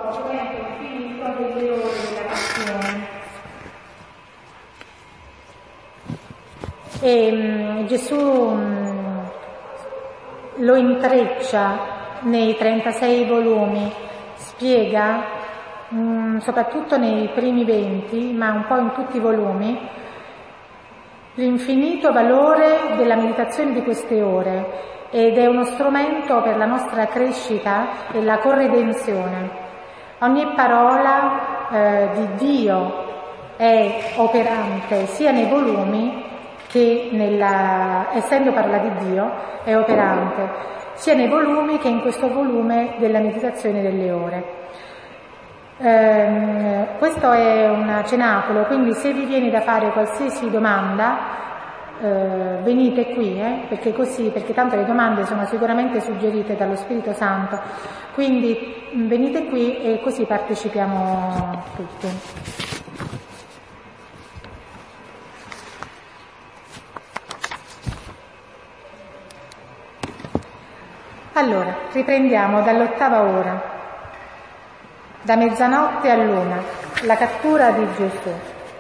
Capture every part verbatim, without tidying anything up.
momento finito delle ore della passione. E um, Gesù um, lo intreccia nei trentasei volumi, spiega, um, soprattutto nei primi venti, ma un po' in tutti i volumi, l'infinito valore della meditazione di queste ore, ed è uno strumento per la nostra crescita e la corredenzione. Ogni parola eh, di Dio è operante sia nei volumi che nella, essendo parola di Dio, è operante sia nei volumi che in questo volume della meditazione delle ore. Eh, questo è un cenacolo, quindi se vi viene da fare qualsiasi domanda, Uh, venite qui, eh, perché così, perché tanto le domande sono sicuramente suggerite dallo Spirito Santo, quindi mh, venite qui e così partecipiamo tutti. Allora, riprendiamo dall'ottava ora, da mezzanotte all'una, la cattura di Gesù.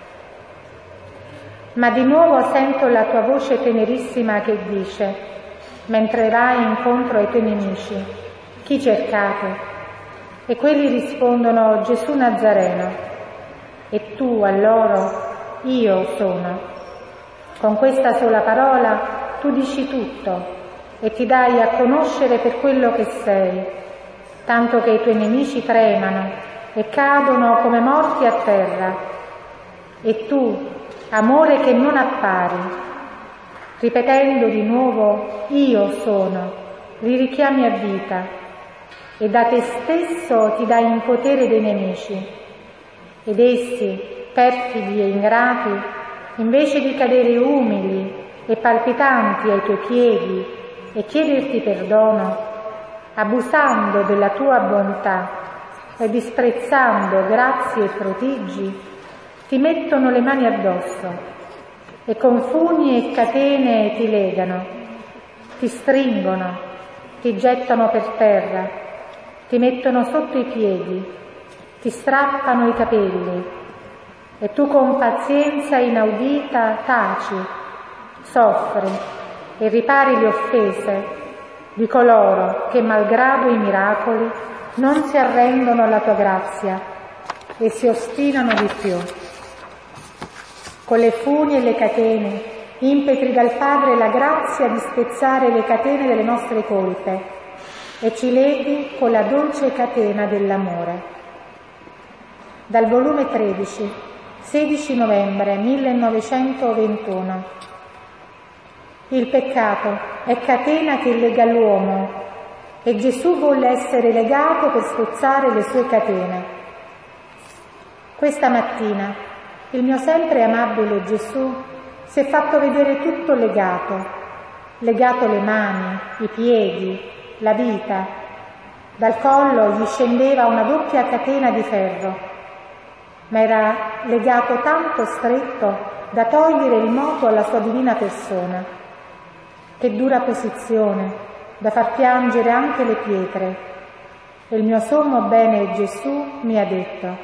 Ma di nuovo sento la tua voce tenerissima che dice, mentre vai incontro ai tuoi nemici, chi cercate? E quelli rispondono, Gesù Nazareno. E tu a loro, io sono. Con questa sola parola tu dici tutto e ti dai a conoscere per quello che sei, tanto che i tuoi nemici tremano e cadono come morti a terra. E tu, amore che non appari, ripetendo di nuovo io sono, li richiami a vita e da te stesso ti dai in potere dei nemici ed essi, perfidi e ingrati, invece di cadere umili e palpitanti ai tuoi piedi e chiederti perdono, abusando della tua bontà e disprezzando grazie e prodigi, ti mettono le mani addosso e con funi e catene ti legano, ti stringono, ti gettano per terra, ti mettono sotto i piedi, ti strappano i capelli e tu con pazienza inaudita taci, soffri e ripari le offese di coloro che, malgrado i miracoli, non si arrendono alla tua grazia e si ostinano di più. Con le funi e le catene, impetri dal Padre la grazia di spezzare le catene delle nostre colpe e ci leghi con la dolce catena dell'amore. Dal volume tredici, sedici novembre millenovecentoventuno. Il peccato è catena che lega l'uomo e Gesù volle essere legato per spezzare le sue catene. Questa mattina il mio sempre amabile Gesù si è fatto vedere tutto legato, legato le mani, i piedi, la vita. Dal collo gli scendeva una doppia catena di ferro, ma era legato tanto stretto da togliere il moto alla sua divina persona. Che dura posizione, da far piangere anche le pietre. E il mio sommo bene Gesù mi ha detto,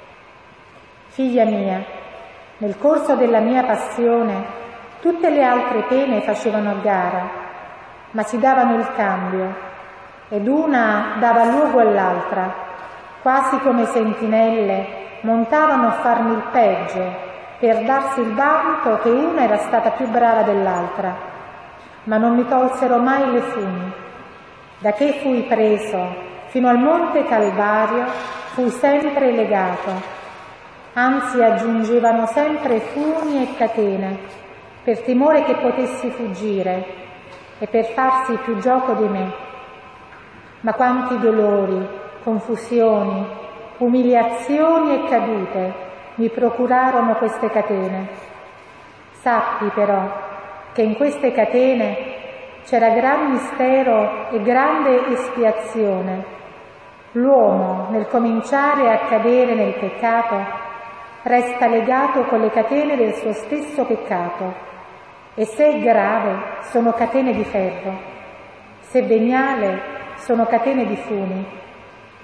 figlia mia, nel corso della mia passione tutte le altre pene facevano gara, ma si davano il cambio, ed una dava luogo all'altra, quasi come sentinelle montavano a farmi il peggio, per darsi il vanto che una era stata più brava dell'altra, ma non mi tolsero mai le funi. Da che fui preso fino al monte Calvario fui sempre legato, anzi aggiungevano sempre funi e catene, per timore che potessi fuggire e per farsi più gioco di me. Ma quanti dolori, confusioni, umiliazioni e cadute mi procurarono queste catene. Sappi però che in queste catene c'era gran mistero e grande espiazione. L'uomo, nel cominciare a cadere nel peccato, resta legato con le catene del suo stesso peccato, e se è grave sono catene di ferro, se veniale sono catene di funi.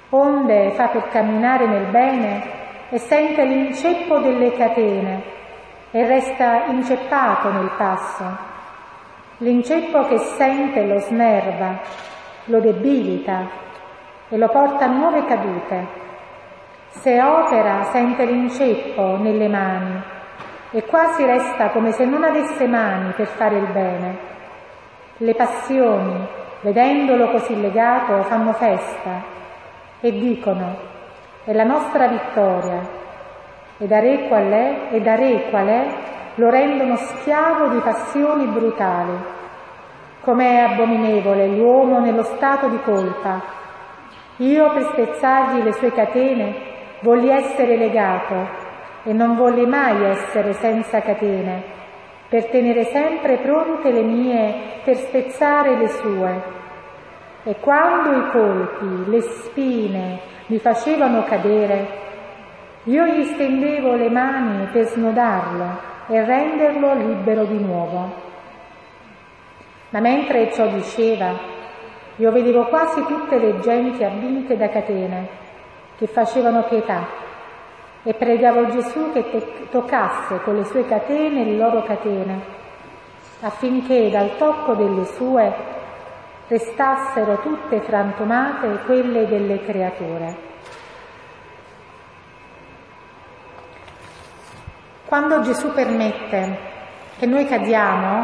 onde fa per camminare nel bene e sente l'inceppo delle catene e resta inceppato nel passo. L'inceppo che sente lo snerva, lo debilita e lo porta a nuove cadute. Se opera sente l'inceppo nelle mani e quasi resta come se non avesse mani per fare il bene. Le passioni, vedendolo così legato, fanno festa e dicono: è la nostra vittoria, e da re qual è, e da re qual è, lo rendono schiavo di passioni brutali. Com'è abominevole l'uomo nello stato di colpa. Io, per spezzargli le sue catene, volli essere legato e non volli mai essere senza catene, per tenere sempre pronte le mie per spezzare le sue. E quando i colpi, le spine mi facevano cadere, io gli stendevo le mani per snodarlo e renderlo libero di nuovo. Ma mentre ciò diceva, io vedevo quasi tutte le genti avvinte da catene, che facevano pietà, e pregavo Gesù che te- toccasse con le sue catene le loro catene, affinché dal tocco delle sue restassero tutte frantumate quelle delle creature. Quando Gesù permette che noi cadiamo,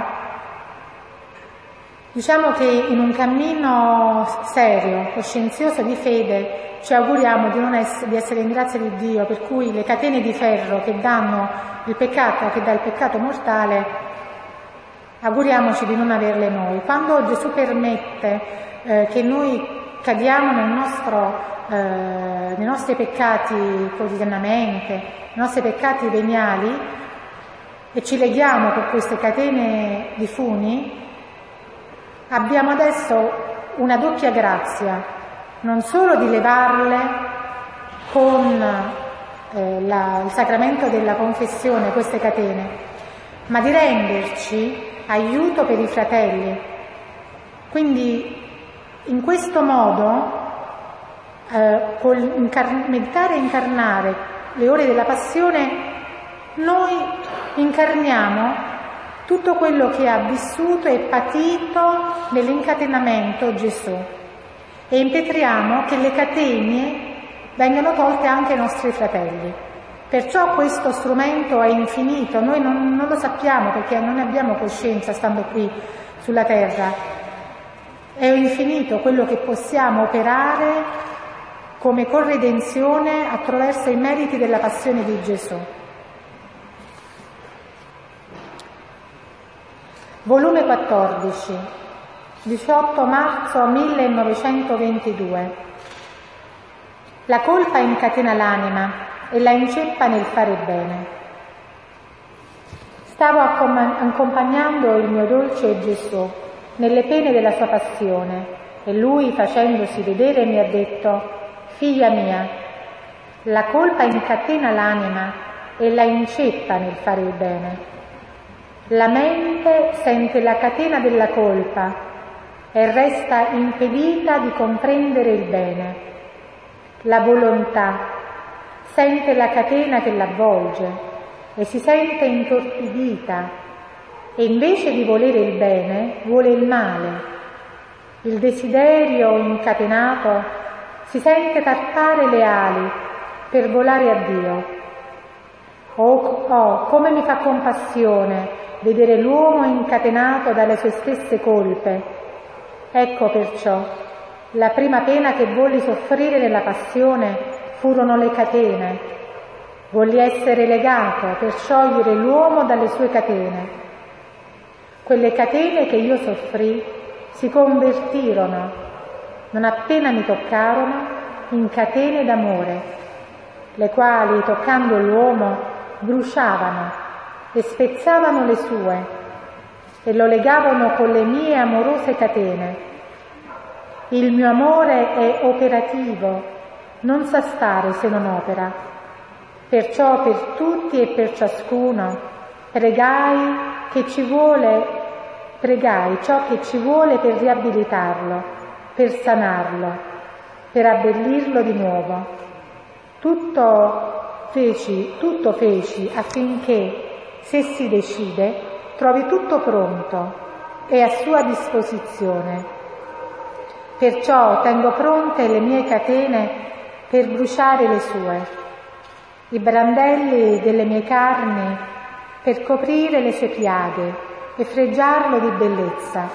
diciamo che in un cammino serio, coscienzioso di fede, ci auguriamo di, non essere, di essere in grazia di Dio, per cui le catene di ferro che danno il peccato, che dà il peccato mortale, auguriamoci di non averle noi. Quando Gesù permette eh, che noi cadiamo nel nostro, eh, nei nostri peccati quotidianamente, nei nostri peccati veniali, e ci leghiamo per queste catene di funi, abbiamo adesso una doppia grazia, non solo di levarle con eh, la, il sacramento della confessione, queste catene, ma di renderci aiuto per i fratelli. Quindi in questo modo, eh, col incar- meditare e incarnare le ore della passione, noi incarniamo tutto quello che ha vissuto e patito nell'incatenamento Gesù, e impetriamo che le catene vengano tolte anche ai nostri fratelli. Perciò questo strumento è infinito, noi non, non lo sappiamo perché non ne abbiamo coscienza stando qui sulla terra. È infinito quello che possiamo operare come corredenzione attraverso i meriti della passione di Gesù. Volume quattordici, diciotto marzo millenovecentoventidue. La colpa incatena l'anima e la inceppa nel fare bene. Stavo accompagnando il mio dolce Gesù nelle pene della sua passione e lui, facendosi vedere, mi ha detto: figlia mia, la colpa incatena l'anima e la inceppa nel fare il bene. La mente sente la catena della colpa e resta impedita di comprendere il bene. La volontà sente la catena che l'avvolge e si sente intorpidita e invece di volere il bene vuole il male. Il desiderio incatenato si sente tarpare le ali per volare a Dio. Oh, oh, come mi fa compassione vedere l'uomo incatenato dalle sue stesse colpe. Ecco perciò, la prima pena che volli soffrire nella passione furono le catene. Volli essere legato per sciogliere l'uomo dalle sue catene. Quelle catene che io soffrì si convertirono, non appena mi toccarono, in catene d'amore, le quali, toccando l'uomo, bruciavano e spezzavano le sue e lo legavano con le mie amorose catene. Il mio amore è operativo, non sa stare se non opera. Perciò per tutti e per ciascuno pregai che ci vuole, pregai ciò che ci vuole per riabilitarlo, per sanarlo. per abbellirlo di nuovo. Tutto feci, tutto feci affinché, se si decide, trovi tutto pronto e a sua disposizione. Perciò tengo pronte le mie catene per bruciare le sue, i brandelli delle mie carni per coprire le sue piaghe e fregiarlo di bellezza,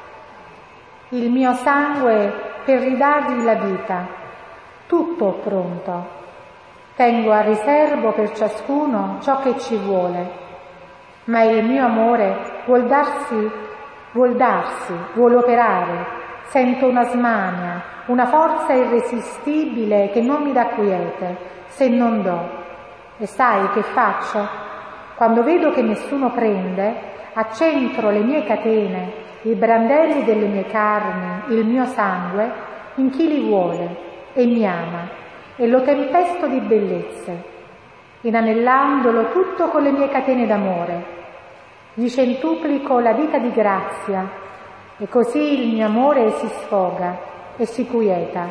il mio sangue per ridargli la vita, tutto pronto. Tengo a riservo per ciascuno ciò che ci vuole, ma il mio amore vuol darsi, vuol darsi, vuol operare. Sento una smania, una forza irresistibile che non mi dà quiete se non do. E sai che faccio? Quando vedo che nessuno prende, accentro le mie catene, i brandelli delle mie carni, il mio sangue, in chi li vuole e mi ama, e lo tempesto di bellezze, inanellandolo tutto con le mie catene d'amore. Gli centuplico la vita di grazia, e così il mio amore si sfoga e si quieta.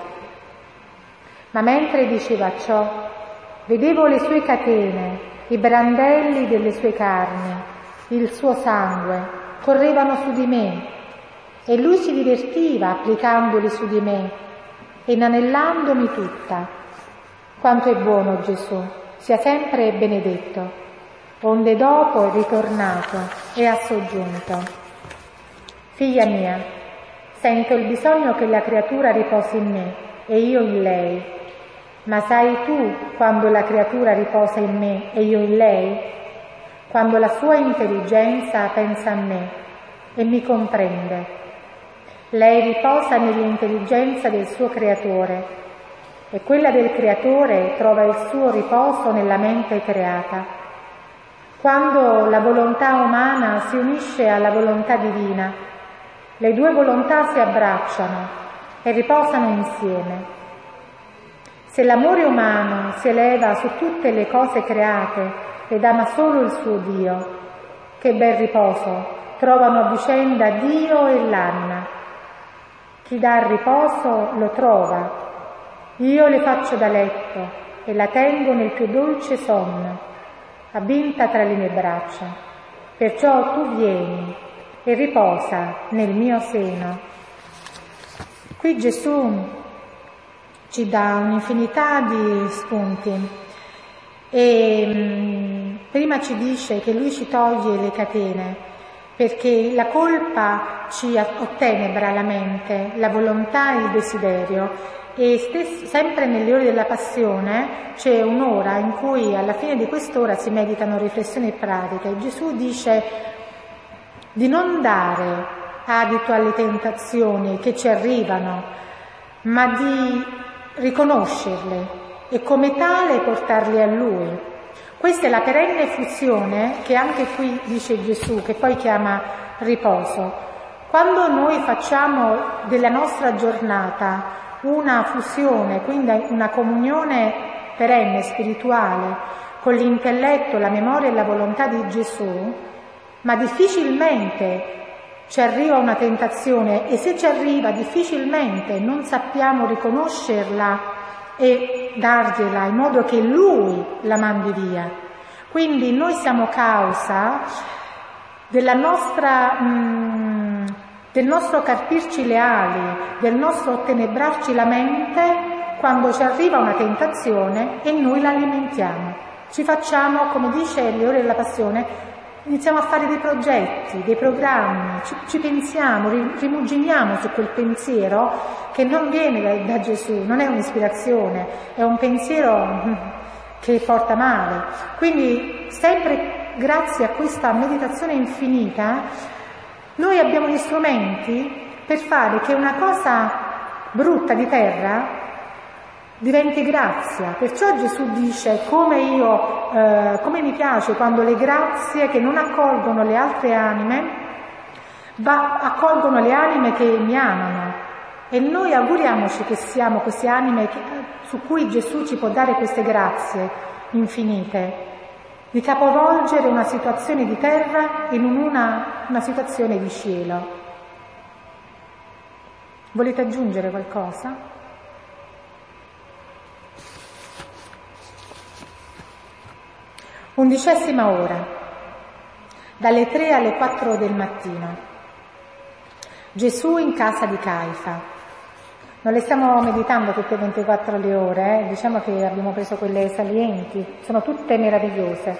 Ma mentre diceva ciò, vedevo le sue catene, i brandelli delle sue carni, il suo sangue, correvano su di me, e lui si divertiva applicandoli su di me, inanellandomi tutta. Quanto è buono Gesù, sia sempre benedetto. Onde dopo è ritornato e ha soggiunto: figlia mia, sento il bisogno che la creatura riposi in me e io in lei. Ma sai tu quando la creatura riposa in me e io in lei? Quando la sua intelligenza pensa a me e mi comprende. Lei riposa nell'intelligenza del suo creatore e quella del creatore trova il suo riposo nella mente creata. Quando la volontà umana si unisce alla volontà divina, le due volontà si abbracciano e riposano insieme. Se l'amore umano si eleva su tutte le cose create ed ama solo il suo Dio, che bel riposo trovano a vicenda Dio e l'anima. Chi dà riposo lo trova. Io le faccio da letto e la tengo nel più dolce sonno, avvinta tra le mie braccia. Perciò tu vieni e riposa nel mio seno. Qui Gesù ci dà un'infinità di spunti e mh, prima ci dice che lui ci toglie le catene perché la colpa ci ottenebra la mente, la volontà e il desiderio. E stesso, sempre nelle ore della passione c'è un'ora in cui alla fine di quest'ora si meditano riflessioni e pratiche. Gesù dice di non dare adito alle tentazioni che ci arrivano, ma di riconoscerle e come tale portarle a Lui. Questa è la perenne fusione che anche qui dice Gesù, che poi chiama riposo. Quando noi facciamo della nostra giornata una fusione, quindi una comunione perenne, spirituale, con l'intelletto, la memoria e la volontà di Gesù, ma difficilmente ci arriva una tentazione e se ci arriva difficilmente non sappiamo riconoscerla e dargliela in modo che Lui la mandi via. Quindi noi siamo causa della nostra... Mh, del nostro carpirci le ali, del nostro ottenebrarci la mente quando ci arriva una tentazione e noi la alimentiamo. Ci facciamo, come dice le ore della passione, iniziamo a fare dei progetti, dei programmi, ci, ci pensiamo, rimuginiamo su quel pensiero che non viene da, da Gesù, non è un'ispirazione, è un pensiero che porta male. Quindi sempre grazie a questa meditazione infinita noi abbiamo gli strumenti per fare che una cosa brutta di terra diventi grazia. Perciò Gesù dice come io, eh, come mi piace quando le grazie che non accolgono le altre anime, va, accolgono le anime che mi amano. E noi auguriamoci che siamo queste anime che, su cui Gesù ci può dare queste grazie infinite, di capovolgere una situazione di terra in una, una situazione di cielo. Volete aggiungere qualcosa? Undicesima ora, dalle tre alle quattro del mattino. Gesù in casa di Caifa. Non le stiamo meditando tutte e ventiquattro le ore, eh? Diciamo che abbiamo preso quelle salienti, sono tutte meravigliose.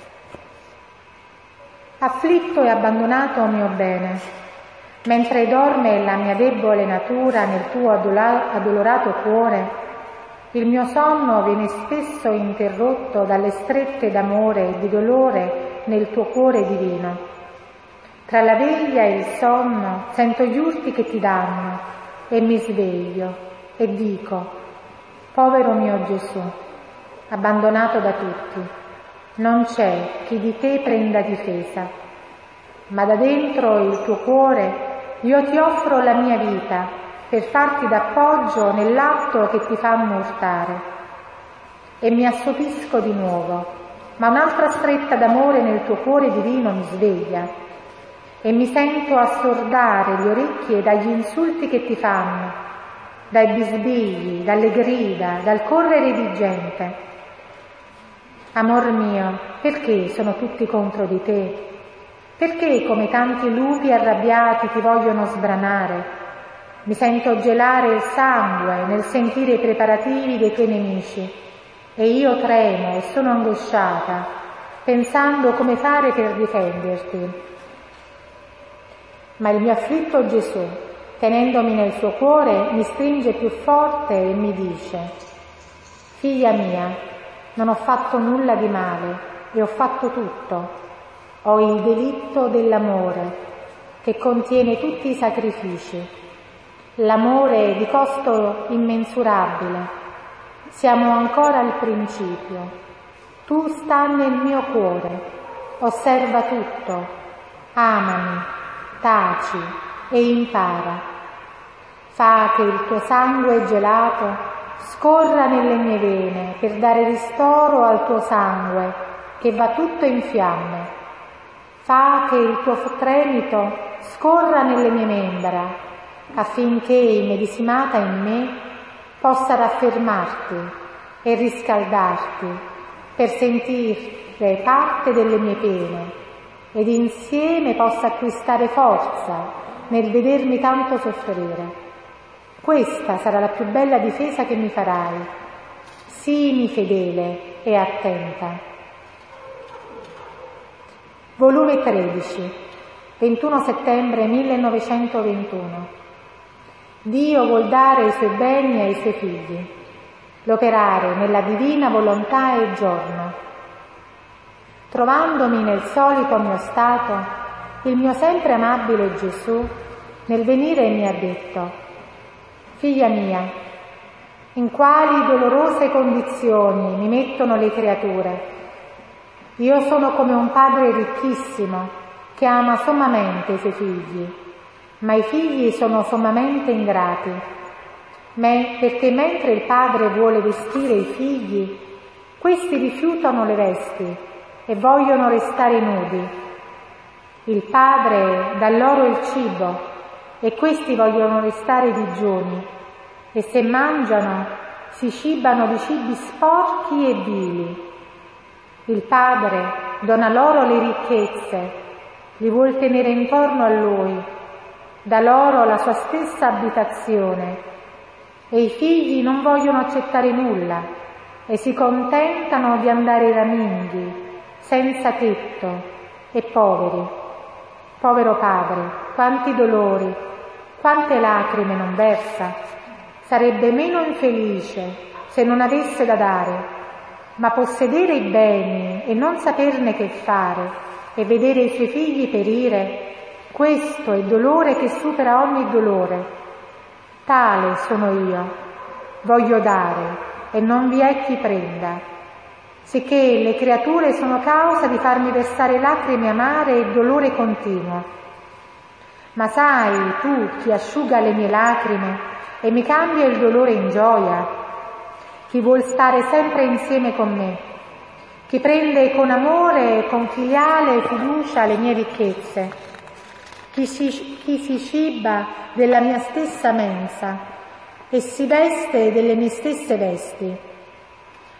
Afflitto e abbandonato mio bene, mentre dorme la mia debole natura nel tuo addolorato cuore, il mio sonno viene spesso interrotto dalle strette d'amore e di dolore nel tuo cuore divino. Tra la veglia e il sonno sento gli urti che ti danno e mi sveglio e dico: povero mio Gesù, abbandonato da tutti, non c'è chi di te prenda difesa, ma da dentro il tuo cuore io ti offro la mia vita per farti d'appoggio nell'atto che ti fanno urtare. E mi assopisco di nuovo, ma un'altra stretta d'amore nel tuo cuore divino mi sveglia e mi sento assordare le orecchie dagli insulti che ti fanno, dai bisbigli, dalle grida, dal correre di gente. Amor mio, perché sono tutti contro di te? Perché come tanti lupi arrabbiati ti vogliono sbranare? Mi sento gelare il sangue nel sentire i preparativi dei tuoi nemici e io tremo e sono angosciata, pensando come fare per difenderti. Ma il mio afflitto Gesù, tenendomi nel suo cuore, mi stringe più forte e mi dice: figlia mia, non ho fatto nulla di male e ho fatto tutto. Ho il delitto dell'amore, che contiene tutti i sacrifici. L'amore di costo immensurabile. Siamo ancora al principio. Tu sta nel mio cuore, osserva tutto, amami, taci e impara. Fa che il tuo sangue gelato scorra nelle mie vene per dare ristoro al tuo sangue che va tutto in fiamme. Fa che il tuo tremito scorra nelle mie membra affinché, immedesimata in me, possa raffermarti e riscaldarti per sentire parte delle mie pene ed insieme possa acquistare forza nel vedermi tanto soffrire. Questa sarà la più bella difesa che mi farai. Sii fedele e attenta. Volume tredici, ventuno settembre millenovecentoventuno. Dio vuol dare i suoi beni ai suoi figli, l'operare nella divina volontà e giorno. Trovandomi nel solito mio stato, il mio sempre amabile Gesù nel venire mi ha detto: figlia mia, in quali dolorose condizioni mi mettono le creature. Io sono come un padre ricchissimo che ama sommamente i suoi figli, ma i figli sono sommamente ingrati, me, perché mentre il padre vuole vestire i figli, questi rifiutano le vesti e vogliono restare nudi. Il padre dà loro il cibo e questi vogliono restare digiuni, e se mangiano si cibano di cibi sporchi e vili. Il padre dona loro le ricchezze, li vuol tenere intorno a lui, dà loro la sua stessa abitazione, e i figli non vogliono accettare nulla e si contentano di andare raminghi, senza tetto e poveri. Povero padre, quanti dolori, quante lacrime non versa. Sarebbe meno infelice se non avesse da dare, ma possedere i beni e non saperne che fare e vedere i suoi figli perire, questo è dolore che supera ogni dolore. Tale sono io, voglio dare e non vi è chi prenda, sicché le creature sono causa di farmi versare lacrime amare e dolore continuo. Ma sai tu chi asciuga le mie lacrime e mi cambia il dolore in gioia? Chi vuol stare sempre insieme con me, chi prende con amore e con filiale fiducia le mie ricchezze, Chi si, chi si ciba della mia stessa mensa e si veste delle mie stesse vesti.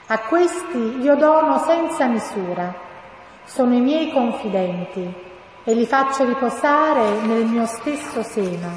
A questi io dono senza misura, sono i miei confidenti e li faccio riposare nel mio stesso seno.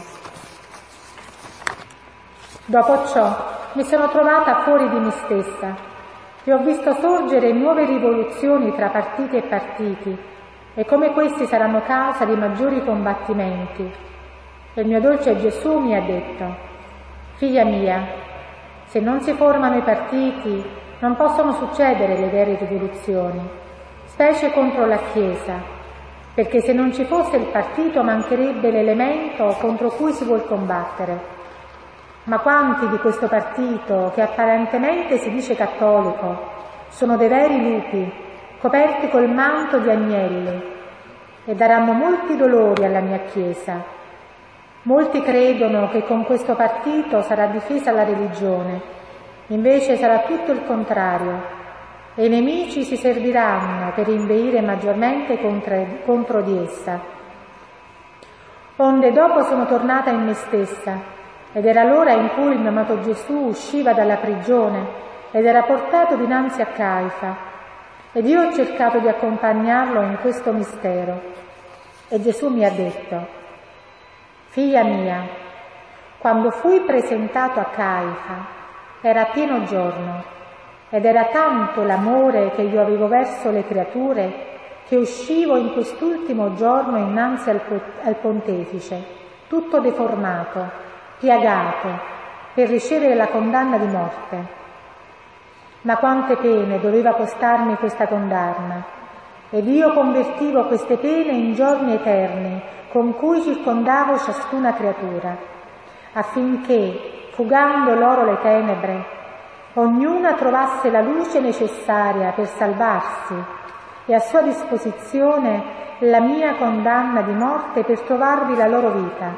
Dopo ciò mi sono trovata fuori di me stessa e ho visto sorgere nuove rivoluzioni tra partiti e partiti, e come questi saranno causa di maggiori combattimenti. E il mio dolce Gesù mi ha detto: figlia mia, se non si formano i partiti non possono succedere le vere rivoluzioni, specie contro la Chiesa, perché se non ci fosse il partito mancherebbe l'elemento contro cui si vuol combattere. Ma quanti di questo partito, che apparentemente si dice cattolico, sono dei veri lupi, coperti col manto di agnelli, e daranno molti dolori alla mia Chiesa. Molti credono che con questo partito sarà difesa la religione, invece sarà tutto il contrario, e i nemici si serviranno per inveire maggiormente contro, contro di essa. Onde dopo sono tornata in me stessa, ed era l'ora in cui il mio amato Gesù usciva dalla prigione ed era portato dinanzi a Caifa, ed io ho cercato di accompagnarlo in questo mistero. E Gesù mi ha detto: figlia mia, quando fui presentato a Caifa era pieno giorno, ed era tanto l'amore che io avevo verso le creature che uscivo in quest'ultimo giorno innanzi al, al pontefice, tutto deformato, piagato, per ricevere la condanna di morte. Ma quante pene doveva costarmi questa condanna, ed io convertivo queste pene in giorni eterni con cui circondavo ciascuna creatura, affinché, fugando loro le tenebre, ognuna trovasse la luce necessaria per salvarsi e a sua disposizione la mia condanna di morte per trovarvi la loro vita.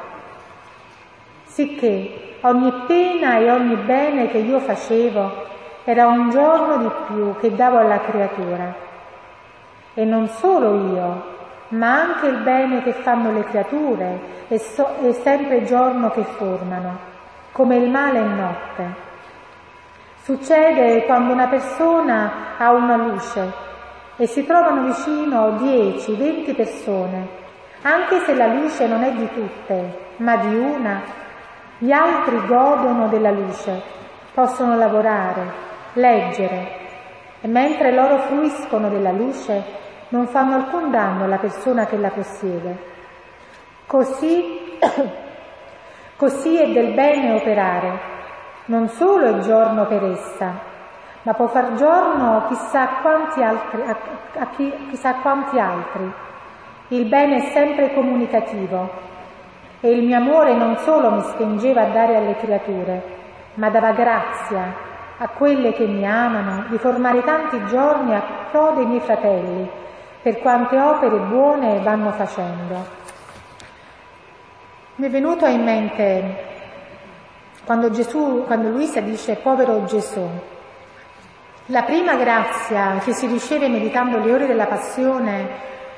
Sicché ogni pena e ogni bene che io facevo era un giorno di più che davo alla creatura. E non solo io, ma anche il bene che fanno le creature è, so- è sempre giorno che formano, come il male è notte. Succede quando una persona ha una luce e si trovano vicino dieci, venti persone, anche se la luce non è di tutte, ma di una, gli altri godono della luce, possono lavorare, leggere, e mentre loro fruiscono della luce non fanno alcun danno alla persona che la possiede. Così Così è del bene operare, non solo è giorno per essa, ma può far giorno chissà quanti altri, a, a chi, chissà quanti altri. Il bene è sempre comunicativo, e il mio amore non solo mi spingeva a dare alle creature, ma dava grazia a quelle che mi amano di formare tanti giorni a pro dei miei fratelli, per quante opere buone vanno facendo. Mi è venuto in mente quando Gesù, quando Luisa dice povero Gesù, la prima grazia che si riceve meditando le ore della Passione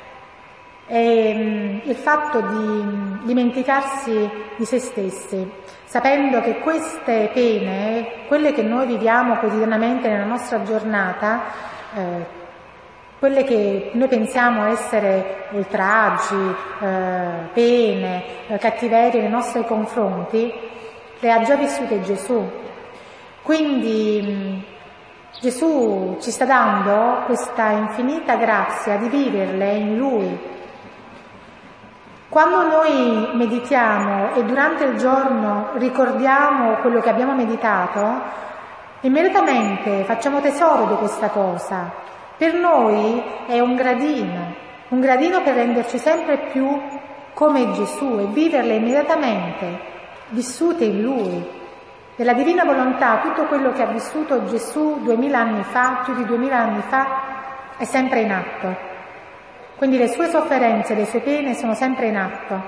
è il fatto di dimenticarsi di se stessi, sapendo che queste pene, quelle che noi viviamo quotidianamente nella nostra giornata, eh, quelle che noi pensiamo essere oltraggi, eh, pene, eh, cattiverie nei nostri confronti, le ha già vissute Gesù. Quindi mh, Gesù ci sta dando questa infinita grazia di viverle in Lui. Quando noi meditiamo e durante il giorno ricordiamo quello che abbiamo meditato, immediatamente facciamo tesoro di questa cosa. Per noi è un gradino, un gradino per renderci sempre più come Gesù e viverle immediatamente, vissute in Lui. Della divina volontà, tutto quello che ha vissuto Gesù duemila anni fa, più di duemila anni fa, è sempre in atto. Quindi le sue sofferenze, le sue pene sono sempre in atto.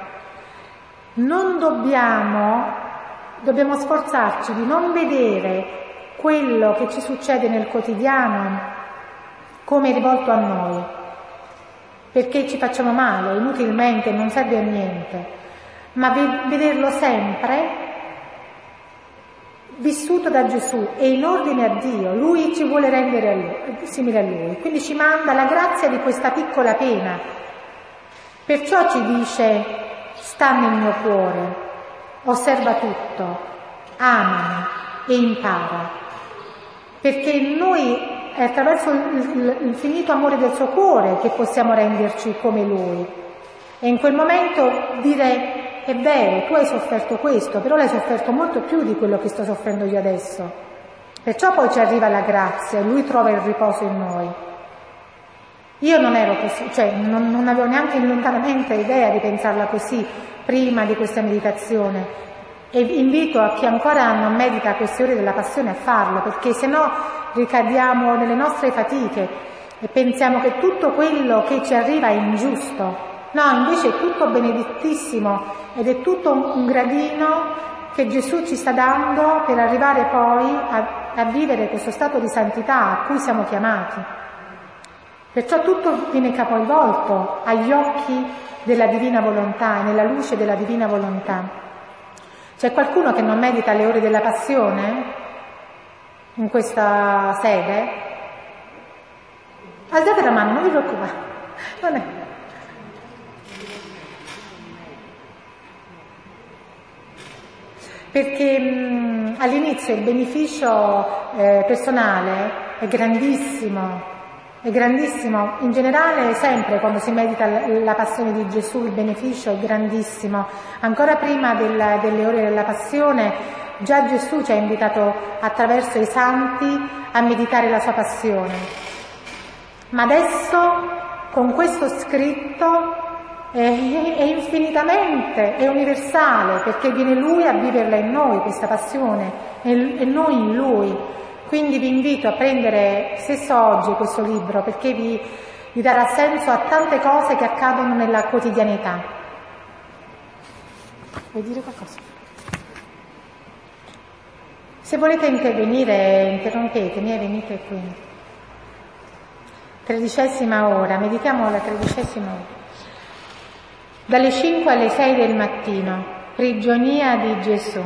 Non dobbiamo, dobbiamo sforzarci di non vedere quello che ci succede nel quotidiano come rivolto a noi, perché ci facciamo male inutilmente, non serve a niente, ma vederlo sempre vissuto da Gesù e in ordine a Dio. Lui ci vuole rendere a lui, simile a Lui, quindi ci manda la grazia di questa piccola pena. Perciò ci dice: sta nel mio cuore, osserva tutto, amami e impara. Perché noi è attraverso l'infinito amore del suo cuore che possiamo renderci come Lui. E in quel momento dire: è vero, tu hai sofferto questo, però l'hai sofferto molto più di quello che sto soffrendo io adesso. Perciò poi ci arriva la grazia e Lui trova il riposo in noi. Io non ero così, cioè non, non avevo neanche lontanamente idea di pensarla così prima di questa meditazione. E invito a chi ancora non medita queste ore della passione a farlo, perché se no ricadiamo nelle nostre fatiche e pensiamo che tutto quello che ci arriva è ingiusto. No, invece è tutto benedettissimo ed è tutto un gradino che Gesù ci sta dando per arrivare poi a, a vivere questo stato di santità a cui siamo chiamati. Perciò tutto viene capovolto agli occhi della divina volontà e nella luce della divina volontà. C'è qualcuno che non medita le ore della passione in questa sede? Alzate la mano, non vi preoccupate. Non è. Perché mh, all'inizio il beneficio eh, personale è grandissimo, è grandissimo, in generale sempre quando si medita la passione di Gesù il beneficio è grandissimo. Ancora prima del, delle ore della passione già Gesù ci ha invitato attraverso i santi a meditare la sua passione. Ma adesso con questo scritto è, è infinitamente, è universale, perché viene Lui a viverla in noi questa passione e, e noi in Lui. Quindi vi invito a prendere stesso oggi questo libro, perché vi, vi darà senso a tante cose che accadono nella quotidianità. Vuoi dire qualcosa? Se volete intervenire, interrompetemi e venite qui. Tredicesima ora, meditiamo la tredicesima ora. Dalle cinque alle sei del mattino, prigionia di Gesù.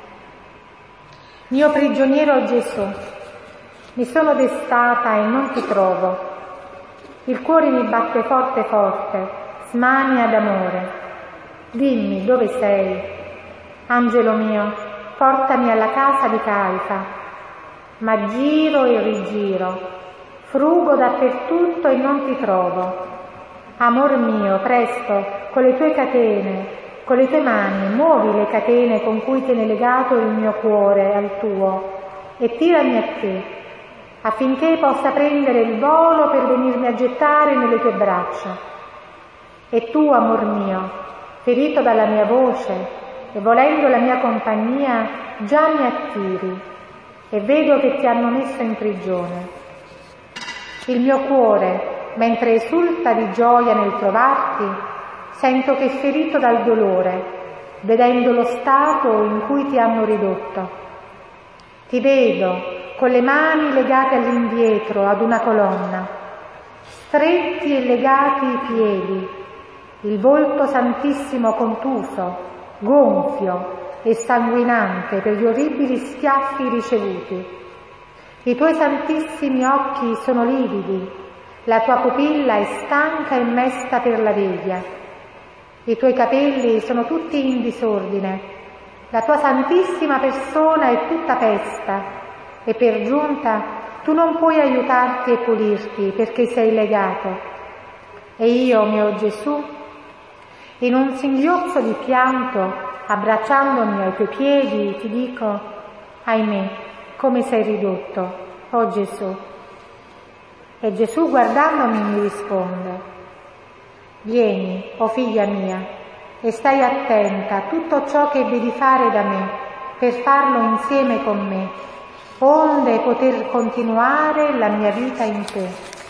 Mio prigioniero Gesù, mi sono destata e non ti trovo. Il cuore mi batte forte forte, smania d'amore. Dimmi dove sei. Angelo mio, portami alla casa di Caifa. Ma giro e rigiro, frugo dappertutto e non ti trovo. Amor mio, presto, con le tue catene, con le tue mani, muovi le catene con cui tiene legato il mio cuore al tuo e tirami a te, affinché possa prendere il volo per venirmi a gettare nelle tue braccia. E tu, amor mio, ferito dalla mia voce e volendo la mia compagnia, già mi attiri e vedo che ti hanno messo in prigione. Il mio cuore, mentre esulta di gioia nel trovarti, sento che è ferito dal dolore, vedendo lo stato in cui ti hanno ridotto. Ti vedo con le mani legate all'indietro ad una colonna, stretti e legati i piedi, il volto santissimo contuso, gonfio e sanguinante per gli orribili schiaffi ricevuti. I tuoi santissimi occhi sono lividi, la tua pupilla è stanca e mesta per la veglia. I tuoi capelli sono tutti in disordine, la tua santissima persona è tutta pesta e per giunta tu non puoi aiutarti e pulirti perché sei legato. E io, mio Gesù, in un singhiozzo di pianto, abbracciandomi ai tuoi piedi, ti dico: ahimè, come sei ridotto, oh Gesù. E Gesù guardandomi mi risponde: vieni, o figlia mia, e stai attenta a tutto ciò che vedi fare da me, per farlo insieme con me, onde poter continuare la mia vita in te.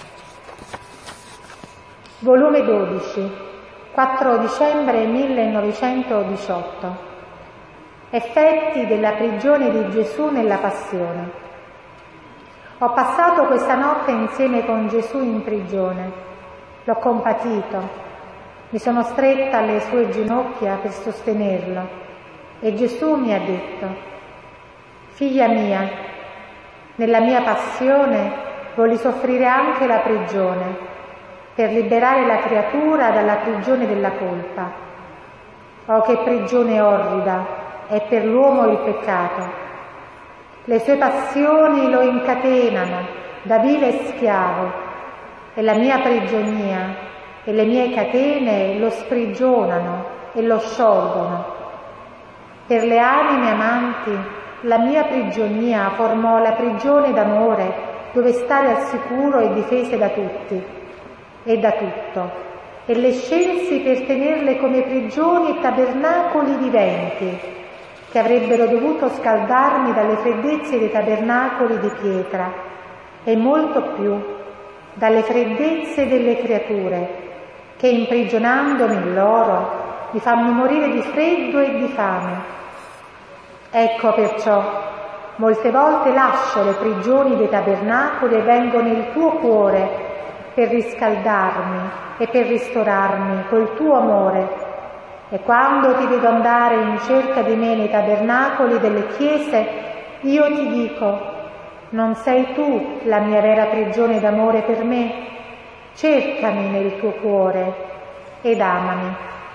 Volume dodici, quattro dicembre millenovecentodiciotto. Effetti della prigione di Gesù nella Passione. Ho passato questa notte insieme con Gesù in prigione. L'ho compatito, mi sono stretta alle sue ginocchia per sostenerlo e Gesù mi ha detto: Figlia mia, nella mia passione volli soffrire anche la prigione, per liberare la creatura dalla prigione della colpa. Oh, che prigione orrida è per l'uomo il peccato! Le sue passioni lo incatenano da vile schiavo, e la mia prigionia e le mie catene lo sprigionano e lo sciolgono. Per le anime amanti la mia prigionia formò la prigione d'amore, dove stare al sicuro e difese da tutti e da tutto, e le scelsi per tenerle come prigioni e tabernacoli viventi, che avrebbero dovuto scaldarmi dalle freddezze dei tabernacoli di pietra, e molto più dalle freddezze delle creature, che imprigionandomi in loro mi fanno morire di freddo e di fame. Ecco perciò molte volte lascio le prigioni dei tabernacoli e vengo nel tuo cuore per riscaldarmi e per ristorarmi col tuo amore. E quando ti vedo andare in cerca di me nei tabernacoli delle chiese, io ti dico: non sei tu la mia vera prigione d'amore per me? Cercami nel tuo cuore ed amami.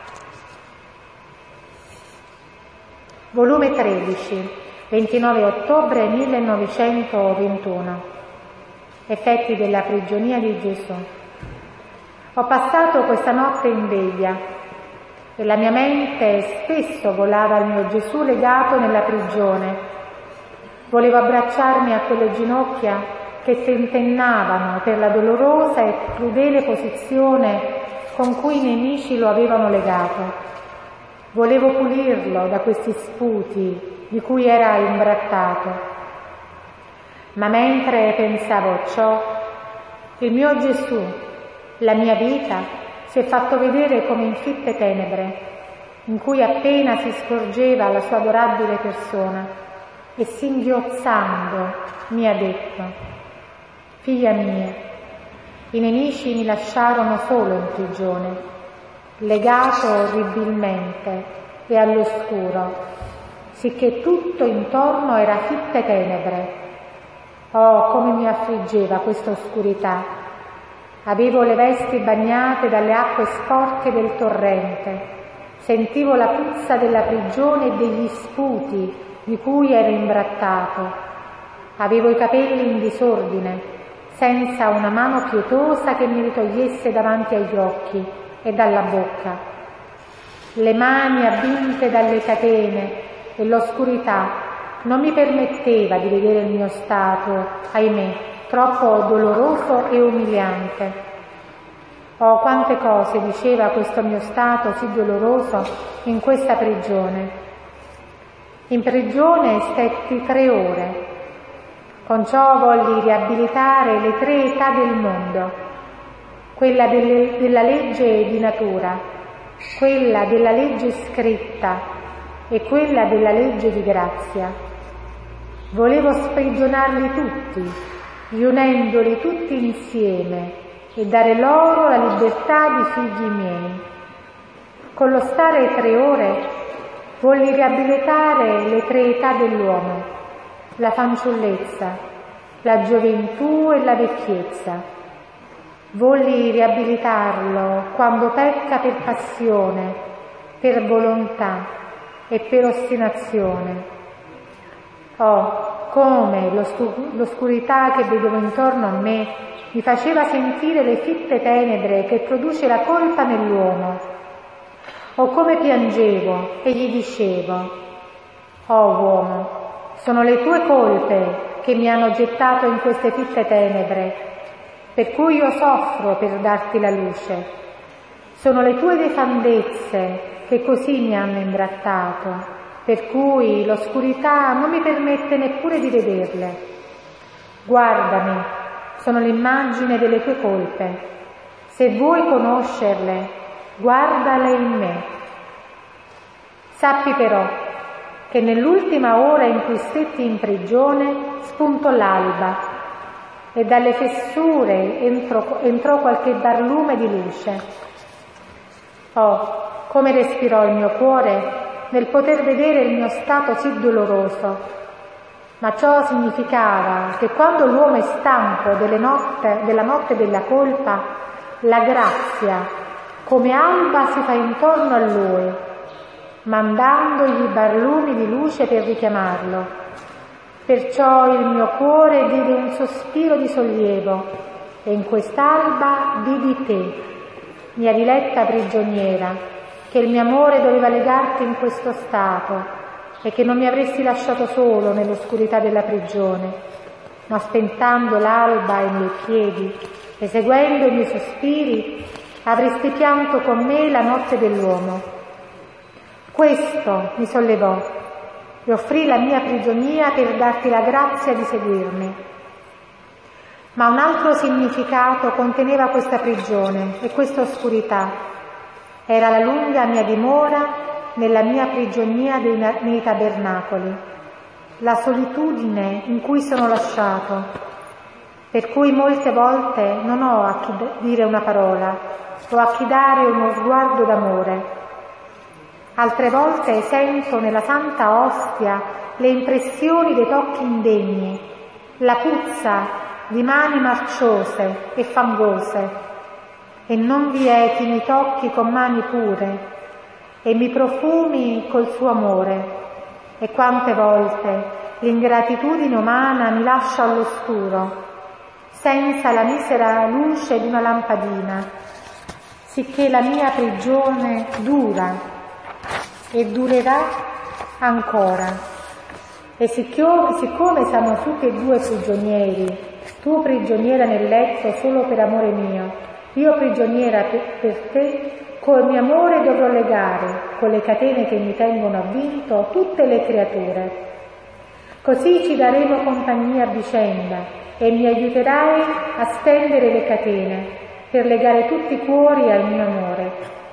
Volume tredici, ventinove ottobre millenovecentoventuno. Effetti della prigionia di Gesù. Ho passato questa notte in veglia e la mia mente spesso volava al mio Gesù legato nella prigione. Volevo abbracciarmi a quelle ginocchia che tentennavano per la dolorosa e crudele posizione con cui i nemici lo avevano legato. Volevo pulirlo da questi sputi di cui era imbrattato. Ma mentre pensavo ciò, il mio Gesù, la mia vita, si è fatto vedere come in fitte tenebre, in cui appena si scorgeva la sua adorabile persona, e singhiozzando mi ha detto: figlia mia, i nemici mi lasciarono solo in prigione, legato orribilmente e all'oscuro, sicché tutto intorno era fitte tenebre. Oh, come mi affliggeva questa oscurità! Avevo le vesti bagnate dalle acque sporche del torrente, sentivo la puzza della prigione e degli sputi di cui ero imbrattato. Avevo i capelli in disordine, senza una mano pietosa che mi li togliesse davanti agli occhi e dalla bocca. Le mani avvinte dalle catene e l'oscurità non mi permetteva di vedere il mio stato, ahimè, troppo doloroso e umiliante. Oh, quante cose diceva questo mio stato sì doloroso in questa prigione. In prigione stetti tre ore. Con ciò volli riabilitare le tre età del mondo: quella delle, della legge di natura, quella della legge scritta e quella della legge di grazia. Volevo sprigionarli tutti, riunendoli tutti insieme, e dare loro la libertà di figli miei. Con lo stare tre ore volli riabilitare le tre età dell'uomo: la fanciullezza, la gioventù e la vecchiezza. Volli riabilitarlo quando pecca per passione, per volontà e per ostinazione. Oh, come l'oscurità che vedevo intorno a me mi faceva sentire le fitte tenebre che produce la colpa nell'uomo. O come piangevo e gli dicevo: oh uomo, sono le tue colpe che mi hanno gettato in queste fitte tenebre, per cui io soffro per darti la luce. Sono le tue nefandezze che così mi hanno imbrattato, per cui l'oscurità non mi permette neppure di vederle. Guardami, sono l'immagine delle tue colpe. Se vuoi conoscerle, guardale in me. Sappi però che nell'ultima ora in cui stetti in prigione spuntò l'alba e dalle fessure entrò, entrò qualche barlume di luce. Oh, come respirò il mio cuore nel poter vedere il mio stato sì doloroso, ma ciò significava che quando l'uomo è stanco delle notte, della notte della colpa, la grazia, come alba, si fa intorno a lui, mandandogli barlumi di luce per richiamarlo. Perciò il mio cuore diede un sospiro di sollievo e in quest'alba vidi te, mia diletta prigioniera, che il mio amore doveva legarti in questo stato e che non mi avresti lasciato solo nell'oscurità della prigione, ma spentando l'alba ai miei piedi e seguendo i miei sospiri avresti pianto con me la notte dell'uomo. Questo mi sollevò e offrì la mia prigionia per darti la grazia di seguirmi. Ma un altro significato conteneva questa prigione e questa oscurità. Era la lunga mia dimora nella mia prigionia dei, nei tabernacoli, la solitudine in cui sono lasciato, per cui molte volte non ho a chi dire una parola o a chi dare uno sguardo d'amore. Altre volte sento nella Santa Ostia le impressioni dei tocchi indegni, la puzza di mani marciose e fangose, e non vieti mi tocchi con mani pure e mi profumi col suo amore. E quante volte l'ingratitudine umana mi lascia all'oscuro, senza la misera luce di una lampadina, sicché la mia prigione dura e durerà ancora. E siccome siamo tutti e due prigionieri, tu prigioniera nel letto solo per amore mio, io prigioniera per te, col mio amore dovrò legare, con le catene che mi tengono avvinto, tutte le creature. Così ci daremo compagnia a vicenda e mi aiuterai a stendere le catene per legare tutti i cuori al mio amore.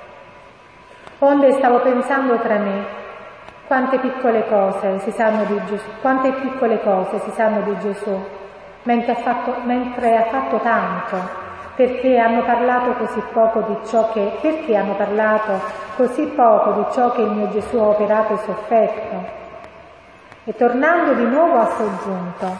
Onde stavo pensando tra me, quante piccole cose si sanno di Gesù, quante piccole cose si sanno di Gesù, mentre ha fatto, mentre ha fatto tanto. Perché hanno parlato così poco di ciò che, perché hanno parlato così poco di ciò che il mio Gesù ha operato e sofferto? E tornando di nuovo ha soggiunto: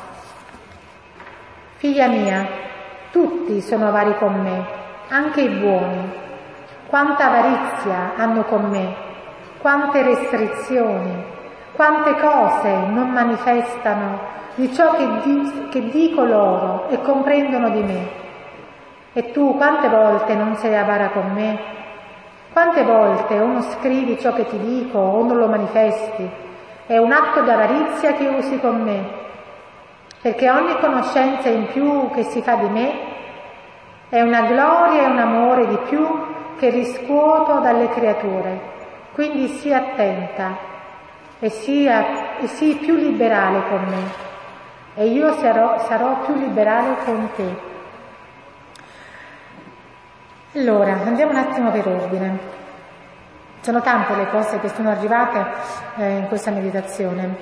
figlia mia, tutti sono avari con me, anche i buoni. Quanta avarizia hanno con me, quante restrizioni, quante cose non manifestano di ciò che, di, che dico loro e comprendono di me. E tu quante volte non sei avara con me? Quante volte o non scrivi ciò che ti dico o non lo manifesti? È un atto d'avarizia che usi con me, perché ogni conoscenza in più che si fa di me è una gloria e un amore di più che riscuoto dalle creature. Quindi sii attenta e, sia, e sii più liberale con me, e io sarò, sarò più liberale con te. Allora, andiamo un attimo per ordine. Sono tante le cose che sono arrivate eh, in questa meditazione.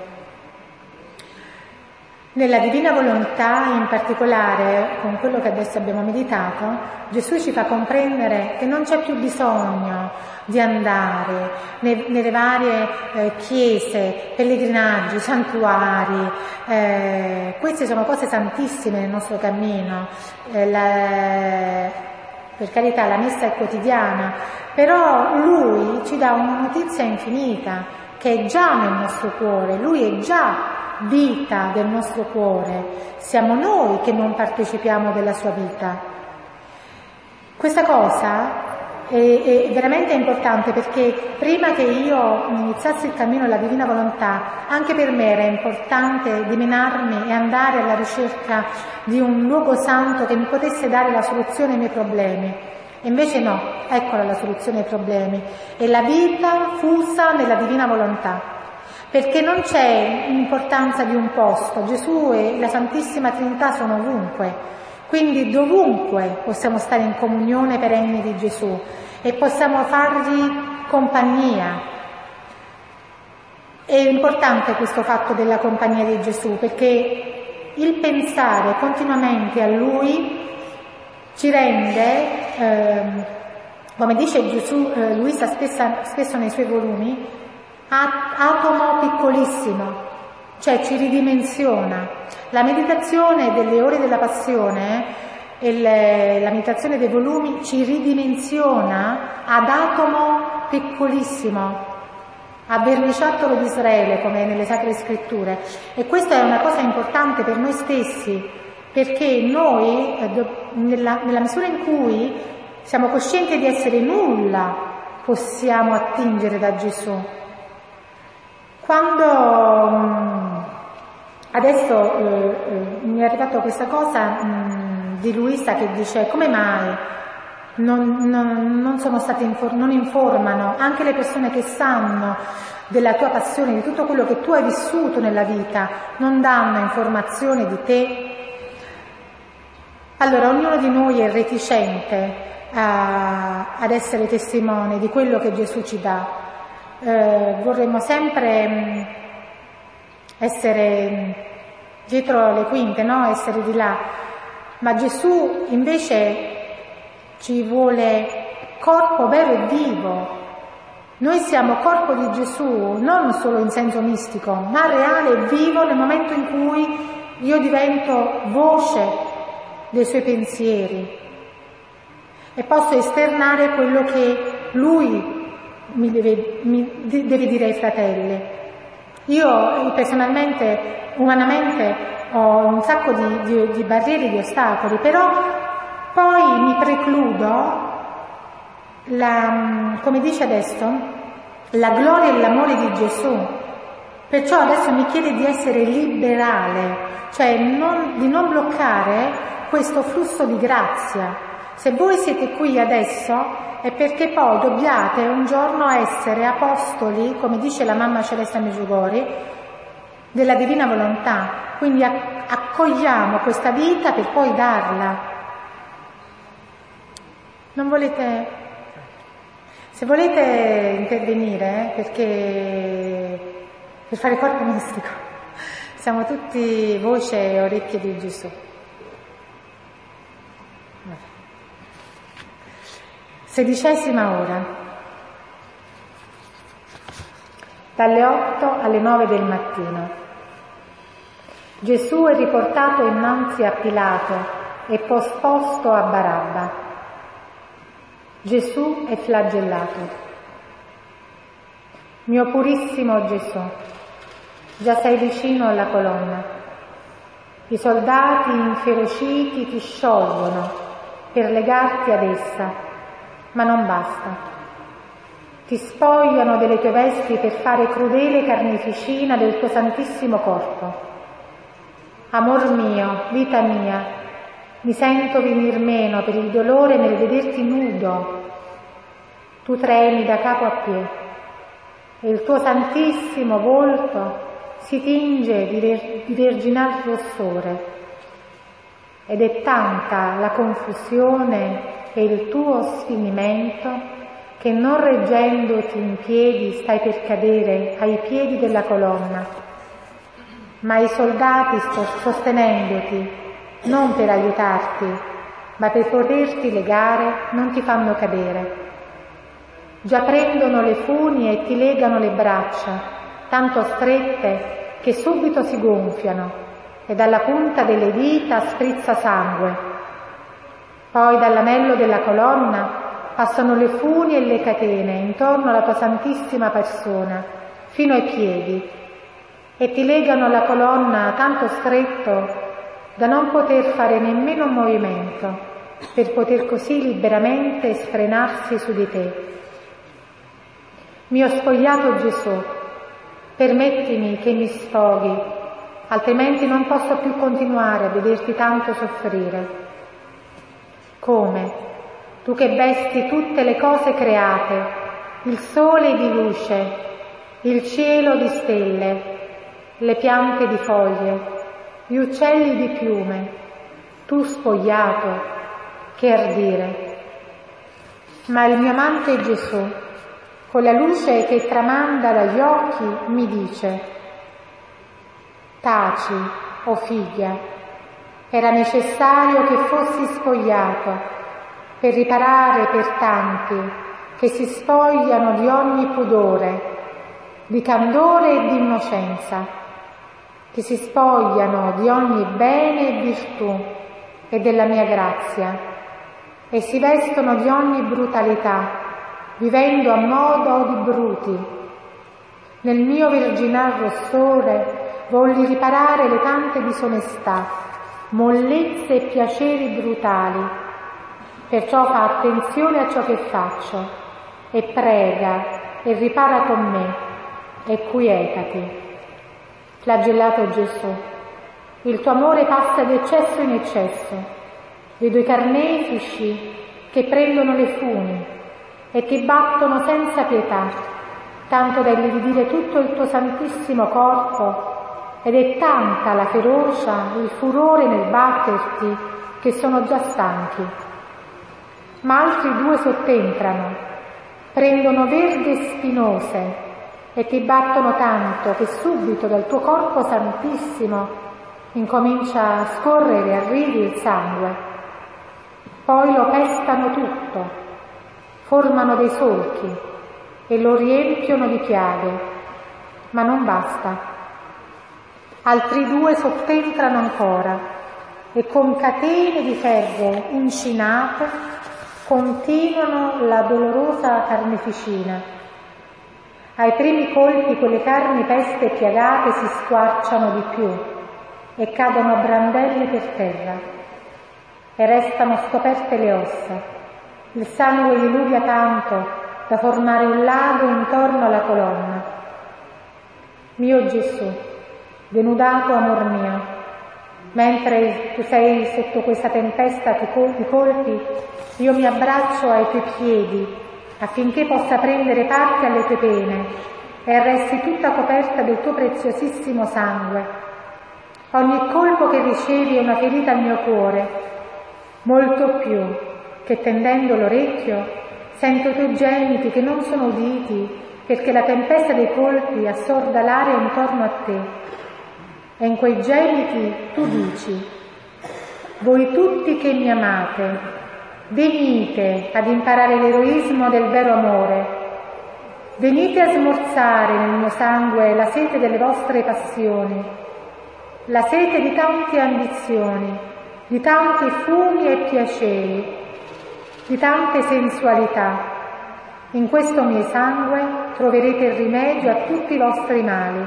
Nella Divina Volontà, in particolare, con quello che adesso abbiamo meditato, Gesù ci fa comprendere che non c'è più bisogno di andare ne, nelle varie eh, chiese, pellegrinaggi, santuari. Eh, queste sono cose santissime nel nostro cammino. Eh, la, Per carità, la messa è quotidiana, però Lui ci dà una notizia infinita che è già nel nostro cuore. Lui è già vita del nostro cuore. Siamo noi che non partecipiamo della sua vita. Questa cosa è, è veramente importante, perché prima che io iniziassi il cammino della Divina Volontà, anche per me era importante dimenarmi e andare alla ricerca di un luogo santo che mi potesse dare la soluzione ai miei problemi. E invece no, eccola la soluzione ai problemi. È la vita fusa nella Divina Volontà, perché non c'è importanza di un posto. Gesù e la Santissima Trinità sono ovunque. Quindi dovunque possiamo stare in comunione perenne di Gesù e possiamo fargli compagnia. È importante questo fatto della compagnia di Gesù, perché il pensare continuamente a Lui ci rende, eh, come dice Gesù, eh, Luisa spesso, spesso nei suoi volumi, at- atomo piccolissimo. cioè ci ridimensiona. La meditazione delle ore della passione e le, la meditazione dei volumi ci ridimensiona ad atomo piccolissimo, a verniciattolo di Israele, come nelle Sacre Scritture. E questa è una cosa importante per noi stessi, perché noi, nella, nella misura in cui siamo coscienti di essere nulla, possiamo attingere da Gesù. Quando adesso eh, mi è arrivata questa cosa mh, di Luisa che dice: come mai non, non, non sono state infor- non informano anche le persone che sanno della tua passione, di tutto quello che tu hai vissuto nella vita, non danno informazioni di te? Allora, ognuno di noi è reticente a, ad essere testimone di quello che Gesù ci dà. Eh, vorremmo sempre mh, essere mh, dietro le quinte, no? Essere di là. Ma Gesù invece ci vuole corpo vero e vivo. Noi siamo corpo di Gesù, non solo in senso mistico, ma reale e vivo nel momento in cui io divento voce dei suoi pensieri e posso esternare quello che lui mi deve, mi deve dire ai fratelli. Io personalmente, umanamente, ho un sacco di, di, di barriere, di ostacoli, però poi mi precludo, la, come dice adesso, la gloria e l'amore di Gesù. Perciò adesso mi chiede di essere liberale, cioè non, di non bloccare questo flusso di grazia. Se voi siete qui adesso è perché poi dobbiate un giorno essere apostoli, come dice la mamma Celeste Medjugorje, della divina volontà. Quindi accogliamo questa vita per poi darla. Non volete? Se volete intervenire, perché per fare corpo mistico siamo tutti voce e orecchie di Gesù. Sedicesima ora, dalle otto alle nove del mattino. Gesù è riportato innanzi a Pilato e posposto a Barabba. Gesù è flagellato. Mio purissimo Gesù, già sei vicino alla colonna. I soldati inferociti ti sciolgono per legarti ad essa, ma non basta. Ti spogliano delle tue vesti per fare crudele carneficina del tuo santissimo corpo. Amor mio, vita mia, mi sento venir meno per il dolore nel vederti nudo. Tu tremi da capo a piedi e il tuo santissimo volto si tinge di, ver- di virginal rossore. Ed è tanta la confusione e il tuo sfinimento che non reggendoti in piedi stai per cadere ai piedi della colonna, ma i soldati sostenendoti, non per aiutarti, ma per poterti legare, non ti fanno cadere. Già prendono le funi e ti legano le braccia, tanto strette che subito si gonfiano e dalla punta delle dita sprizza sangue. Poi dall'anello della colonna passano le funi e le catene intorno alla tua santissima persona, fino ai piedi, e ti legano alla colonna tanto stretto da non poter fare nemmeno un movimento, per poter così liberamente sfrenarsi su di te. Mio spogliato Gesù, permettimi che mi sfoghi, altrimenti non posso più continuare a vederti tanto soffrire. Come? Tu che vesti tutte le cose create, il sole di luce, il cielo di stelle, le piante di foglie, gli uccelli di piume, tu spogliato, che ardire. Ma il mio amante Gesù, con la luce che tramanda dagli occhi, mi dice: taci, o figlia, era necessario che fossi spogliato per riparare per tanti che si spogliano di ogni pudore, di candore e di innocenza. che si spogliano di ogni bene e virtù e della mia grazia e si vestono di ogni brutalità, vivendo a modo di bruti. Nel mio virginal rossore volli riparare le tante disonestà, mollezze e piaceri brutali. Perciò fa attenzione a ciò che faccio e prega e ripara con me e quietati. Flagellato Gesù, il tuo amore passa di eccesso in eccesso. Vedo i carnefici che prendono le funi e ti battono senza pietà, tanto da irrigidire tutto il tuo santissimo corpo, ed è tanta la ferocia, il furore nel batterti, che sono già stanchi. Ma altri due sottentrano, prendono verdi e spinose e ti battono tanto che subito dal tuo corpo santissimo incomincia a scorrere a rivhi il sangue. Poi lo pestano tutto, formano dei solchi e lo riempiono di piaghe, ma non basta. Altri due sottentrano ancora e con catene di ferro uncinate continuano la dolorosa carneficina. Ai primi colpi quelle carni peste e piagate si squarciano di più e cadono a brandelli per terra e restano scoperte le ossa. Il sangue diluvia tanto da formare un lago intorno alla colonna. Mio Gesù, denudato amor mio, mentre tu sei sotto questa tempesta di colpi, io mi abbraccio ai tuoi piedi affinché possa prendere parte alle tue pene e resti tutta coperta del tuo preziosissimo sangue. Ogni colpo che ricevi è una ferita al mio cuore, molto più che tendendo l'orecchio sento i tuoi gemiti che non sono uditi, perché la tempesta dei colpi assorda l'aria intorno a te. E in quei gemiti tu dici: voi tutti che mi amate, venite ad imparare l'eroismo del vero amore, venite a smorzare nel mio sangue la sete delle vostre passioni, la sete di tante ambizioni, di tanti fumi e piaceri, di tante sensualità. In questo mio sangue troverete il rimedio a tutti i vostri mali.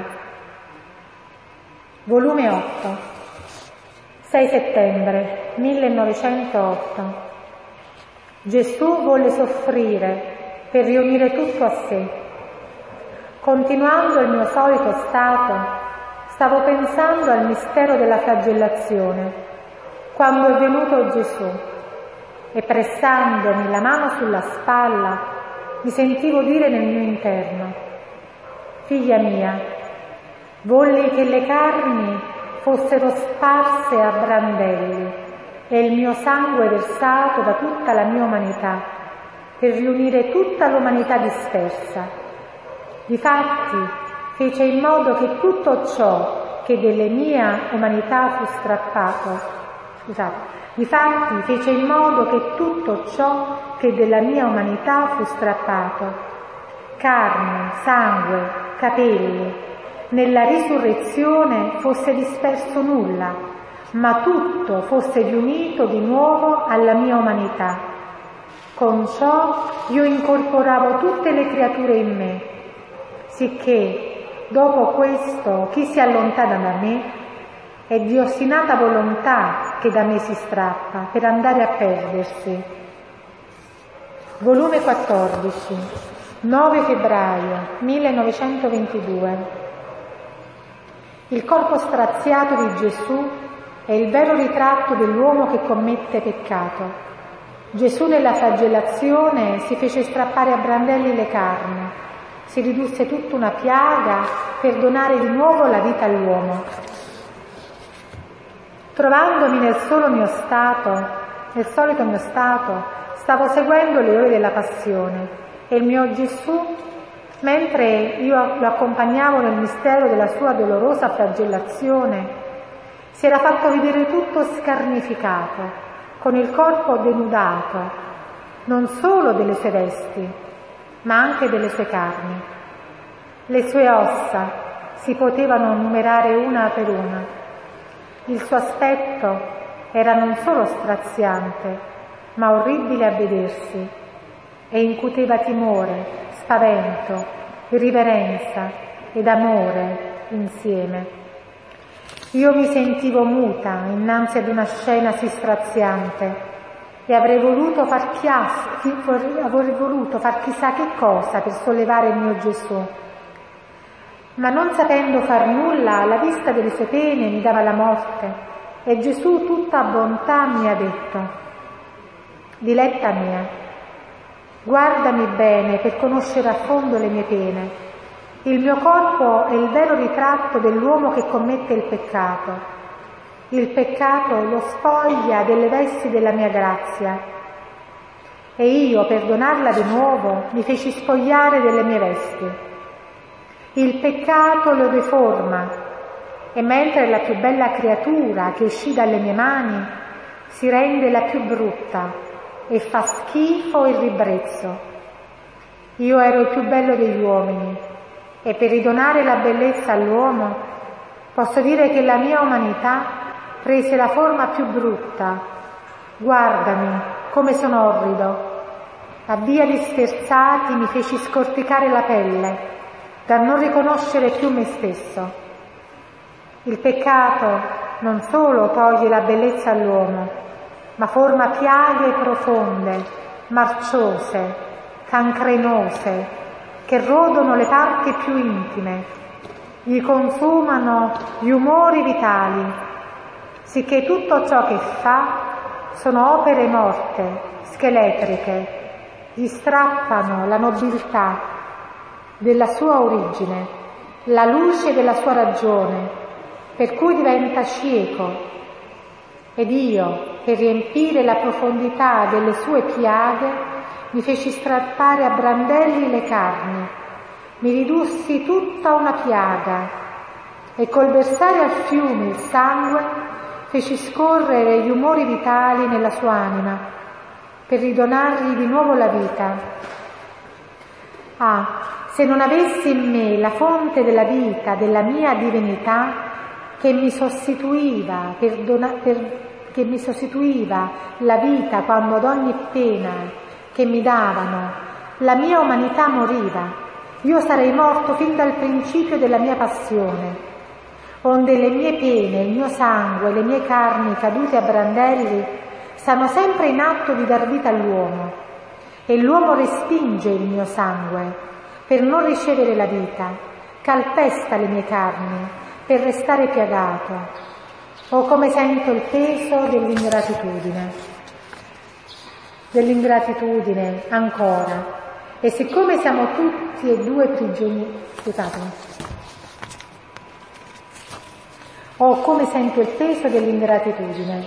Volume otto, sei settembre millenovecentootto. Gesù volle soffrire per riunire tutto a sé. Continuando il mio solito stato, stavo pensando al mistero della flagellazione, quando è venuto Gesù, e pressandomi la mano sulla spalla, mi sentivo dire nel mio interno: figlia mia, volli che le carni fossero sparse a brandelli e il mio sangue versato da tutta la mia umanità, per riunire tutta l'umanità dispersa. Difatti fece in modo che tutto ciò che della mia umanità fu strappato, scusate, difatti fece in modo che tutto ciò che della mia umanità fu strappato, carne, sangue, capelli, nella risurrezione fosse disperso nulla, ma tutto fosse riunito di nuovo alla mia umanità. Con ciò io incorporavo tutte le creature in me, sicché dopo questo chi si allontana da me è di ostinata volontà che da me si strappa per andare a perdersi. Volume quattordici, nove febbraio millenovecentoventidue. Il corpo straziato di Gesù è il vero ritratto dell'uomo che commette peccato. Gesù nella flagellazione si fece strappare a brandelli le carni, si ridusse tutta una piaga per donare di nuovo la vita all'uomo. Trovandomi nel solo mio stato, nel solito mio stato, stavo seguendo le ore della passione e il mio Gesù, mentre io lo accompagnavo nel mistero della sua dolorosa flagellazione, si era fatto vedere tutto scarnificato, con il corpo denudato, non solo delle sue vesti, ma anche delle sue carni. Le sue ossa, si potevano numerare una per una. Il suo aspetto era non solo straziante, ma orribile a vedersi, e incuteva timore, spavento, riverenza ed amore insieme. Io mi sentivo muta innanzi ad una scena sì straziante e avrei voluto far chiasso, avrei voluto far chissà che cosa per sollevare il mio Gesù. Ma non sapendo far nulla, alla vista delle sue pene mi dava la morte, e Gesù tutta bontà mi ha detto: diletta mia, guardami bene per conoscere a fondo le mie pene. Il mio corpo è il vero ritratto dell'uomo che commette il peccato. Il peccato lo spoglia delle vesti della mia grazia. E io, per donarla di nuovo, mi feci spogliare delle mie vesti. Il peccato lo deforma, e mentre la più bella creatura che uscì dalle mie mani si rende la più brutta e fa schifo e ribrezzo. Io ero il più bello degli uomini, e per ridonare la bellezza all'uomo posso dire che la mia umanità prese la forma più brutta. Guardami come sono orrido. A via di sterzati mi feci scorticare la pelle, da non riconoscere più me stesso. Il peccato non solo toglie la bellezza all'uomo, ma forma piaghe profonde, marciose, cancrenose, che rodono le parti più intime, gli consumano gli umori vitali, sicché tutto ciò che fa sono opere morte, scheletriche, gli strappano la nobiltà della sua origine, la luce della sua ragione, per cui diventa cieco. Ed io, per riempire la profondità delle sue piaghe, mi feci strappare a brandelli le carni, mi ridussi tutta una piaga, e col versare al fiume il sangue feci scorrere gli umori vitali nella sua anima, per ridonargli di nuovo la vita. Ah, se non avessi in me la fonte della vita, della mia divinità, che mi sostituiva, per dona- per, che mi sostituiva la vita quando ad ogni pena che mi davano, la mia umanità moriva, io sarei morto fin dal principio della mia passione, onde le mie pene, il mio sangue, le mie carni cadute a brandelli stanno sempre in atto di dar vita all'uomo, e l'uomo respinge il mio sangue per non ricevere la vita, calpesta le mie carni per restare piagato. Oh, come sento il peso dell'ingratitudine. dell'ingratitudine ancora, e siccome siamo tutti e due prigionieri, scusatemi, oh come sento il peso dell'ingratitudine.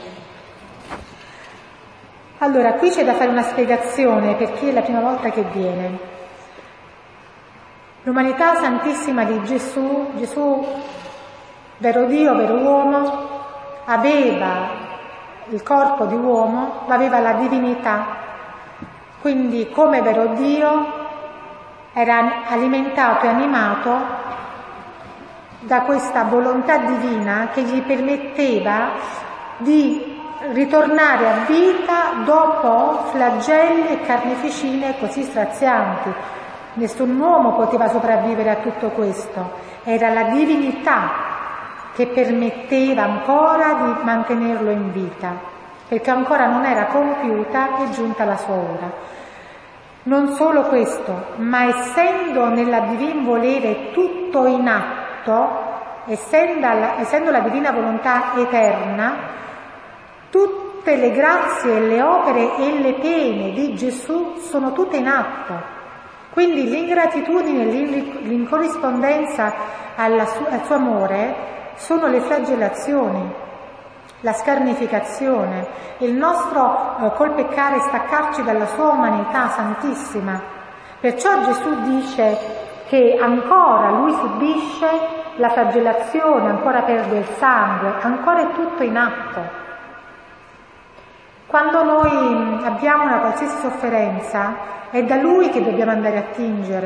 Allora, qui c'è da fare una spiegazione per chi è la prima volta che viene. L'umanità santissima di Gesù, Gesù, vero Dio, vero uomo, aveva il corpo di uomo, ma aveva la divinità, quindi come vero Dio era alimentato e animato da questa volontà divina che gli permetteva di ritornare a vita dopo flagelli e carneficine così strazianti. Nessun uomo poteva sopravvivere a tutto questo, era la divinità che permetteva ancora di mantenerlo in vita, perché ancora non era compiuta e giunta la sua ora. Non solo questo, ma essendo nella divin volere tutto in atto, essendo la, essendo la divina volontà eterna, tutte le grazie, le opere e le pene di Gesù sono tutte in atto. Quindi l'ingratitudine e l'incorrispondenza alla su- al suo amore sono le flagellazioni, la scarnificazione, il nostro eh, col peccare staccarci dalla sua umanità santissima. Perciò Gesù dice che ancora lui subisce la flagellazione, ancora perde il sangue, ancora è tutto in atto. Quando noi abbiamo una qualsiasi sofferenza è da lui che dobbiamo andare a tingere,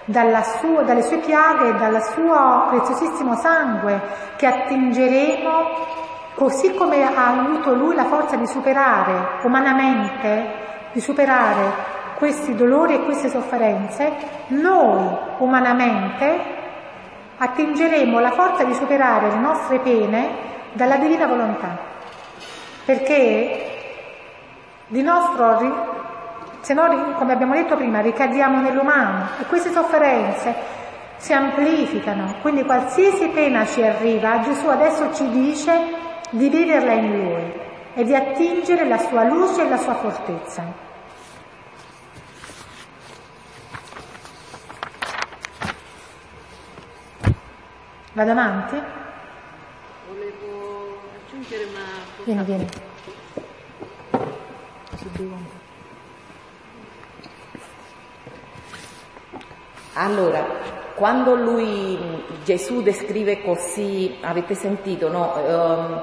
dalla sua, dalle sue piaghe e dal suo preziosissimo sangue, che attingeremo, così come ha avuto lui la forza di superare umanamente, di superare questi dolori e queste sofferenze, noi umanamente attingeremo la forza di superare le nostre pene dalla divina volontà, perché di nostro, se no, come abbiamo detto prima, ricadiamo nell'umano e queste sofferenze si amplificano, quindi qualsiasi pena ci arriva, Gesù adesso ci dice di viverla in Lui e di attingere la sua luce e la sua fortezza. Vado avanti? Volevo aggiungere una cosa. Vieni, vieni. Allora, quando lui, Gesù descrive così, avete sentito, no? Um,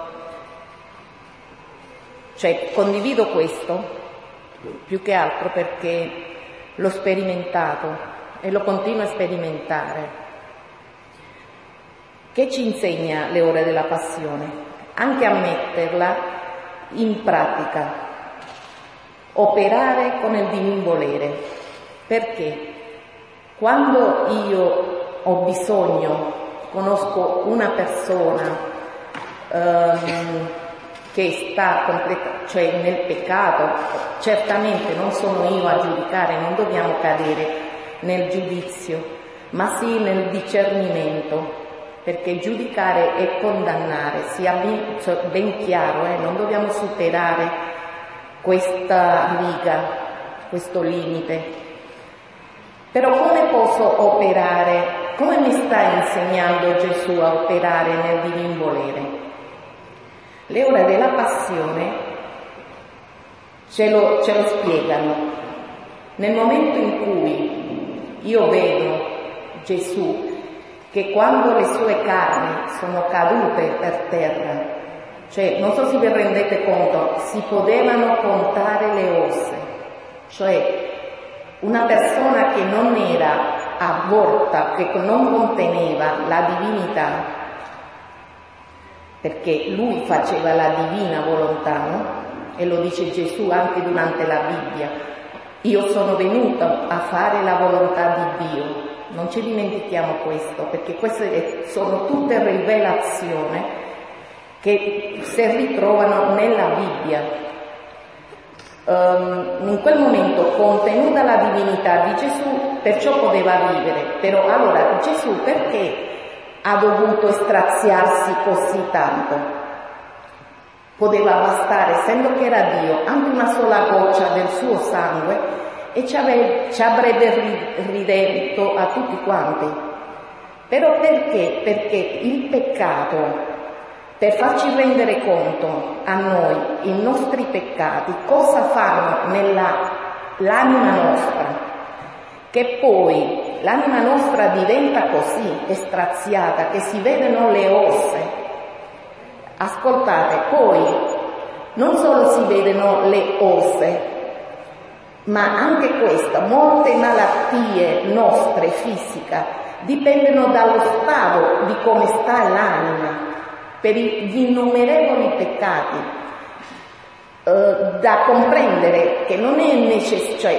cioè, condivido questo, più che altro perché l'ho sperimentato e lo continuo a sperimentare. Che ci insegna le ore della passione? Anche a metterla in pratica, operare con il divin volere. Perché? Quando io ho bisogno, conosco una persona ehm, che sta completa, cioè nel peccato, certamente non sono io a giudicare, non dobbiamo cadere nel giudizio, ma sì nel discernimento. Perché giudicare e condannare, sia ben, cioè ben chiaro, eh, non dobbiamo superare questa riga, questo limite. Però come posso operare, come mi sta insegnando Gesù a operare nel divin volere? Le ore della passione ce lo, ce lo spiegano. Nel momento in cui io vedo Gesù, che quando le sue carni sono cadute per terra, cioè non so se vi rendete conto, si potevano contare le ossa, cioè una persona che non era avvolta, che non conteneva la divinità, perché lui faceva la divina volontà, no? E lo dice Gesù anche durante la Bibbia, io sono venuto a fare la volontà di Dio. Non ci dimentichiamo questo, perché queste sono tutte rivelazioni che si ritrovano nella Bibbia. Um, in quel momento, contenuta la divinità di Gesù, perciò poteva vivere. Però allora Gesù perché ha dovuto straziarsi così tanto? Poteva bastare, essendo che era Dio, anche una sola goccia del suo sangue e ci avrebbe, ci avrebbe ridetto a tutti quanti. Però perché? Perché il peccato, per farci rendere conto a noi i nostri peccati, cosa fanno nell'anima nostra, che poi l'anima nostra diventa così straziata che si vedono le ossa. Ascoltate, poi non solo si vedono le ossa, ma anche questo, molte malattie nostre fisiche dipendono dallo stato di come sta l'anima, per gli innumerevoli peccati, eh, da comprendere che non è necessario, cioè,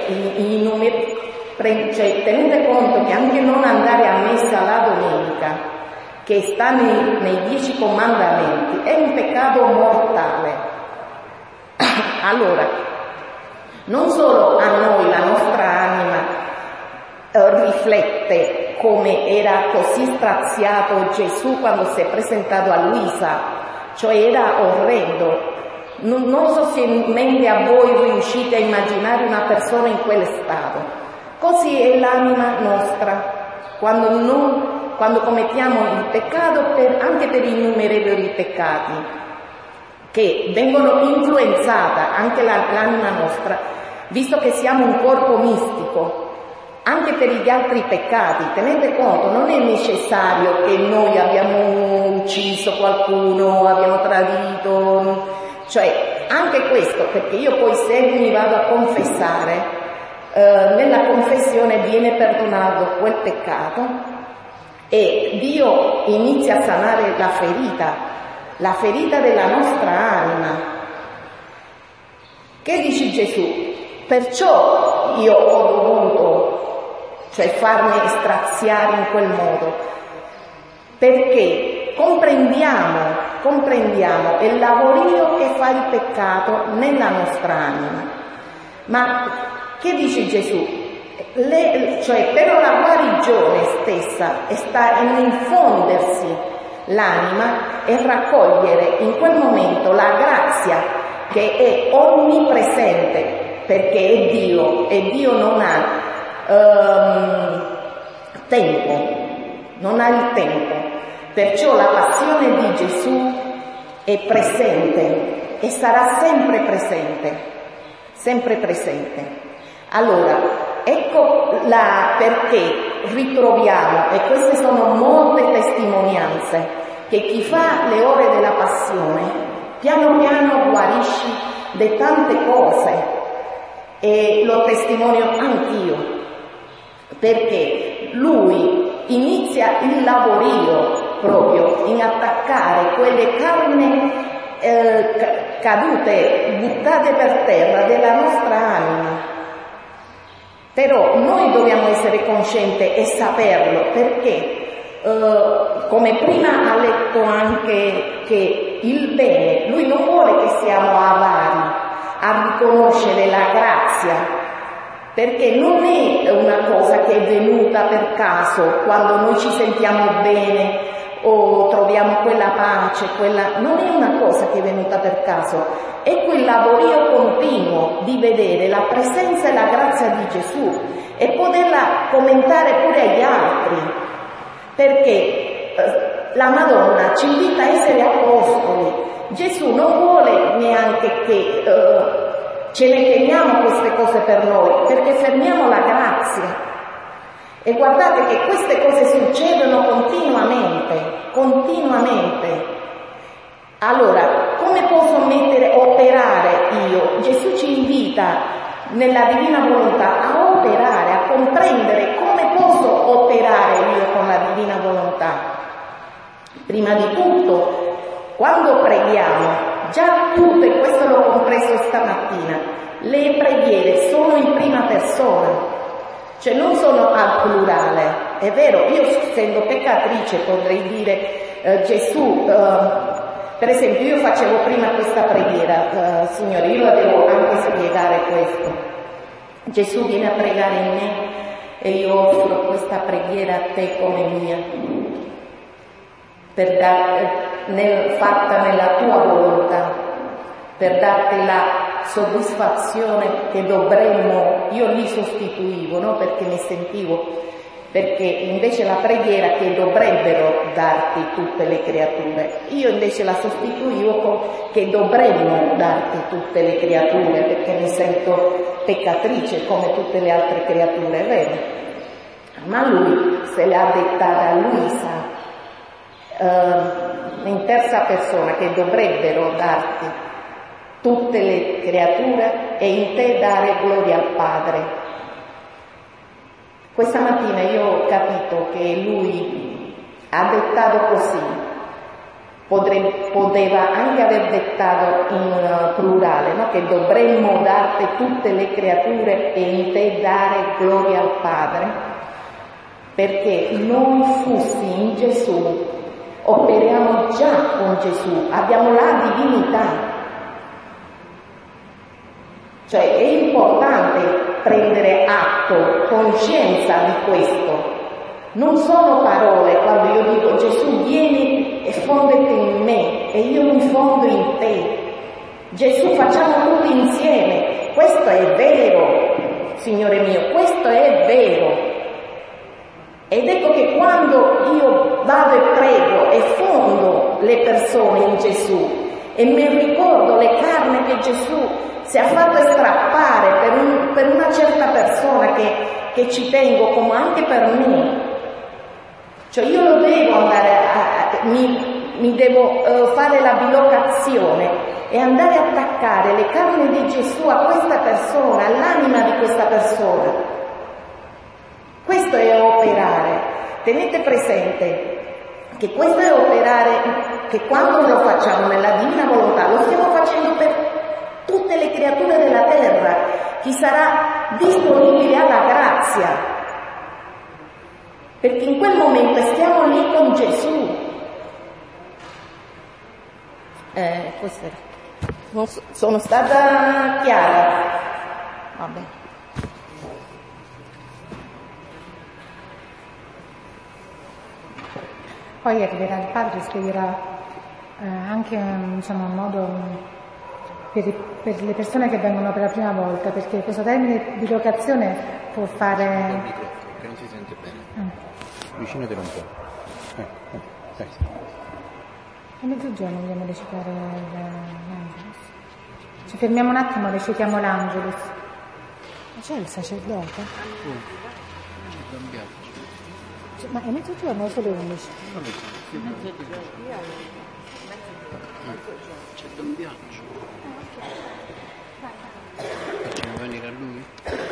cioè tenete conto che anche non andare a messa la domenica, che sta nei, nei dieci comandamenti, è un peccato mortale. Allora, non solo a noi la nostra anima eh, riflette come era così straziato Gesù quando si è presentato a Luisa, cioè era orrendo. Non, non so se in mente a voi riuscite a immaginare una persona in quel stato. Così è l'anima nostra quando, non, quando commettiamo il peccato, per, anche per gli innumerevoli peccati che vengono influenzata anche la, l'anima nostra, visto che siamo un corpo mistico, anche per gli altri peccati. Tenete conto, non è necessario che noi abbiamo ucciso qualcuno, abbiamo tradito, cioè anche questo, perché io poi se mi vado a confessare, eh, nella confessione viene perdonato quel peccato e Dio inizia a sanare la ferita, la ferita della nostra anima. Che dice Gesù? Perciò io ho dovuto, cioè farmi straziare in quel modo, perché comprendiamo, comprendiamo il lavorio che fa il peccato nella nostra anima. Ma che dice Gesù? Le, cioè per la guarigione stessa sta nell'infondersi l'anima e raccogliere in quel momento la grazia che è onnipresente, perché è Dio e Dio non ha um, tempo, non ha il tempo. Perciò la passione di Gesù è presente e sarà sempre presente, sempre presente. Allora, ecco la, perché ritroviamo, e queste sono molte testimonianze, che chi fa le ore della passione piano piano guarisce di tante cose. E lo testimonio anch'io, perché lui inizia il lavorio proprio in attaccare quelle carni eh, cadute, buttate per terra della nostra anima. Però noi dobbiamo essere coscienti e saperlo, perché eh, come prima ha letto anche che il bene, lui non vuole che siamo avari a riconoscere la grazia, perché non è una cosa che è venuta per caso quando noi ci sentiamo bene o troviamo quella pace, quella... non è una cosa che è venuta per caso, è quel lavorio continuo di vedere la presenza e la grazia di Gesù e poterla commentare pure agli altri, perché eh, la Madonna ci invita a essere apostoli. Gesù non vuole neanche che eh, ce ne teniamo queste cose per noi, perché fermiamo la grazia. E guardate che queste cose succedono continuamente, continuamente. Allora, come posso mettere, operare io? Gesù ci invita nella divina volontà a operare, a comprendere come posso operare io con la divina volontà. Prima di tutto, quando preghiamo, già tutte, questo l'ho compreso stamattina, le preghiere sono in prima persona, cioè non sono al plurale. È vero, io essendo peccatrice potrei dire eh, Gesù, eh, per esempio io facevo prima questa preghiera, eh, Signore, io la devo anche spiegare questo. Gesù viene a pregare in me e io offro questa preghiera a te come mia, per dar, nel, fatta nella tua volontà, per darti la soddisfazione che dovremmo, io li sostituivo, no? Perché mi sentivo, perché invece la preghiera che dovrebbero darti tutte le creature, io invece la sostituivo con che dovremmo darti tutte le creature, perché mi sento peccatrice come tutte le altre creature, è vero? Ma lui se l'ha detta a Luisa, Uh, in terza persona, che dovrebbero darti tutte le creature e in te dare gloria al Padre. Questa mattina io ho capito che lui ha dettato così, Potre, poteva anche aver dettato in plurale, no? Che dovremmo darti tutte le creature e in te dare gloria al Padre, perché noi fossi in Gesù operiamo già con Gesù, abbiamo la divinità. Cioè è importante prendere atto, coscienza di questo. Non sono parole quando io dico Gesù vieni e fondete in me e io mi fondo in te. Gesù, facciamo tutti insieme. Questo è vero, Signore mio, questo è vero. Ed ecco che quando io vado e prego e fondo le persone in Gesù e mi ricordo le carni che Gesù si è fatto strappare per, un, per una certa persona che, che ci tengo, come anche per me, cioè io lo devo andare a, a mi, mi devo uh, fare la bilocazione e andare a attaccare le carni di Gesù a questa persona persona, all'anima di questa persona. Questo è operare. Tenete presente che questo è operare, che quando lo facciamo nella divina volontà lo stiamo facendo per tutte le creature della terra, chi sarà disponibile alla grazia, perché in quel momento stiamo lì con Gesù. Eh, questo era. Non so, sono stata chiara? Vabbè. Poi arriverà il padre e spiegherà eh, anche insomma, un modo per, per le persone che vengono per la prima volta, perché questo termine di locazione può fare... Il microfono, che non si sente bene. Mm. Vicinatelo un po'. Ecco, ecco. A mezzogiorno vogliamo recitare l'Angelus. Ci fermiamo un attimo, recitiamo l'Angelus. Ma c'è il sacerdote? Oh, c'è Don Biagio. Cioè, ma è mezzogiorno o solo undici? Non lo so. C'è Don Biagio. Facciamo venire a lui?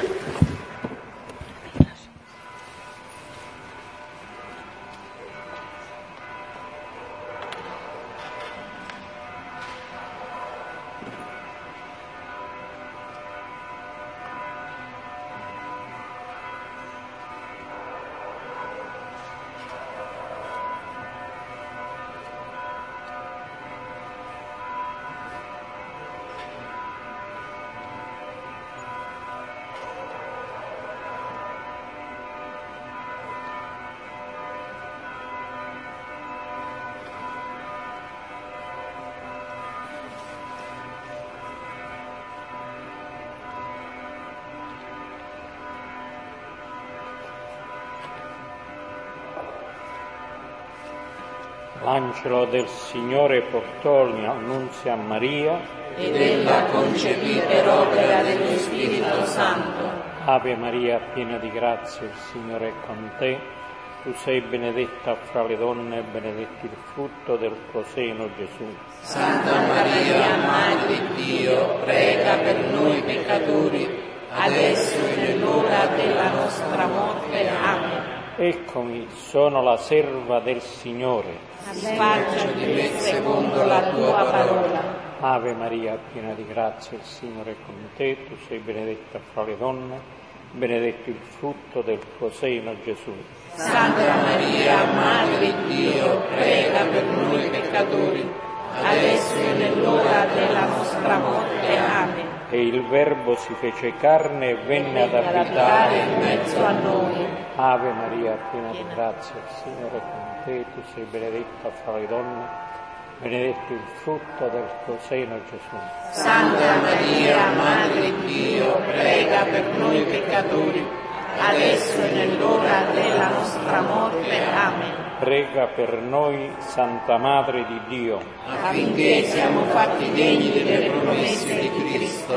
L'angelo del Signore portò l'annunzio a Maria ed ella concepì per opera dello Spirito Santo. Ave Maria, piena di grazia, il Signore è con te. Tu sei benedetta fra le donne e benedetto il frutto del tuo seno, Gesù. Santa Maria, Madre di Dio, prega per noi peccatori, adesso e nell'ora della nostra morte. Amen. Eccomi, sono la serva del Signore. Faccia di me secondo la tua parola. Ave Maria, piena di grazia, il Signore è con te. Tu sei benedetta fra le donne, benedetto il frutto del tuo seno, Gesù. Santa Maria, Madre di Dio, prega per noi peccatori, adesso e nell'ora della nostra morte. Amen. E il Verbo si fece carne e venne ad abitare in mezzo a noi. Ave Maria, piena di grazia, il Signore è con te. Tu sei benedetta fra le donne, benedetto il frutto del tuo seno, Gesù. Santa Maria, Madre di Dio, prega per noi peccatori, adesso e nell'ora della nostra morte. Amen. Prega per noi, Santa Madre di Dio, affinché siamo fatti degni delle promesse di Cristo.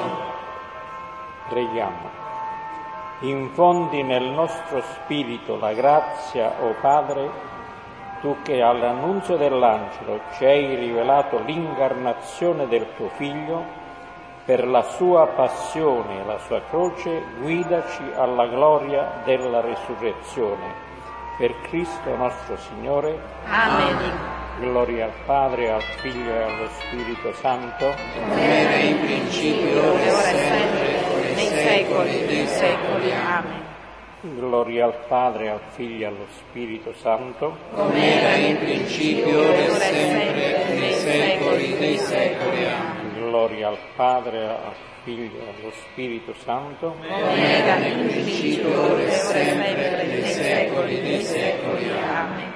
Preghiamo. Infondi nel nostro spirito la grazia, o oh Padre, tu che all'annunzio dell'angelo ci hai rivelato l'incarnazione del tuo Figlio, per la sua passione e la sua croce guidaci alla gloria della resurrezione. Per Cristo nostro Signore. Amen. Gloria al Padre, al Figlio e allo Spirito Santo. Come era in principio, ora e sempre, nei secoli dei secoli. Amen. Gloria al Padre, al Figlio e allo Spirito Santo. Come era in principio, ora e sempre, nei secoli dei secoli. Amen. Gloria al Padre, al Figlio e allo Spirito Santo. Come era in principio, ora e sempre, nei secoli dei secoli. Amen.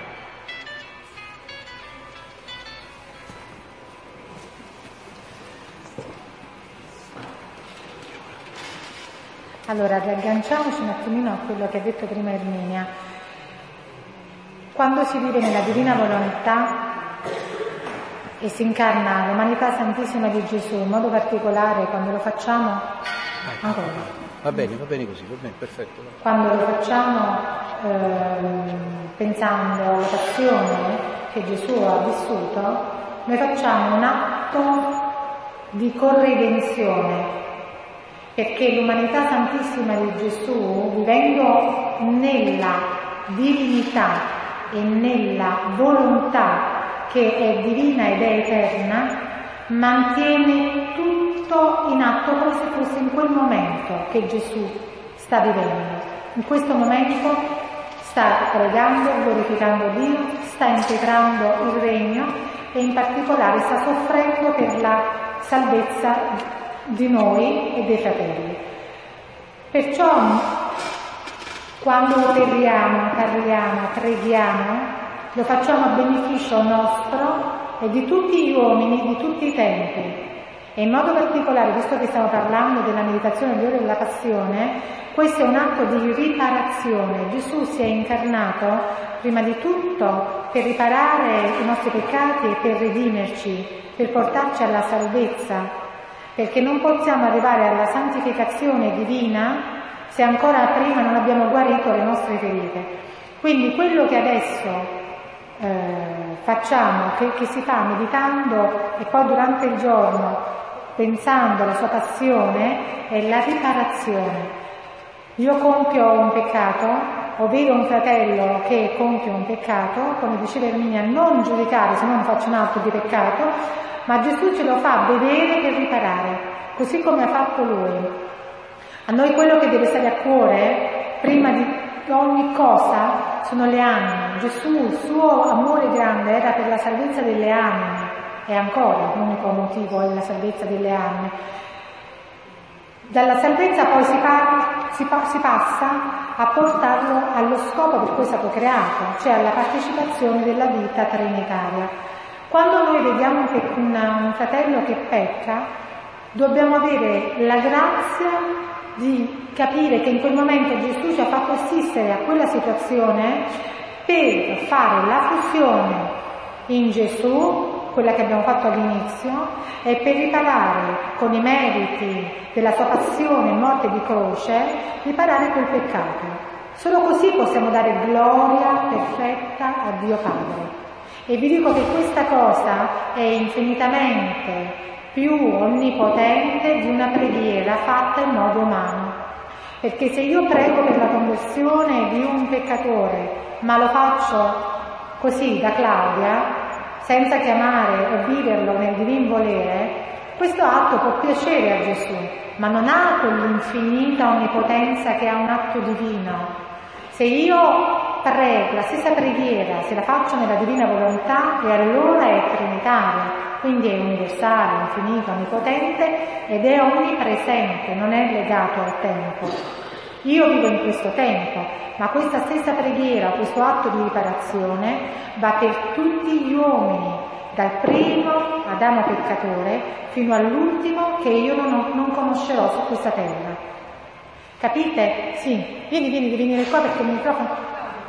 Allora, riagganciamoci un attimino a quello che ha detto prima Erminia. Quando si vive nella divina volontà e si incarna l'umanità santissima di Gesù, in modo particolare quando lo facciamo ancora. Va bene, va bene così, va bene, perfetto. Quando lo facciamo ehm, pensando alla passione che Gesù ha vissuto, noi facciamo un atto di corredenzione. perché l'umanità santissima di Gesù, vivendo nella divinità e nella volontà che è divina ed è eterna, mantiene tutto in atto come se fosse in quel momento che Gesù sta vivendo. In questo momento sta pregando, glorificando Dio, sta integrando il regno e in particolare sta soffrendo per la salvezza di noi e dei fratelli. Perciò quando parliamo, parliamo, preghiamo, lo facciamo a beneficio nostro e di tutti gli uomini, di tutti i tempi. E in modo particolare, visto che stiamo parlando della meditazione dell'ora della passione, questo è un atto di riparazione. Gesù si è incarnato prima di tutto per riparare i nostri peccati e per redimerci, per portarci alla salvezza, perché non possiamo arrivare alla santificazione divina se ancora prima non abbiamo guarito le nostre ferite. Quindi quello che adesso eh, facciamo, che, che si fa meditando e poi durante il giorno pensando alla sua passione, è la riparazione. Io compio un peccato, o vedo un fratello che compie un peccato, come diceva Erminia, non giudicare se non faccio un atto di peccato, ma Gesù ce lo fa vedere per riparare, così come ha fatto Lui. A noi quello che deve stare a cuore, prima di ogni cosa, sono le anime. Gesù, il suo amore grande era per la salvezza delle anime, e ancora l'unico motivo è la salvezza delle anime. Dalla salvezza poi si, parla, si, pa- si passa a portarlo allo scopo per cui è stato creato, cioè alla partecipazione della vita trinitaria. Quando noi vediamo un, pe- una, un fratello che pecca, dobbiamo avere la grazia di capire che in quel momento Gesù ci ha fatto assistere a quella situazione per fare la fusione in Gesù, quella che abbiamo fatto all'inizio, e per riparare con i meriti della sua passione, morte di croce, riparare quel peccato. Solo così possiamo dare gloria perfetta a Dio Padre. E vi dico che questa cosa è infinitamente più onnipotente di una preghiera fatta in modo umano. Perché se io prego per la conversione di un peccatore, ma lo faccio così da Claudia, senza chiamare o viverlo nel divin volere, questo atto può piacere a Gesù, ma non ha quell'infinita onnipotenza che ha un atto divino. Se io prego la stessa preghiera, se la faccio nella divina volontà, e allora è trinitaria, quindi è universale, infinito, onnipotente ed è onnipresente, non è legato al tempo. Io vivo in questo tempo, ma questa stessa preghiera, questo atto di riparazione va per tutti gli uomini, dal primo Adamo peccatore fino all'ultimo che io non, ho, non conoscerò su questa terra. Capite? Sì. Vieni, vieni, devi venire qua perché il microfono...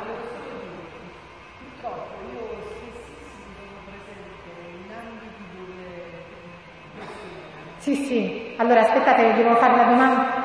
Sì, sì. Allora aspettate, devo fare la domanda.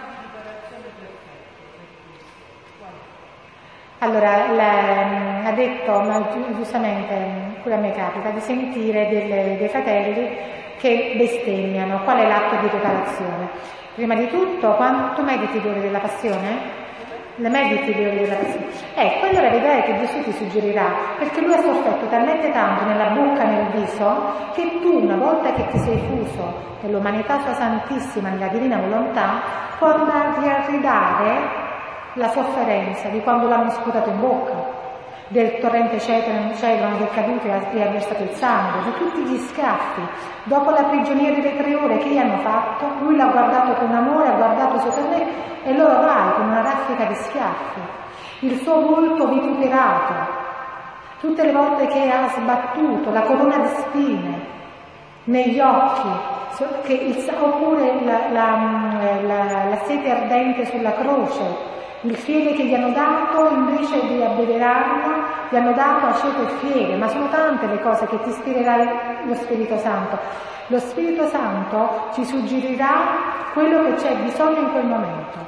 Allora, la, ha detto, ma giustamente, pure a me capita, di sentire delle, dei fratelli che bestemmiano. Qual è l'atto di riparazione? Prima di tutto, quando tu mediti le ore della passione, le mediti le ore della passione, ecco, allora vedrai che Gesù ti suggerirà, perché Lui ha sofferto talmente tanto nella bocca e nel viso, che tu, una volta che ti sei fuso nell'umanità sua santissima, nella divina volontà, puoi andarti a ridare la sofferenza di quando l'hanno sputato in bocca, del torrente Cedrone che è caduto e ha versato il sangue, di tutti gli schiaffi. Dopo la prigionia delle tre ore che gli hanno fatto, lui l'ha guardato con amore, ha guardato su per me e loro vai con una raffica di schiaffi. Il suo volto vituperato, tutte le volte che ha sbattuto la corona di spine negli occhi, che il, oppure la, la, la, la sete ardente sulla croce, il fiele che gli hanno dato, invece di abbeverarlo, gli hanno dato aceto e fiele, ma sono tante le cose che ti ispirerà lo Spirito Santo. Lo Spirito Santo ci suggerirà quello che c'è bisogno in quel momento.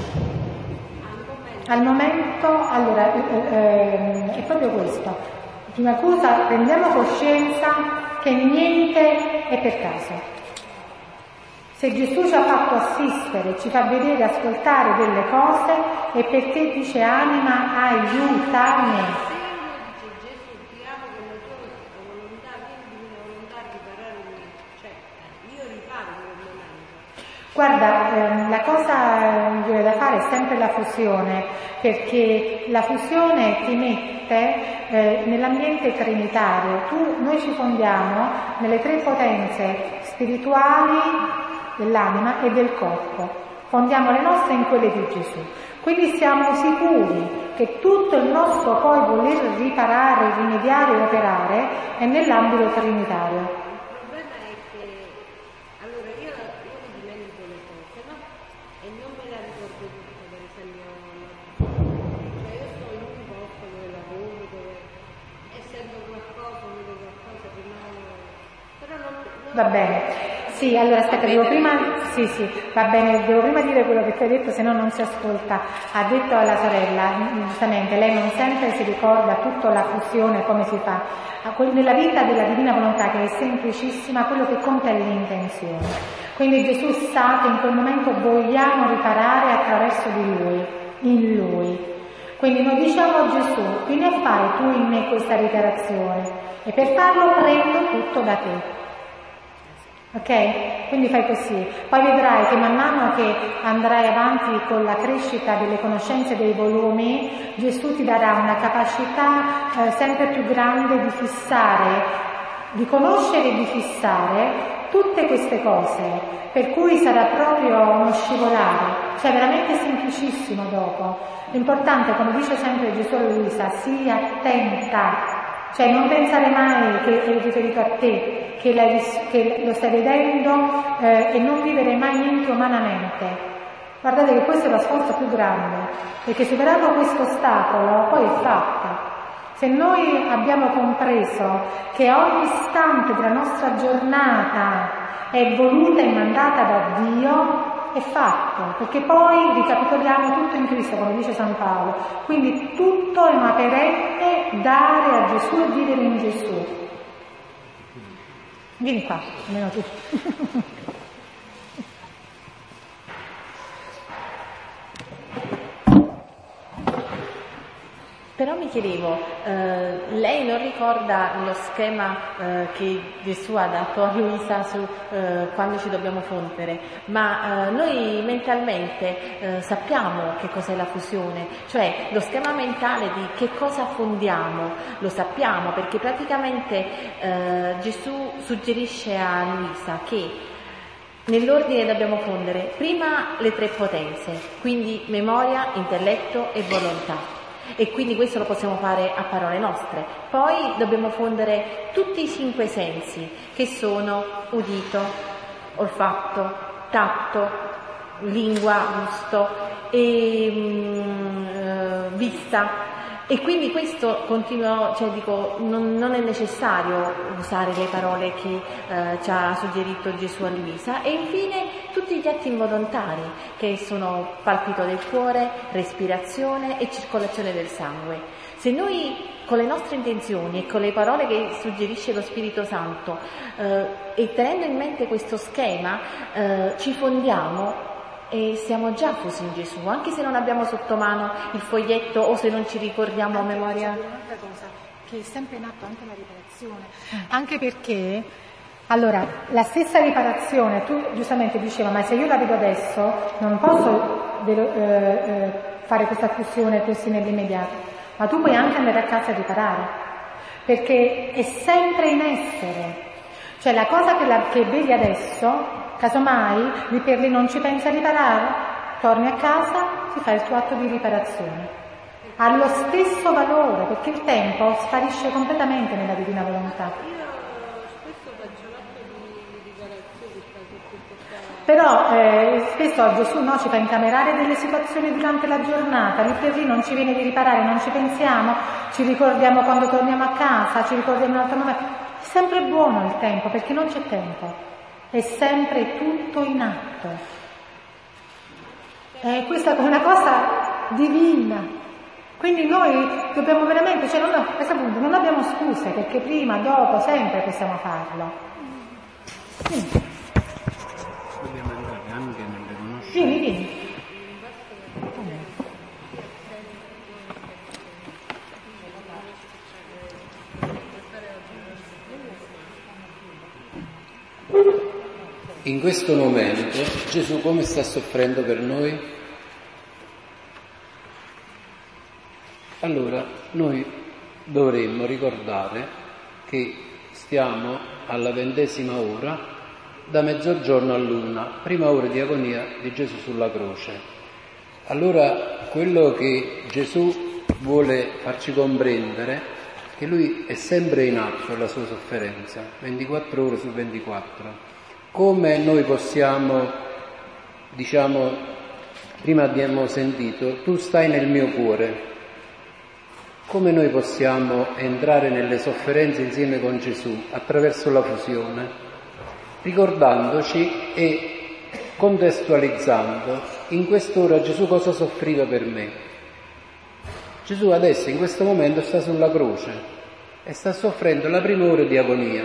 Al momento, allora, eh, eh, è proprio questo. Prima cosa prendiamo coscienza che niente è per caso. Se Gesù ci ha fatto assistere, ci fa vedere, ascoltare delle cose, è perché dice anima aiutami. Guarda, ehm, la cosa migliore da fare è sempre la fusione, perché la fusione ti mette eh, nell'ambiente trinitario. Tu, noi ci fondiamo nelle tre potenze spirituali dell'anima e del corpo, fondiamo le nostre in quelle di Gesù. Quindi siamo sicuri che tutto il nostro poi voler riparare, rimediare e operare è nell'ambito trinitario. Va bene, sì, allora aspetta, devo prima, sì, sì, va bene, devo prima dire quello che ti hai detto, se no non si ascolta. Ha detto alla sorella, giustamente, lei non sempre si ricorda tutta la fusione, come si fa. Nella vita della Divina Volontà, che è semplicissima, quello che conta è l'intenzione. Quindi Gesù sa che in quel momento vogliamo riparare attraverso di Lui, in Lui. Quindi noi diciamo a Gesù, vieni a fare tu in me questa riparazione, e per farlo prendo tutto da te. Ok? Quindi fai così. Poi vedrai che man mano che andrai avanti con la crescita delle conoscenze dei volumi, Gesù ti darà una capacità eh, sempre più grande di fissare, di conoscere e di fissare tutte queste cose, per cui sarà proprio uno scivolare, cioè veramente semplicissimo dopo. L'importante, come dice sempre Gesù a Luisa, sii attenta. Cioè non pensare mai che è riferito a te, che, l'hai, che lo stai vedendo eh, e non vivere mai niente umanamente. Guardate che questo è lo sforzo più grande, perché superato questo ostacolo poi è fatta. Se noi abbiamo compreso che ogni istante della nostra giornata è voluta e mandata da Dio, è fatto, perché poi ricapitoliamo tutto in Cristo, come dice San Paolo. Quindi tutto è una perenne dare a Gesù e vivere in Gesù. Vieni qua, almeno tu. Però mi chiedevo, eh, lei non ricorda lo schema eh, che Gesù ha dato a Luisa su eh, quando ci dobbiamo fondere, ma eh, noi mentalmente eh, sappiamo che cos'è la fusione, cioè lo schema mentale di che cosa fondiamo, lo sappiamo perché praticamente eh, Gesù suggerisce a Luisa che nell'ordine dobbiamo fondere prima le tre potenze, quindi memoria, intelletto e volontà. E quindi questo lo possiamo fare a parole nostre. Poi dobbiamo fondere tutti i cinque sensi, che sono udito, olfatto, tatto, lingua, gusto e mm, vista. E quindi questo continuo, cioè dico, non, non è necessario usare le parole che eh, ci ha suggerito Gesù a Luisa. E infine tutti gli atti involontari, che sono palpito del cuore, respirazione e circolazione del sangue. Se noi con le nostre intenzioni e con le parole che suggerisce lo Spirito Santo eh, e tenendo in mente questo schema eh, ci fondiamo, e siamo già fusi in Gesù, anche se non abbiamo sotto mano il foglietto o se non ci ricordiamo a memoria. Un'altra cosa, che è sempre in atto anche la riparazione, anche perché, allora, la stessa riparazione, tu giustamente diceva, ma se io la vedo adesso, non posso eh, eh, fare questa fusione così nell'immediato, ma tu puoi anche andare a casa a riparare, perché è sempre in essere. Cioè la cosa che, la, che vedi adesso, casomai lì per lì non ci pensi a riparare, torni a casa, ti fai il tuo atto di riparazione. Ha lo stesso valore, perché il tempo sparisce completamente nella Divina Volontà. Io spesso faccio l'atto di riparazione. Però eh, spesso Gesù no, ci fa incamerare delle situazioni durante la giornata, lì per lì non ci viene di riparare, non ci pensiamo, ci ricordiamo quando torniamo a casa, ci ricordiamo un altro momento. È sempre buono il tempo, perché non c'è tempo, è sempre tutto in atto. E questa è una cosa divina, Quindi noi dobbiamo veramente, cioè non, a questo punto non abbiamo scuse, perché prima, dopo, sempre possiamo farlo. Quindi. Dobbiamo andare anche nelle conoscenze. Dimmi, dimmi. In questo momento Gesù come sta soffrendo per noi? Allora noi dovremmo ricordare che stiamo alla ventesima ora, da mezzogiorno all'una, prima ora di agonia di Gesù sulla croce. Allora quello che Gesù vuole farci comprendere è che Lui è sempre in atto la sua sofferenza, ventiquattro ore su ventiquattro. Come noi possiamo, diciamo, prima abbiamo sentito, tu stai nel mio cuore. Come noi possiamo entrare nelle sofferenze insieme con Gesù? Attraverso la fusione, ricordandoci e contestualizzando in quest'ora Gesù cosa soffriva per me. Gesù adesso in questo momento sta sulla croce e sta soffrendo la prima ora di agonia.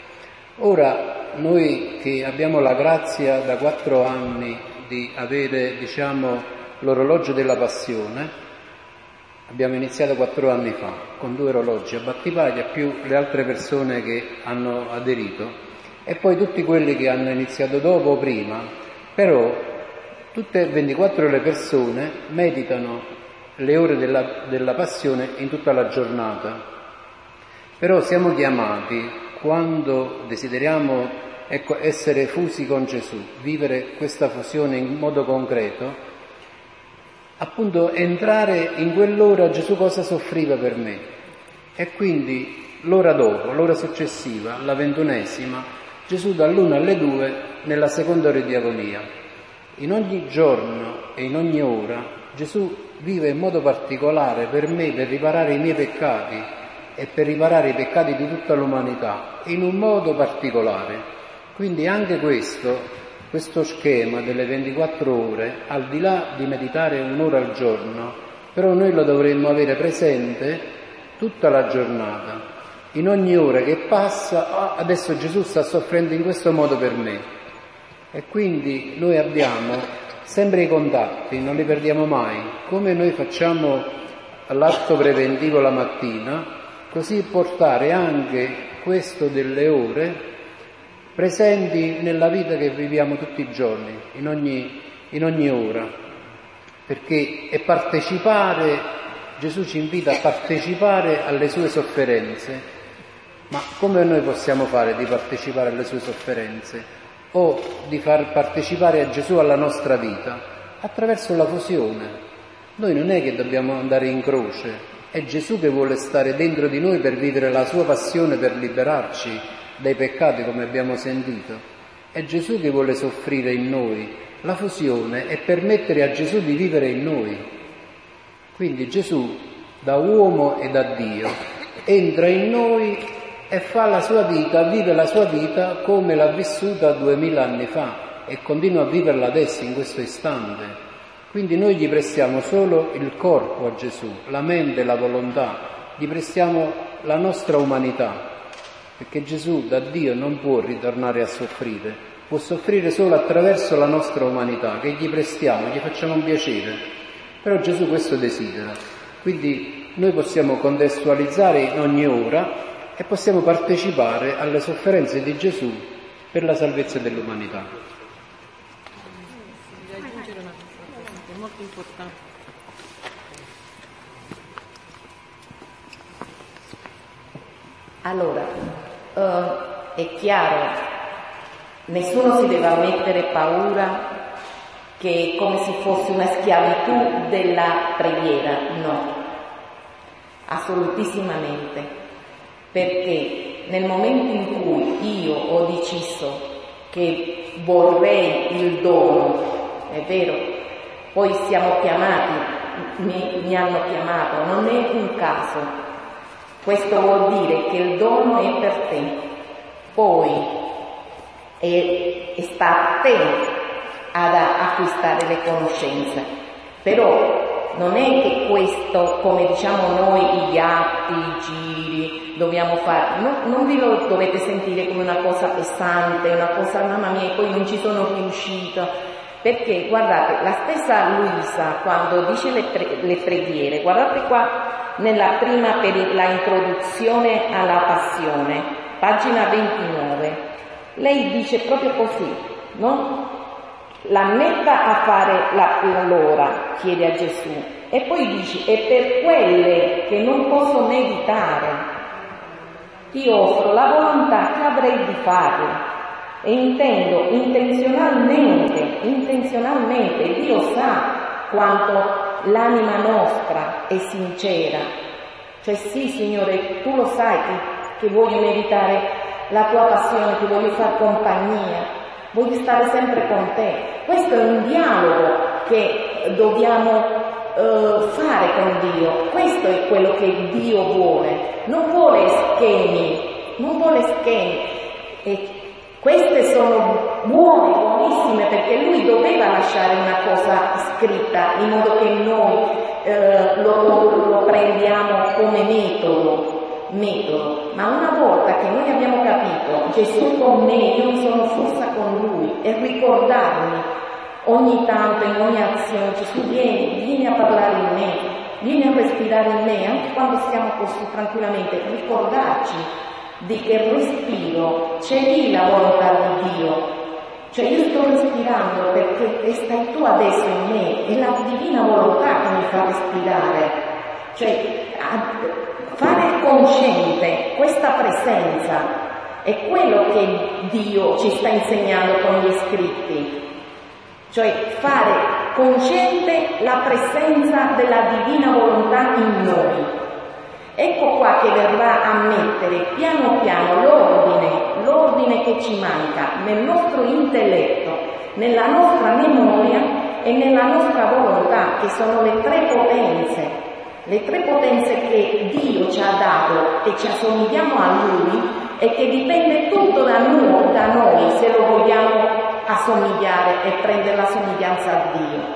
Ora noi che abbiamo la grazia da quattro anni di avere, diciamo, l'orologio della passione, abbiamo iniziato quattro anni fa con due orologi a Battipaglia più le altre persone che hanno aderito e poi tutti quelli che hanno iniziato dopo o prima, però tutte e ventiquattro le persone meditano le ore della, della passione in tutta la giornata. Però siamo chiamati, quando desideriamo, ecco, essere fusi con Gesù, vivere questa fusione in modo concreto, appunto entrare in quell'ora Gesù cosa soffriva per me. E quindi l'ora dopo, l'ora successiva, la ventunesima, Gesù dall'una alle due nella seconda ora di agonia. In ogni giorno e in ogni ora Gesù vive in modo particolare per me, per riparare i miei peccati e per riparare i peccati di tutta l'umanità, in un modo particolare. Quindi anche questo, questo schema delle ventiquattro ore, al di là di meditare un'ora al giorno, però noi lo dovremmo avere presente tutta la giornata. In ogni ora che passa, ah, adesso Gesù sta soffrendo in questo modo per me. E quindi noi abbiamo sempre i contatti, non li perdiamo mai. Come noi facciamo l'atto preventivo la mattina, così portare anche questo delle ore presenti nella vita che viviamo tutti i giorni, in ogni, in ogni ora, perché è partecipare, Gesù ci invita a partecipare alle sue sofferenze. Ma come noi possiamo fare di partecipare alle sue sofferenze o di far partecipare a Gesù alla nostra vita? Attraverso la fusione. Noi non è che dobbiamo andare in croce, è Gesù che vuole stare dentro di noi per vivere la sua passione, per liberarci dai peccati, come abbiamo sentito. È Gesù che vuole soffrire in noi. La fusione è permettere a Gesù di vivere in noi. Quindi Gesù, da uomo e da Dio, entra in noi e fa la sua vita, vive la sua vita come l'ha vissuta duemila anni fa e continua a viverla adesso, in questo istante. Quindi noi gli prestiamo solo il corpo a Gesù, la mente, la volontà, gli prestiamo la nostra umanità, perché Gesù da Dio non può ritornare a soffrire, può soffrire solo attraverso la nostra umanità, che gli prestiamo, gli facciamo un piacere. Però Gesù questo desidera, quindi noi possiamo contestualizzare in ogni ora e possiamo partecipare alle sofferenze di Gesù per la salvezza dell'umanità. Molto importante. Allora, eh, è chiaro, nessuno si deve mettere paura che è come se fosse una schiavitù della preghiera, no, assolutissimamente, perché nel momento in cui io ho deciso che vorrei il dono, è vero, poi siamo chiamati, mi, mi hanno chiamato, non è un caso. Questo vuol dire che il dono è per te, poi è, è sta a te ad acquistare le conoscenze. Però non è che questo, come diciamo noi, gli atti, i giri, dobbiamo fare, no, non vi lo dovete sentire come una cosa pesante, una cosa, mamma mia, poi non ci sono riuscito, perché guardate, la stessa Luisa, quando dice le, pre- le preghiere, guardate qua, nella prima, per la introduzione alla passione, pagina ventinove, lei dice proprio così, no? La metta a fare la, la l'ora, chiede a Gesù, e poi dice, e per quelle che non posso meditare, ti offro la volontà che avrei di farla, e intendo intenzionalmente, intenzionalmente, Dio sa quanto l'anima nostra è sincera, cioè sì Signore, tu lo sai che, che voglio meditare la tua passione, ti voglio far compagnia, voglio stare sempre con te. Questo è un dialogo che dobbiamo uh, fare con Dio, questo è quello che Dio vuole, non vuole schemi, non vuole schemi, e queste sono buone, buonissime, perché Lui doveva lasciare una cosa scritta in modo che noi uh, lo, lo prendiamo come metodo. metodo, ma una volta che noi abbiamo capito Gesù con me, io sono fusa con Lui, e ricordarmi ogni tanto in ogni azione, Gesù vieni, vieni a parlare in me, vieni a respirare in me, anche quando stiamo così tranquillamente, ricordarci di che respiro c'è lì la volontà di Dio, cioè io sto respirando perché stai tu adesso in me, è la divina volontà che mi fa respirare, cioè fare consciente questa presenza è quello che Dio ci sta insegnando con gli scritti, cioè fare consciente la presenza della divina volontà in noi. Ecco qua che verrà a mettere piano piano l'ordine, l'ordine che ci manca nel nostro intelletto, nella nostra memoria e nella nostra volontà, che sono le tre potenze. Le tre potenze che Dio ci ha dato e ci assomigliamo a Lui, e che dipende tutto da noi, da noi se lo vogliamo assomigliare e prendere la somiglianza a Dio.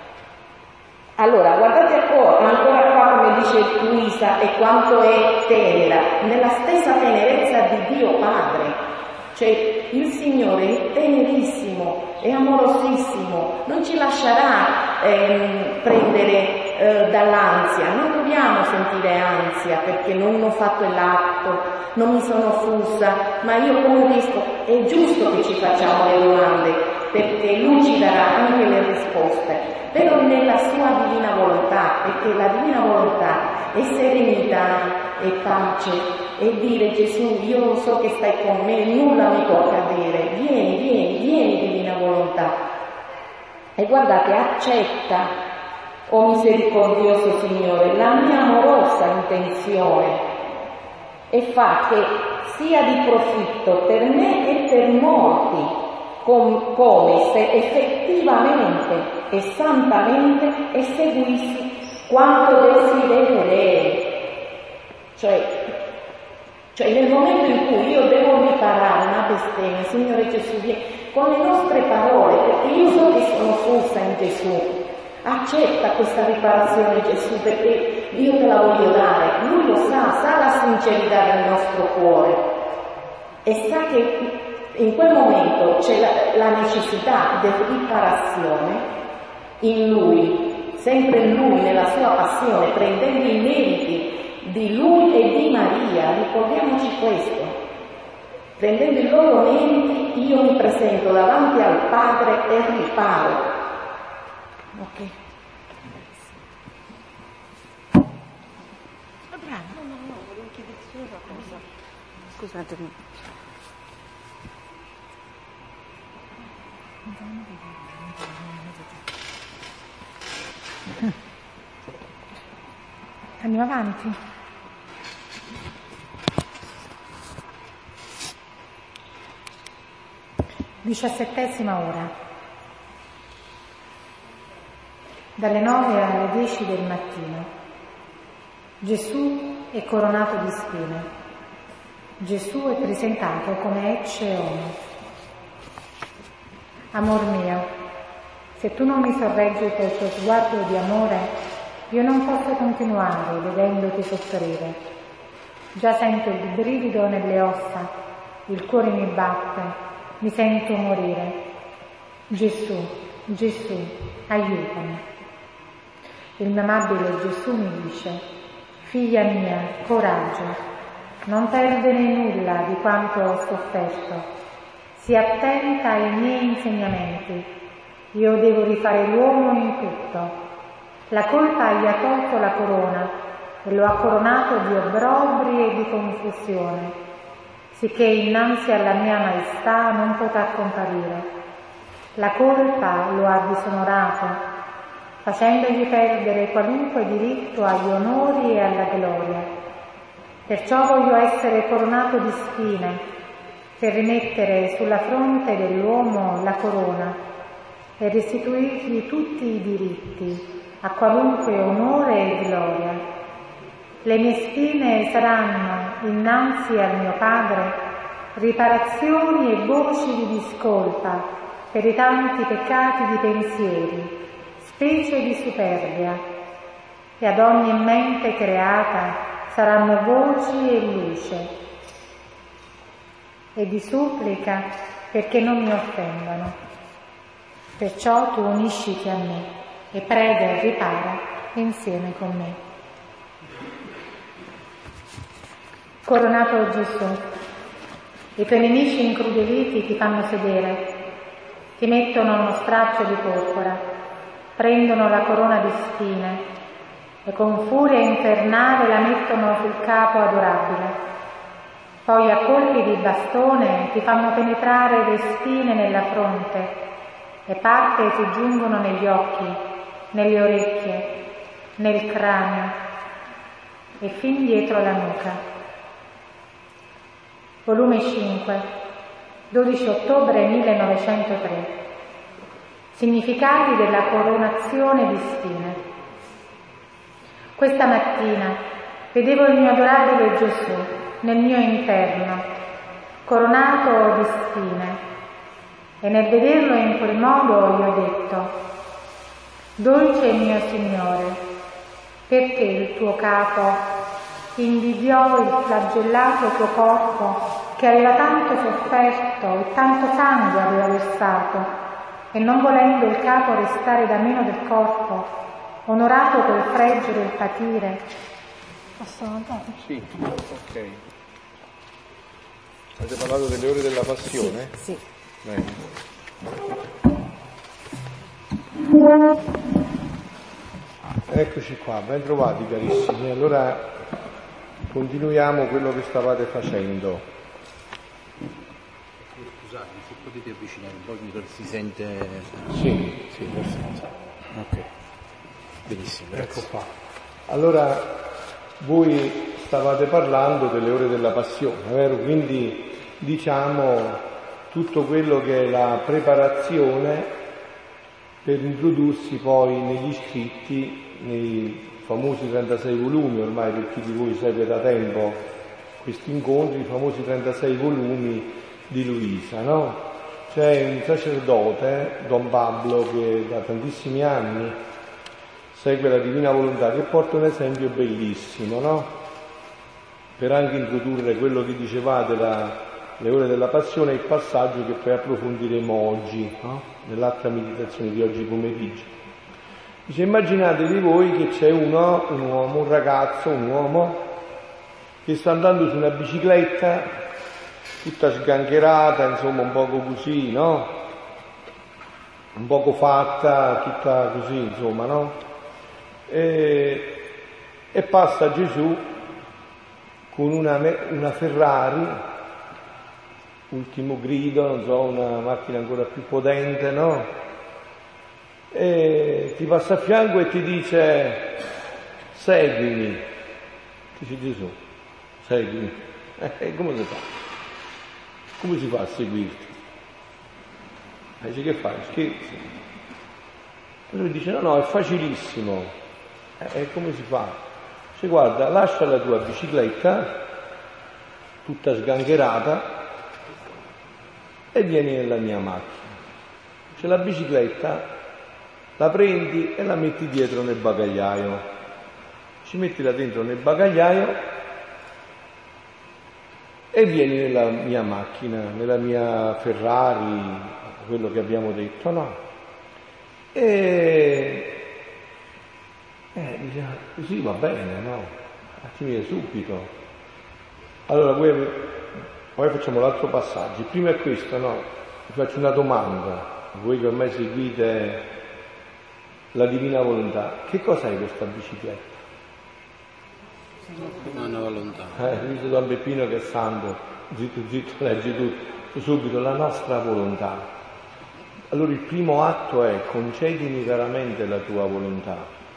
Allora, guardate ancora qua come dice Luisa e quanto è tenera, nella stessa tenerezza di Dio Padre. Cioè il Signore è tenerissimo, è amorosissimo, non ci lascerà ehm, prendere eh, dall'ansia, non dobbiamo sentire ansia perché non ho fatto l'atto, non mi sono fusa, ma io come riesco? È giusto che ci facciamo le domande, perché Lui ci darà anche le risposte, però nella sua divina volontà, perché la divina volontà è serenità, è pace, e dire Gesù, io so che stai con me, nulla mi tocca avere, vieni, vieni, vieni divina volontà. E guardate, accetta, oh misericordioso Signore, la mia amorosa intenzione, e fa che sia di profitto per me e per molti, com- come se effettivamente e santamente eseguissi quanto desidererei. Cioè, cioè nel momento in cui io devo riparare una bestemmia, Signore Gesù, vieni con le nostre parole, perché io so che sono fusa in Gesù. Accetta questa riparazione, Gesù, perché io te la voglio dare. Lui lo sa, sa la sincerità del nostro cuore e sa che in quel momento c'è la, la necessità di riparazione in Lui, sempre in Lui, nella sua passione, prendendo i meriti di Lui e di Maria. Ricordiamoci questo. Prendendo i loro meriti, io mi presento davanti al Padre e riparo. Ok. Bravo, no, no, no, volevo chiederti una cosa. Scusatemi. Andiamo avanti. Diciassettesima ora. Dalle nove alle dieci del mattino. Gesù è coronato di spine. Gesù è presentato come ecce homo. Amor mio, se tu non mi sorreggi col tuo sguardo di amore, io non posso continuare vedendoti soffrire. Già sento il brivido nelle ossa, il cuore mi batte, mi sento morire. Gesù, Gesù, aiutami. Il mio amabile Gesù mi dice: figlia mia, coraggio, non perdere nulla di quanto ho sofferto. Sii attenta ai miei insegnamenti. Io devo rifare l'uomo in tutto. La colpa gli ha tolto la corona e lo ha coronato di obbrobri e di confusione, sicché innanzi alla mia maestà non potrà comparire. La colpa lo ha disonorato, facendogli perdere qualunque diritto agli onori e alla gloria. Perciò voglio essere coronato di spine, per rimettere sulla fronte dell'uomo la corona e restituirgli tutti i diritti a qualunque onore e gloria. Le mie spine saranno innanzi al mio Padre riparazioni e voci di discolpa per i tanti peccati di pensieri, specie di superbia, e ad ogni mente creata saranno voci e luce, e di supplica perché non mi offendano. Perciò tu unisciti a me e prega e ripara insieme con me. Coronato Gesù, i tuoi nemici incrudeliti ti fanno sedere, ti mettono uno straccio di porpora, prendono la corona di spine e con furia infernale la mettono sul capo adorabile. Poi a colpi di bastone ti fanno penetrare le spine nella fronte e parte ti giungono negli occhi, nelle orecchie, nel cranio e fin dietro la nuca. Volume cinque, dodici ottobre millenovecentotre. Significati della coronazione di spine. Questa mattina vedevo il mio adorabile Gesù nel mio interno, coronato di spine, e nel vederlo in quel modo gli ho detto: dolce mio Signore, perché il tuo capo invidiò il flagellato tuo corpo che aveva tanto sofferto e tanto sangue aveva versato, e non volendo il capo restare da meno del corpo, onorato col fregio del patire. Posso andare? Sì, ok. Avete parlato delle ore della passione? Sì. Bene. Eccoci qua, ben trovati carissimi. Allora continuiamo quello che stavate facendo. Scusate, se potete avvicinare un po' il microfono, si sente? Sì, sì, perfetto. Ok, benissimo, grazie. Ecco qua. Allora voi stavate parlando delle ore della passione, vero? Quindi diciamo tutto quello che è la preparazione per introdursi poi negli scritti, nei famosi trentasei volumi, ormai per chi di voi segue da tempo questi incontri, i famosi trentasei volumi di Luisa, no? C'è un sacerdote, Don Pablo, che da tantissimi anni segue la Divina Volontà, che porta un esempio bellissimo, no? Per anche introdurre quello che dicevate, la, le ore della passione, il passaggio che poi approfondiremo oggi, no? Nell'altra meditazione di oggi pomeriggio. Dice: immaginatevi voi che c'è uno, un uomo, un ragazzo, un uomo che sta andando su una bicicletta tutta sgangherata, insomma un poco così, no? Un poco fatta, tutta così, insomma, no? E, e passa Gesù con una, una Ferrari, ultimo grido, non so, una macchina ancora più potente, no? E ti passa a fianco e ti dice: seguimi. Dice Gesù: seguimi. E come si fa? Come si fa a seguirti? E dice: che fai? Scherzi? E lui dice: no, no, è facilissimo. E come si fa? Dice: guarda, lascia la tua bicicletta tutta sgangherata e vieni nella mia macchina. C'è la bicicletta, la prendi e la metti dietro nel bagagliaio. ci metti là dentro nel bagagliaio e vieni nella mia macchina, nella mia Ferrari, quello che abbiamo detto, no? E eh, dice, così va bene, no? Ci viene subito. Allora poi, poi facciamo l'altro passaggio. Prima è questo, no? Vi faccio una domanda. Voi che ormai seguite la Divina Volontà, che cos'è questa bicicletta? Una volontà. Eh, visto Don Peppino che è santo, zitto zitto leggi tutto, subito la nostra volontà. Allora il primo atto è concedimi veramente la tua volontà.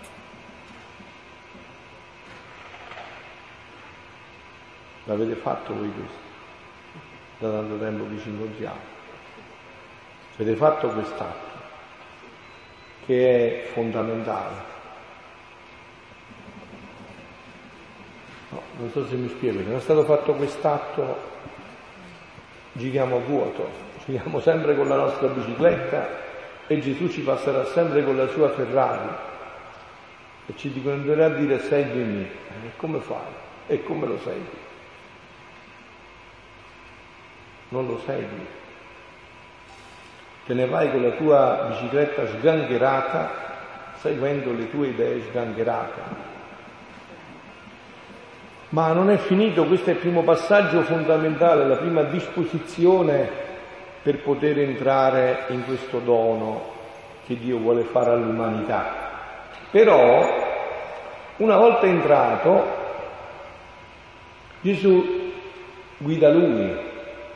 L'avete fatto voi questo? Da tanto tempo che ci incontriamo. Avete fatto quest'atto che è fondamentale. No, non so se mi spiego, se non è stato fatto quest'atto giriamo a vuoto, giriamo sempre con la nostra bicicletta e Gesù ci passerà sempre con la sua Ferrari e ci continuerà a dire seguimi. E come fai? E come lo segui? Non lo segui. Te ne vai con la tua bicicletta sgangherata, seguendo le tue idee sgangherate. Ma non è finito, questo è il primo passaggio fondamentale, la prima disposizione per poter entrare in questo dono che Dio vuole fare all'umanità. Però, una volta entrato, Gesù guida lui.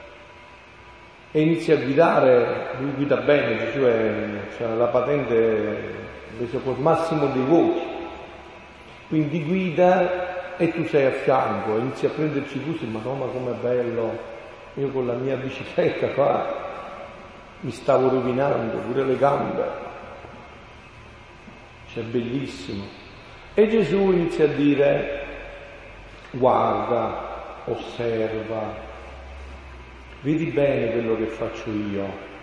E inizia a guidare, lui guida bene, Gesù ha la patente preso col massimo dei voti, quindi guida e tu sei a fianco, e inizi a prenderci gusto, ma no, ma com'è bello, io con la mia bicicletta qua mi stavo rovinando, pure le gambe, cioè bellissimo. E Gesù inizia a dire, guarda, osserva, vedi bene quello che faccio io,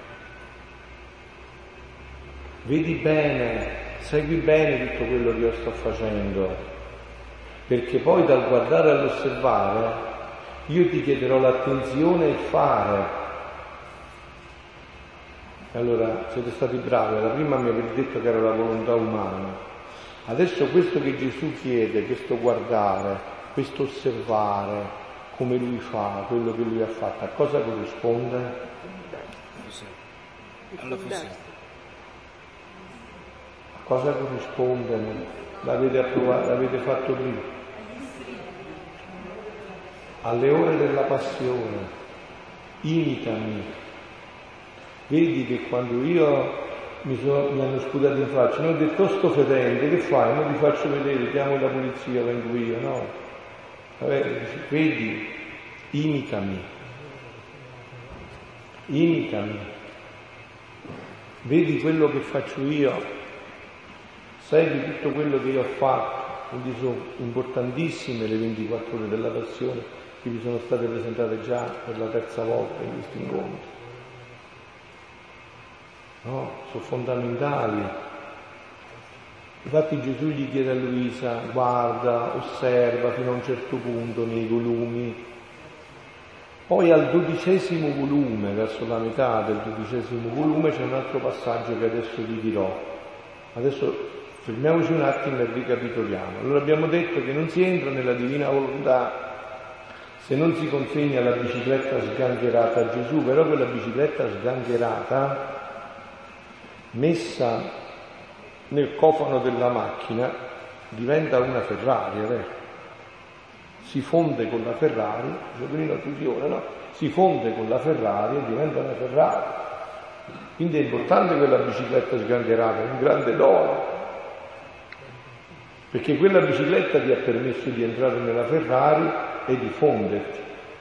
vedi bene, segui bene tutto quello che io sto facendo, perché poi dal guardare e all'osservare io ti chiederò l'attenzione e il fare. E allora siete stati bravi, alla prima mi avete detto che era la volontà umana, adesso questo che Gesù chiede, questo guardare, questo osservare, come lui fa, quello che lui ha fatto, a cosa corrisponde? Alla fusione. A cosa corrisponde? L'avete approvato, l'avete fatto prima. Alle ore della passione, imitami. Vedi che quando io mi, so, mi hanno sputato in faccia, non ho detto, oh, sto fedente, che fai? Non ti faccio vedere, chiamo la polizia, vengo io, no? Vedi, imitami, imitami, vedi quello che faccio io, segui tutto quello che io ho fatto. Quindi sono importantissime le ventiquattro ore della passione che vi sono state presentate già per la terza volta in questo incontro. No, sono fondamentali. Infatti Gesù gli chiede a Luisa, guarda, osserva fino a un certo punto nei volumi, poi al dodicesimo volume, verso la metà del dodicesimo volume, c'è un altro passaggio che adesso vi dirò. Adesso fermiamoci un attimo e ricapitoliamo. Allora abbiamo detto che non si entra nella Divina Volontà se non si consegna la bicicletta sgangherata a Gesù, però quella bicicletta sgangherata messa nel cofano della macchina diventa una Ferrari, eh? Si fonde con la Ferrari, Giovannino attenzione, no? Si fonde con la Ferrari e diventa una Ferrari. Quindi è importante quella bicicletta sgangherata, è un grande dono, perché quella bicicletta ti ha permesso di entrare nella Ferrari e di fonderti.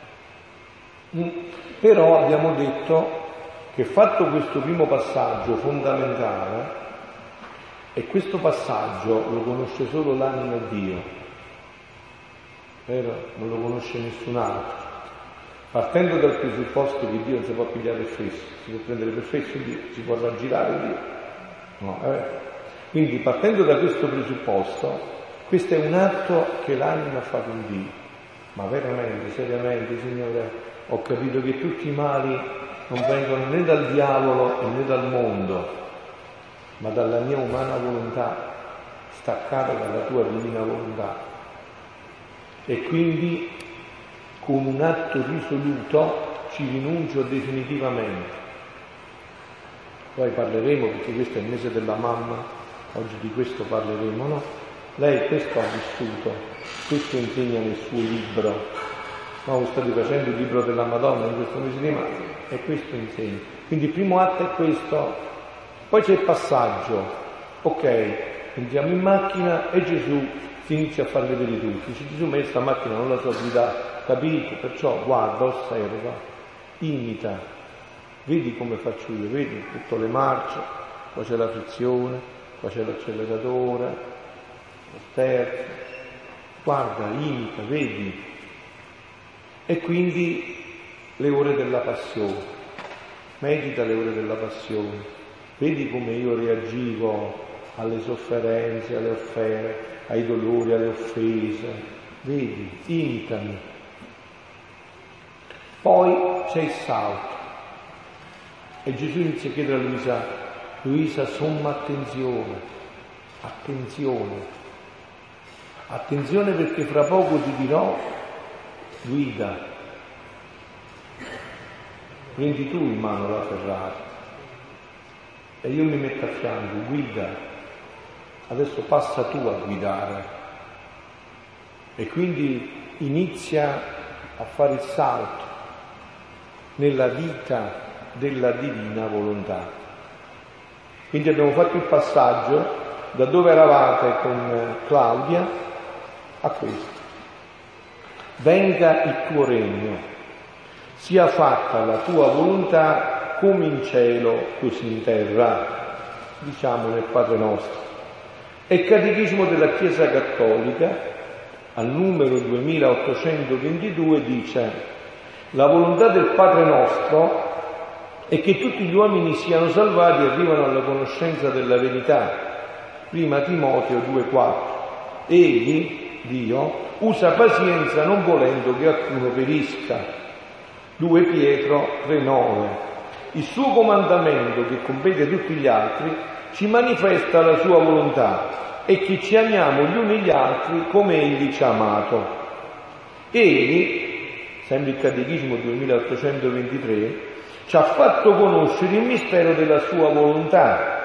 Però abbiamo detto che fatto questo primo passaggio fondamentale, e questo passaggio lo conosce solo l'anima e Dio, vero? Non lo conosce nessun altro. Partendo dal presupposto che Dio non si può pigliare per fesso, si può prendere per fesso Dio, si può raggirare Dio. No, eh? Quindi partendo da questo presupposto, Questo è un atto che l'anima fa con Dio. Ma veramente, seriamente, Signore, ho capito che tutti i mali non vengono né dal diavolo e né dal mondo, ma dalla mia umana volontà, staccata dalla tua divina volontà. E quindi con un atto risoluto ci rinuncio definitivamente. Poi parleremo, perché questo è il mese della mamma, oggi di questo parleremo, no? Lei questo ha vissuto, questo insegna nel suo libro. No, state facendo il libro della Madonna in questo mese di marzo, e questo insegna. Quindi il primo atto è questo, poi c'è il passaggio. Ok, entriamo in macchina e Gesù si inizia a far vedere tutto. Dice Gesù, ma io sta macchina non la so guidare, capito? Perciò guarda, osserva, imita, vedi come faccio io, vedi tutte le marce, qua c'è la frizione, qua c'è l'acceleratore, lo sterzo, guarda, imita, vedi. E quindi le ore della passione, medita le ore della passione, vedi come io reagivo alle sofferenze, alle offese, ai dolori, alle offese, vedi, imitami. Poi c'è il salto e Gesù inizia a chiedere a Luisa, Luisa, somma attenzione, attenzione, attenzione perché fra poco ti dirò, guida, prendi tu in mano la Ferrari e io mi metto a fianco, guida, adesso passa tu a guidare. E quindi inizia a fare il salto nella vita della divina volontà. Quindi abbiamo fatto il passaggio da dove eravate con Claudia a questo. Venga il tuo regno, sia fatta la tua volontà come in cielo così in terra, diciamo nel Padre nostro. E il Catechismo della Chiesa Cattolica, al numero duemilaottocentoventidue, dice: la volontà del Padre nostro è che tutti gli uomini siano salvati e arrivano alla conoscenza della verità. Prima Timoteo due quattro. Egli, Dio, usa pazienza non volendo che alcuno perisca. due Pietro tre nove. Il suo comandamento, che compete a tutti gli altri, ci manifesta la sua volontà e che ci amiamo gli uni gli altri come egli ci ha amato. Egli, sempre il Catechismo duemilaottocentoventitré, ci ha fatto conoscere il mistero della sua volontà,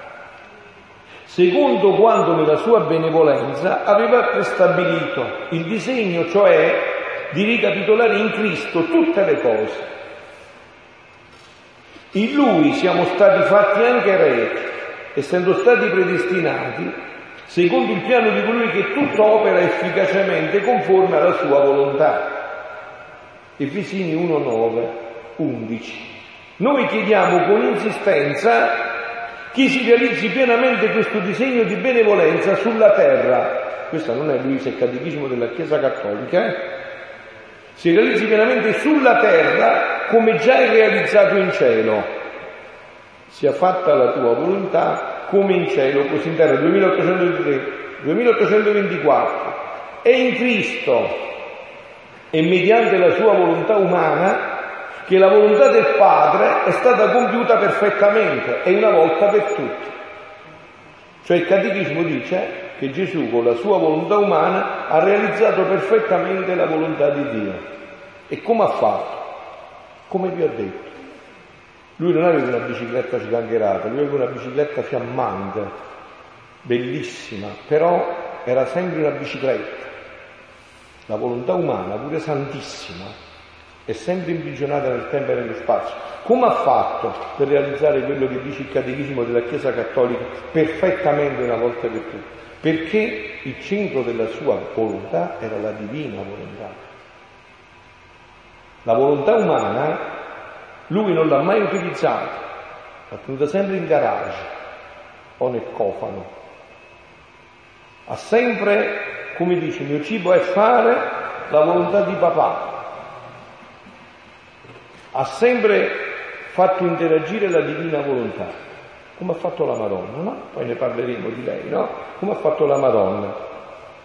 secondo quanto nella sua benevolenza aveva prestabilito, il disegno cioè di ricapitolare in Cristo tutte le cose. In Lui siamo stati fatti anche eredi, essendo stati predestinati secondo il piano di colui che tutto opera efficacemente conforme alla sua volontà. Efesini uno nove undici. Noi chiediamo con insistenza che si realizzi pienamente questo disegno di benevolenza sulla terra. Questa non è Luisa, il Catechismo della Chiesa Cattolica, eh? Si realizzi pienamente sulla terra come già è realizzato in cielo. Sia fatta la tua volontà come in cielo così in terra. duemilaottocentoventitré, duemilaottocentoventiquattro. È in Cristo e mediante la sua volontà umana che la volontà del Padre è stata compiuta perfettamente e una volta per tutte. Cioè il Catechismo dice che Gesù con la sua volontà umana ha realizzato perfettamente la volontà di Dio. E come ha fatto? Come vi ho detto. Lui non aveva una bicicletta sgangherata, lui aveva una bicicletta fiammante, bellissima, però era sempre una bicicletta. La volontà umana, pure santissima, è sempre imprigionata nel tempo e nello spazio. Come ha fatto per realizzare quello che dice il Catechismo della Chiesa Cattolica perfettamente una volta per tutte? Perché il centro della sua volontà era la divina volontà. La volontà umana lui non l'ha mai utilizzata, l'ha tenuta sempre in garage o nel cofano. Ha sempre, come dice, il mio cibo è fare la volontà di papà. Ha sempre fatto interagire la divina volontà, come ha fatto la Madonna, no? Poi ne parleremo di lei, no? Come ha fatto la Madonna.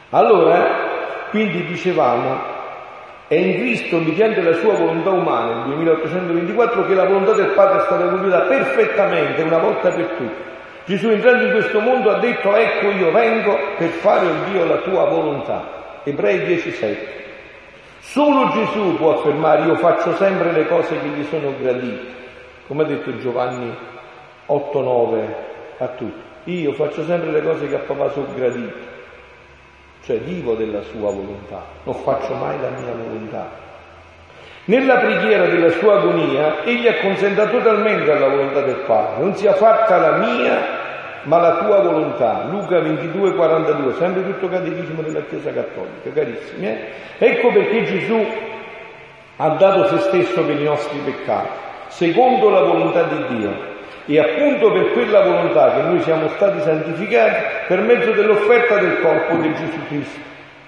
Allora, quindi dicevamo, è in Cristo, mediante la sua volontà umana, nel duemilaottocentoventiquattro, che la volontà del Padre è stata compiuta perfettamente, una volta per tutte. Gesù, entrando in questo mondo, ha detto: ecco, io vengo per fare, oh Dio, la tua volontà. Ebrei dieci sette. Solo Gesù può affermare: io faccio sempre le cose che gli sono gradite, come ha detto Giovanni otto nove a tutti. Io faccio sempre le cose che a papà sono gradite, cioè vivo della sua volontà, non faccio mai la mia volontà. Nella preghiera della sua agonia egli acconsenta totalmente alla volontà del Padre: non sia fatta la mia ma la tua volontà. Luca ventidue quarantadue, sempre tutto catechismo della Chiesa Cattolica, carissimi. Eh? Ecco perché Gesù ha dato se stesso per i nostri peccati, secondo la volontà di Dio, e appunto per quella volontà che noi siamo stati santificati per mezzo dell'offerta del corpo di Gesù Cristo.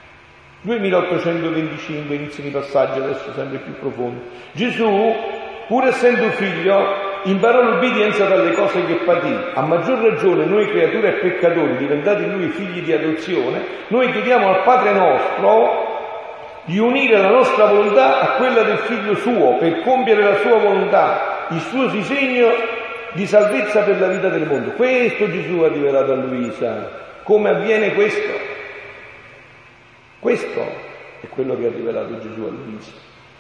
duemilaottocentoventicinque, iniziano i passaggi adesso sempre più profondi. Gesù, pur essendo figlio, imparò l'obbedienza dalle cose che patì. A maggior ragione noi creature e peccatori, diventati in lui figli di adozione, noi chiediamo al Padre nostro di unire la nostra volontà a quella del figlio suo per compiere la sua volontà, il suo disegno di salvezza per la vita del mondo. Questo Gesù ha rivelato a Luisa. Come avviene questo? Questo è quello che ha rivelato Gesù a Luisa.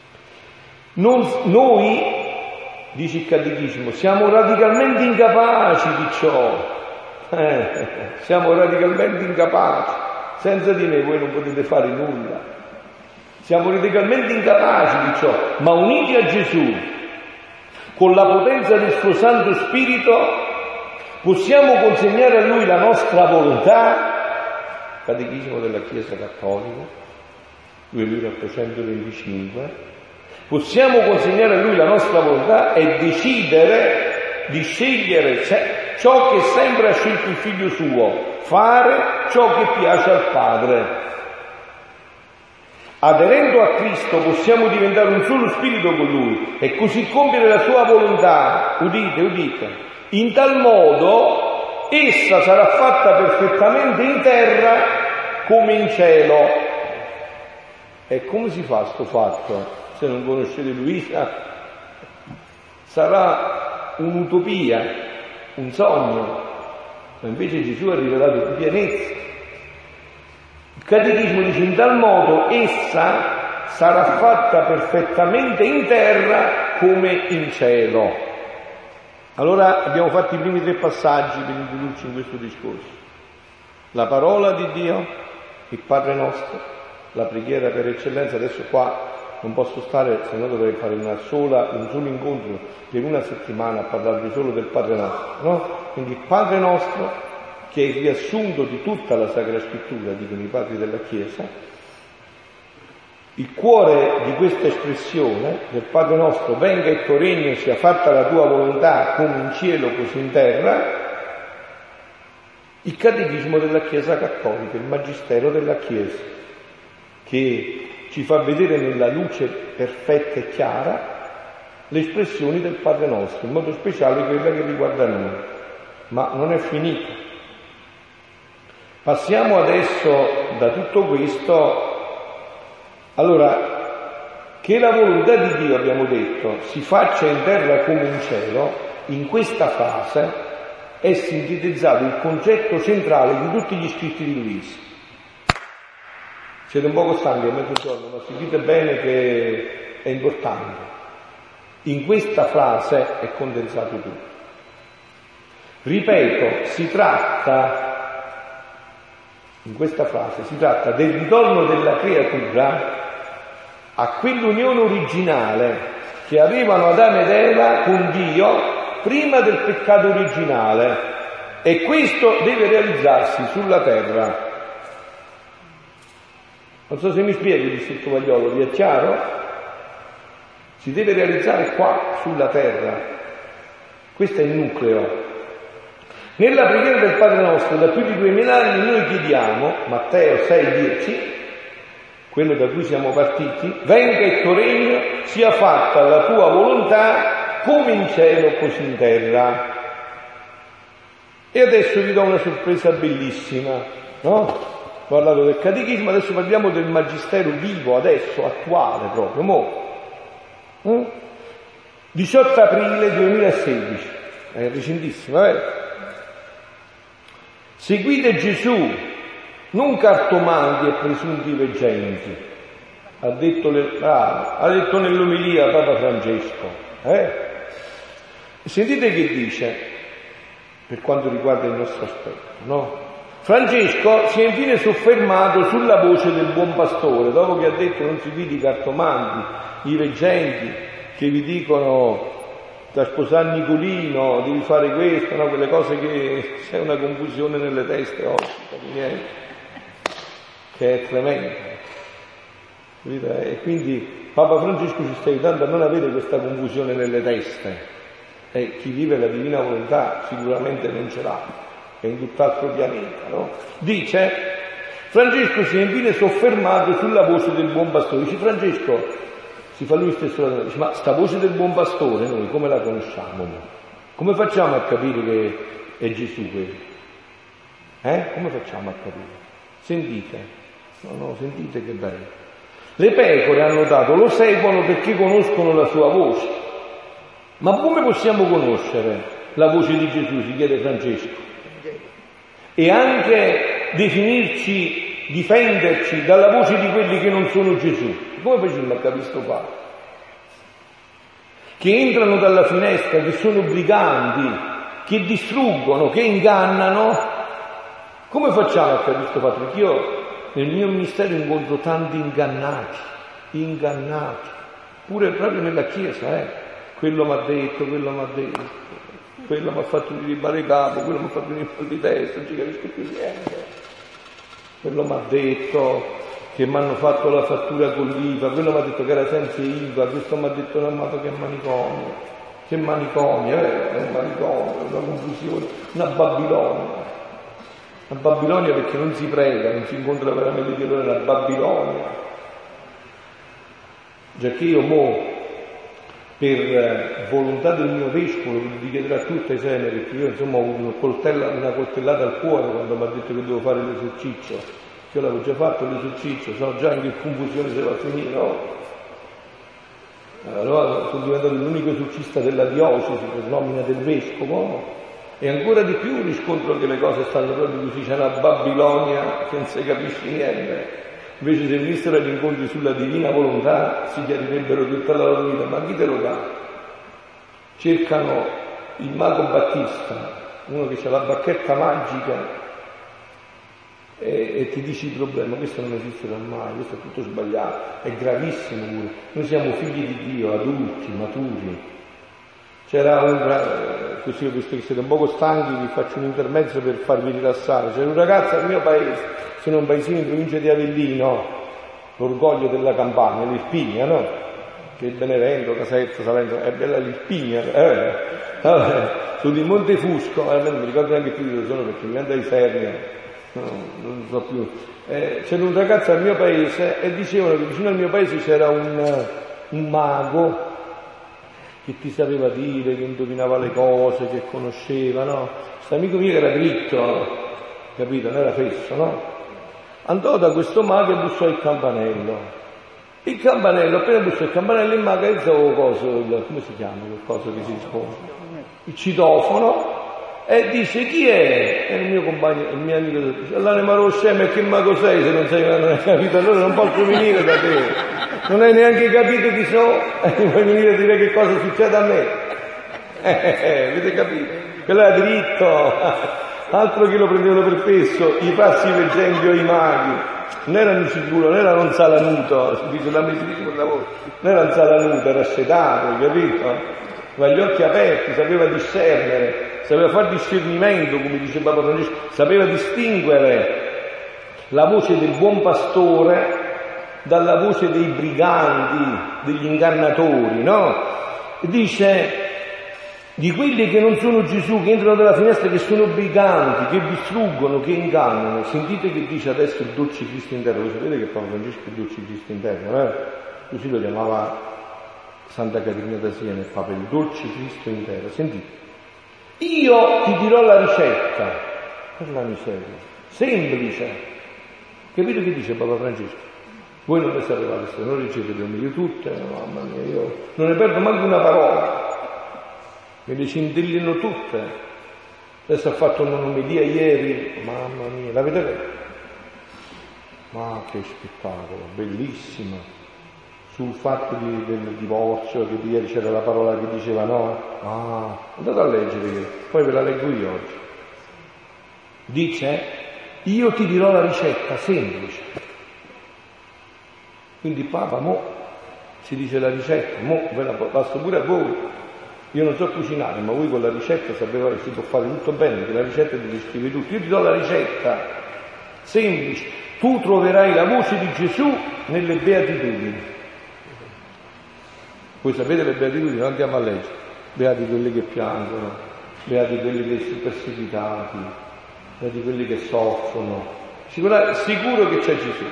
Non, noi, dice il Catechismo, siamo radicalmente incapaci di ciò. Eh, siamo radicalmente incapaci. Senza di me voi non potete fare nulla. Siamo radicalmente incapaci di ciò, ma uniti a Gesù, con la potenza del suo Santo Spirito, possiamo consegnare a Lui la nostra volontà. Catechismo della Chiesa Cattolica, duemilaottocentoventicinque. Possiamo consegnare a Lui la nostra volontà e decidere di scegliere ciò che sempre ha scelto il Figlio suo, fare ciò che piace al Padre. Aderendo a Cristo possiamo diventare un solo spirito con Lui e così compiere la sua volontà. Udite, udite. In tal modo essa sarà fatta perfettamente in terra come in cielo. E come si fa sto fatto? Se non conoscete Luisa, sarà un'utopia, un sogno, ma invece Gesù ha rivelato di pienezza. Il Catechismo dice: in tal modo essa sarà fatta perfettamente in terra come in cielo. Allora abbiamo fatto i primi tre passaggi per introdurci in questo discorso: la parola di Dio, il Padre nostro, la preghiera per eccellenza. Adesso qua non posso stare, se no dovrei fare una sola, un solo incontro per una settimana a parlarvi solo del Padre nostro, no? Quindi il Padre nostro, che è il riassunto di tutta la Sacra Scrittura, dicono i padri della Chiesa. Il cuore di questa espressione del Padre nostro: venga il tuo regno, sia fatta la tua volontà come in cielo così in terra, il Catechismo della Chiesa Cattolica, il Magistero della Chiesa, che ci fa vedere nella luce perfetta e chiara le espressioni del Padre nostro, in modo speciale quella che riguarda noi. Ma non è finita. Passiamo adesso da tutto questo. Allora, che la volontà di Dio, abbiamo detto, si faccia in terra come in cielo, in questa fase è sintetizzato il concetto centrale di tutti gli scritti di Luisa. Siete un poco stanchi a mezzogiorno, ma sentite bene che è importante. In questa frase è condensato tutto. Ripeto, si tratta, in questa frase, si tratta del ritorno della creatura a quell'unione originale che avevano Adamo ed Eva con Dio prima del peccato originale, e questo deve realizzarsi sulla terra. Non so se mi spiego, disse il tovagliolo, vi è chiaro? Si deve realizzare qua, sulla terra. Questo è il nucleo. Nella preghiera del Padre nostro da più di duemila anni noi chiediamo, Matteo sei dieci, quello da cui siamo partiti: venga il tuo regno, sia fatta la tua volontà come in cielo così in terra. E adesso vi do una sorpresa bellissima, no? ho parlato del catechismo, adesso parliamo del magistero vivo, adesso, attuale proprio, mo. Mm? diciotto aprile duemilasedici, è recentissimo, eh? Seguite Gesù, non cartomanti e presunti veggenti, ha detto, le, ah, ha detto nell'omelia Papa Francesco. Eh? Sentite che dice, per quanto riguarda il nostro aspetto, no? Francesco si è infine soffermato sulla voce del buon pastore, dopo che ha detto non si fidi i cartomanti, i veggenti, che vi dicono da sposare Nicolino, devi fare questo, no? Quelle cose che c'è una confusione nelle teste oggi, niente, che è tremenda. E quindi Papa Francesco ci sta aiutando a non avere questa confusione nelle teste, e chi vive la divina volontà sicuramente non ce l'ha, è in tutt'altro pianeta, no? Dice, Francesco si è infine soffermato sulla voce del buon pastore. Dice Francesco, si fa lui stesso la domanda, dice, ma sta voce del buon pastore noi come la conosciamo? Come facciamo a capire che è Gesù quello? Eh? Come facciamo a capire? Sentite, no, no, sentite che bello. Le pecore, hanno dato, lo seguono perché conoscono la sua voce. Ma come possiamo conoscere la voce di Gesù, si chiede Francesco? E anche definirci, difenderci dalla voce di quelli che non sono Gesù. Come facciamo a capire sto fatto? Che entrano dalla finestra, che sono briganti, che distruggono, che ingannano. Come facciamo a capire sto fatto? Perché io nel mio ministero incontro tanti ingannati, ingannati, pure proprio nella Chiesa, eh. Quello mi ha detto, quello mi ha detto, quello mi ha fatto ribare il capo, quello mi ha fatto venire mal di testa, non ci capisco più niente. Quello mi ha detto che mi hanno fatto la fattura con l'I V A, quello mi ha detto che era senza I V A, questo mi ha detto no, amato che manicomio, che manicomio, eh, è un manicomio, una confusione, una Babilonia. La Babilonia perché non si prega, non si incontra veramente Dio, è la Babilonia. Giacché io mo, per volontà del mio vescovo, lo richiederò a tutte le sere, perché io insomma ho una, coltella, una coltellata al cuore quando mi ha detto che devo fare l'esercizio. Io l'avevo già fatto l'esercizio, so già in che confusione se va a finire, no? Allora sono diventato l'unico esorcista della diocesi per nomina del vescovo. E ancora di più riscontro che le cose stanno proprio così, c'è una Babilonia che non si capisce niente. Invece se venissero agli incontri sulla divina volontà si chiarirebbero tutta la loro vita, ma chi te lo dà? Cercano il mago Battista, uno che ha la bacchetta magica e, e ti dice il problema, questo non esisterà mai, questo è tutto sbagliato, è gravissimo pure. Noi siamo figli di Dio, adulti, maturi. C'era un, così visto che siete un poco stanchi, vi faccio un intermezzo per farvi rilassare. C'era un ragazzo al mio paese, sono un paesino in provincia di Avellino, l'orgoglio della Campania, l'Irpinia, no? Che è Benevento, Caserta, Salento, è bella l'Irpinia, eh? Vabbè, sono di Montefusco, eh, non mi ricordo neanche più dove sono perché mi viene da Isernia, no, non so più. Eh, c'era un ragazzo al mio paese e dicevano che vicino al mio paese c'era un, un mago che ti sapeva dire, che indovinava le cose, che conosceva, no? Questo amico mio era dritto, capito? Non era fesso, no? Andò da questo mago e bussò il campanello. Il campanello, appena bussò il campanello, il mago alzò coso, come si chiama quel coso che si risponde? Il citofono, e dice chi è? È il mio compagno, il mio amico, dice, all'anima roscema, che mago sei se non sei, non hai capito? Allora non posso venire da te. Non hai neanche capito chi sono e vuoi venire a dire che cosa succede a me? Eh, eh, avete capito? Quello era dritto, altro che lo prendevano per fesso, i passi veggenti o i maghi. Non era un sicuro, non era un salanuto, si dice la metrice per la voce, non era un salanuto, era scetato, capito? Aveva gli occhi aperti, sapeva discernere, sapeva fare discernimento, come dice Papa Francesco, sapeva distinguere la voce del buon pastore dalla voce dei briganti, degli ingannatori, no? Dice di quelli che non sono Gesù, che entrano dalla finestra, che sono briganti, che distruggono, che ingannano. Sentite che dice adesso il dolce Cristo in terra. Lo sapete che Papa Francesco è il dolce Cristo in terra, eh? Così lo chiamava Santa Caterina da Siena, il Papa, il dolce Cristo in terra. Sentite, io ti dirò la ricetta per la miseria, semplice. Capito che dice Papa Francesco? Voi non le sapevate, se non ricevete le omelie tutte, mamma mia, io non ne perdo manco una parola, me le scintillino tutte. Adesso ha fatto un'omelia ieri, mamma mia, l'avete letto? Ma che spettacolo, bellissima, sul fatto di, del divorzio, che ieri c'era la parola che diceva no, ah, andate a leggere io, poi ve la leggo io oggi. Dice, io ti dirò la ricetta, semplice. Quindi Papa, mo, si dice la ricetta, mo, ve la passo pure a voi. Io non so cucinare, ma voi con la ricetta sapete che si può fare tutto bene, che la ricetta ti descrive tutto. Io ti do la ricetta, semplice. Tu troverai la voce di Gesù nelle beatitudini. Voi sapete le beatitudini, non andiamo a leggere. Beati quelli che piangono, beati quelli che sono perseguitati, beati quelli che soffrono. Sicuro, sicuro che c'è Gesù.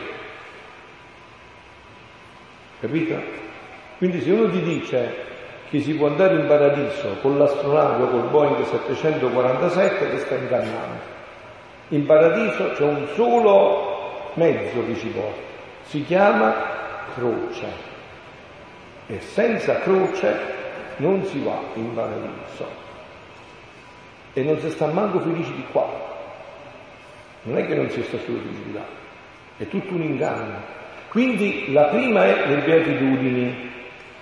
Capito? Quindi se uno ti dice che si può andare in paradiso con l'astronave o col Boeing settecentoquarantasette, ti sta ingannando. In paradiso c'è un solo mezzo che ci porta, si chiama croce. E senza croce non si va in paradiso. E non si sta manco felici di qua. Non è che non si sta solo felici di là. È tutto un inganno. Quindi la prima è le beatitudini.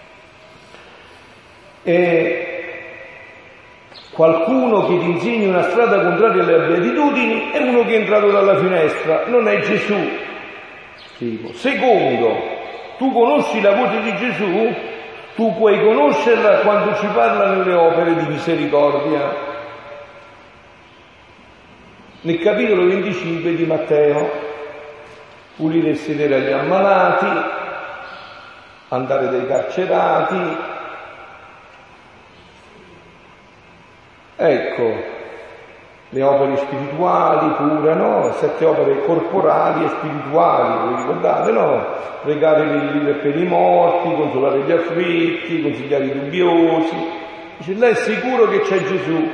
E qualcuno che ti insegna una strada contraria alle beatitudini è uno che è entrato dalla finestra, non è Gesù. Tipo. Secondo, tu conosci la voce di Gesù, tu puoi conoscerla quando ci parla nelle opere di misericordia. Nel capitolo venticinque di Matteo, pulire il sedere agli ammalati, andare dai carcerati. Ecco, le opere spirituali pure, no? Sette opere corporali e spirituali, vi ricordate, no? Pregare per i morti, consolare gli afflitti, consigliare i dubbiosi. Dice, lei è sicuro che c'è Gesù.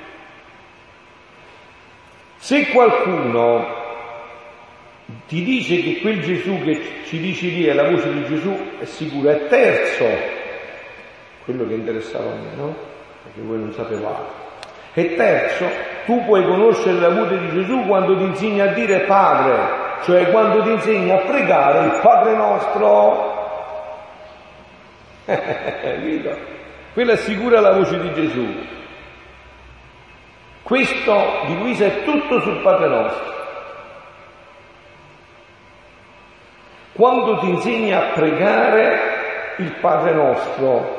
Se qualcuno ti dice che quel Gesù che ci dici lì è la voce di Gesù, è sicuro. È terzo, quello che interessava a me, no? Perché voi non sapevate. E terzo, tu puoi conoscere la voce di Gesù quando ti insegna a dire Padre, cioè quando ti insegna a pregare il Padre nostro. Quella è sicura la voce di Gesù. Questo di Luisa è tutto sul Padre nostro. Quando ti insegna a pregare il Padre nostro,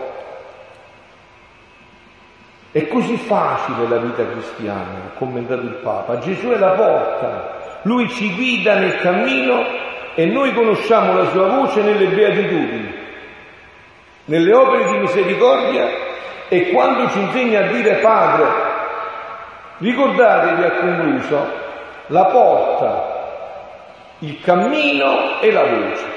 è così facile la vita cristiana, ha commentato il Papa. Gesù è la porta, Lui ci guida nel cammino e noi conosciamo la sua voce nelle beatitudini, nelle opere di misericordia e quando ci insegna a dire Padre. Ricordatevi, ha concluso, la porta, il cammino e la voce.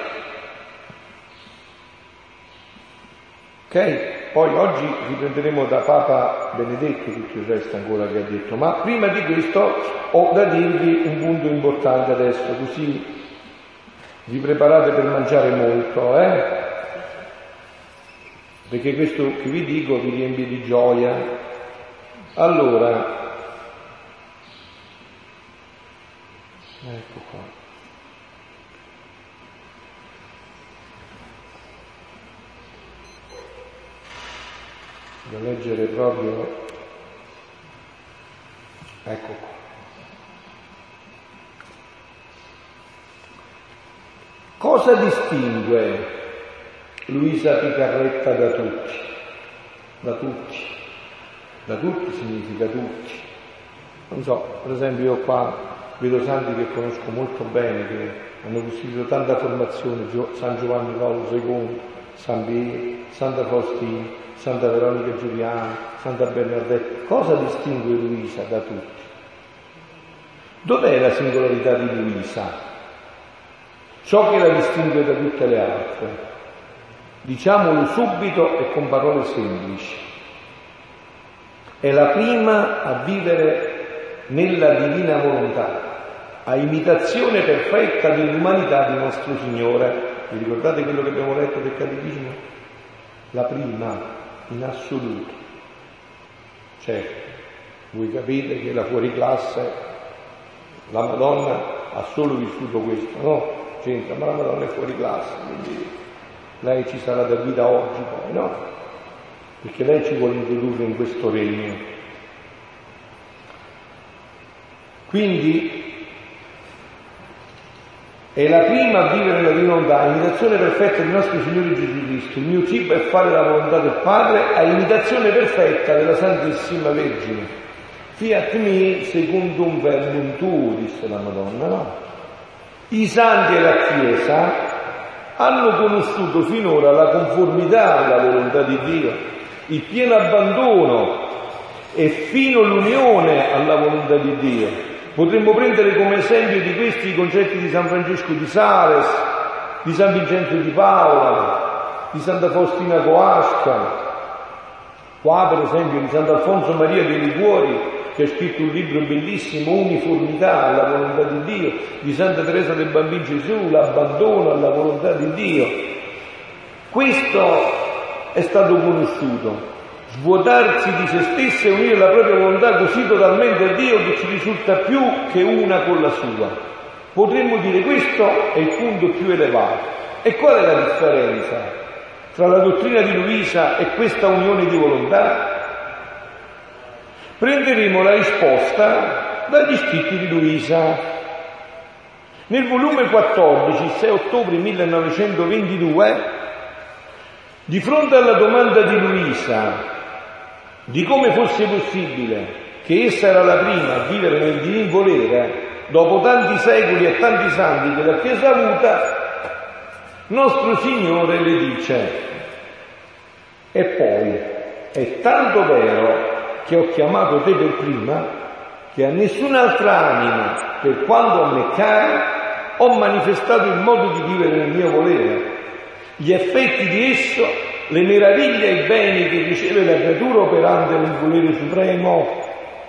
Ok? Poi oggi riprenderemo da Papa Benedetto tutto il resto ancora che ha detto, ma prima di questo ho da dirvi un punto importante adesso, così vi preparate per mangiare molto, eh? Perché questo che vi dico vi riempie di gioia. Allora, ecco qua. Da leggere proprio, ecco qua. Cosa distingue Luisa Picarretta da tutti? Da tutti. Da tutti significa tutti. Non so, per esempio io qua vedo santi che conosco molto bene, che hanno costituito tanta formazione, San Giovanni Paolo secondo, San Pietro, Santa Faustina, Santa Veronica Giuliana, Santa Bernadetta. Cosa distingue Luisa da tutti? Dov'è la singolarità di Luisa? Ciò che la distingue da tutte le altre. Diciamolo subito e con parole semplici. È la prima a vivere nella divina volontà, a imitazione perfetta dell'umanità di nostro Signore. Vi ricordate quello che abbiamo letto del Catechismo? La prima, in assoluto. Certo, voi capite che la fuoriclasse, la Madonna ha solo vissuto questo, no? C'entra, ma la Madonna è fuori classe, quindi lei ci sarà da qui da oggi poi, no? Perché lei ci vuole introdurre in questo regno. Quindi è la prima a vivere la divina volontà, a imitazione perfetta del nostro Signore Gesù Cristo. Il mio cibo è fare la volontà del Padre, a imitazione perfetta della Santissima Vergine. Fiat me secundum verbum tuo, disse la Madonna, no? I santi e la Chiesa hanno conosciuto finora la conformità alla volontà di Dio, il pieno abbandono e fino all'unione alla volontà di Dio. Potremmo prendere come esempio di questi i concetti di San Francesco di Sales, di San Vincenzo di Paola, di Santa Faustina Coasca, qua per esempio di Sant'Alfonso Maria dei Liguori, che ha scritto un libro bellissimo, Uniformità alla volontà di Dio, di Santa Teresa del Bambino Gesù, l'abbandono alla volontà di Dio. Questo è stato conosciuto. Svuotarsi di se stessa e unire la propria volontà così totalmente a Dio che ci risulta più che una con la sua. Potremmo dire questo è il punto più elevato. E qual è la differenza tra la dottrina di Luisa e questa unione di volontà? Prenderemo la risposta dagli scritti di Luisa. Nel volume quattordici, sei ottobre millenovecentoventidue, di fronte alla domanda di Luisa di come fosse possibile che essa era la prima a vivere nel divin volere, dopo tanti secoli e tanti santi che la Chiesa ha avuta, nostro Signore le dice: e poi è tanto vero che ho chiamato te per prima, che a nessun'altra anima, per quanto a me cara, ho manifestato il modo di vivere nel mio volere, gli effetti di esso, le meraviglie e i beni che riceve la creatura operante nel volere supremo.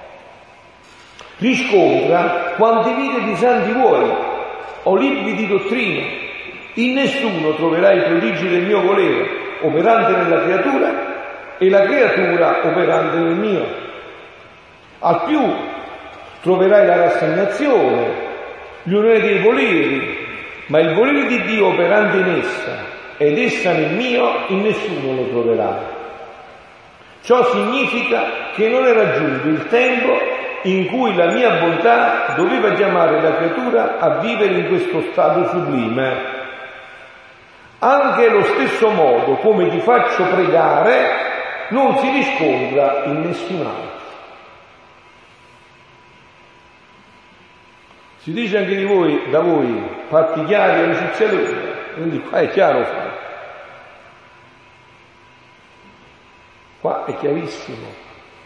Riscontra quanti vite di santi vuoi, o libri di dottrina, in nessuno troverai i prodigi del mio volere, operante nella creatura, e la creatura operante nel mio. Al più troverai la rassegnazione, l'unione dei voleri, ma il volere di Dio operante in essa ed essa nel mio, in nessuno lo troverai. Ciò significa che non era giunto il tempo in cui la mia bontà doveva chiamare la creatura a vivere in questo stato sublime. Anche allo stesso modo come ti faccio pregare non si riscontra in nessun altro. Si dice anche di voi, da voi, fatti chiari, amicizia lunga, quindi qua è chiaro fatto. Qua è chiarissimo.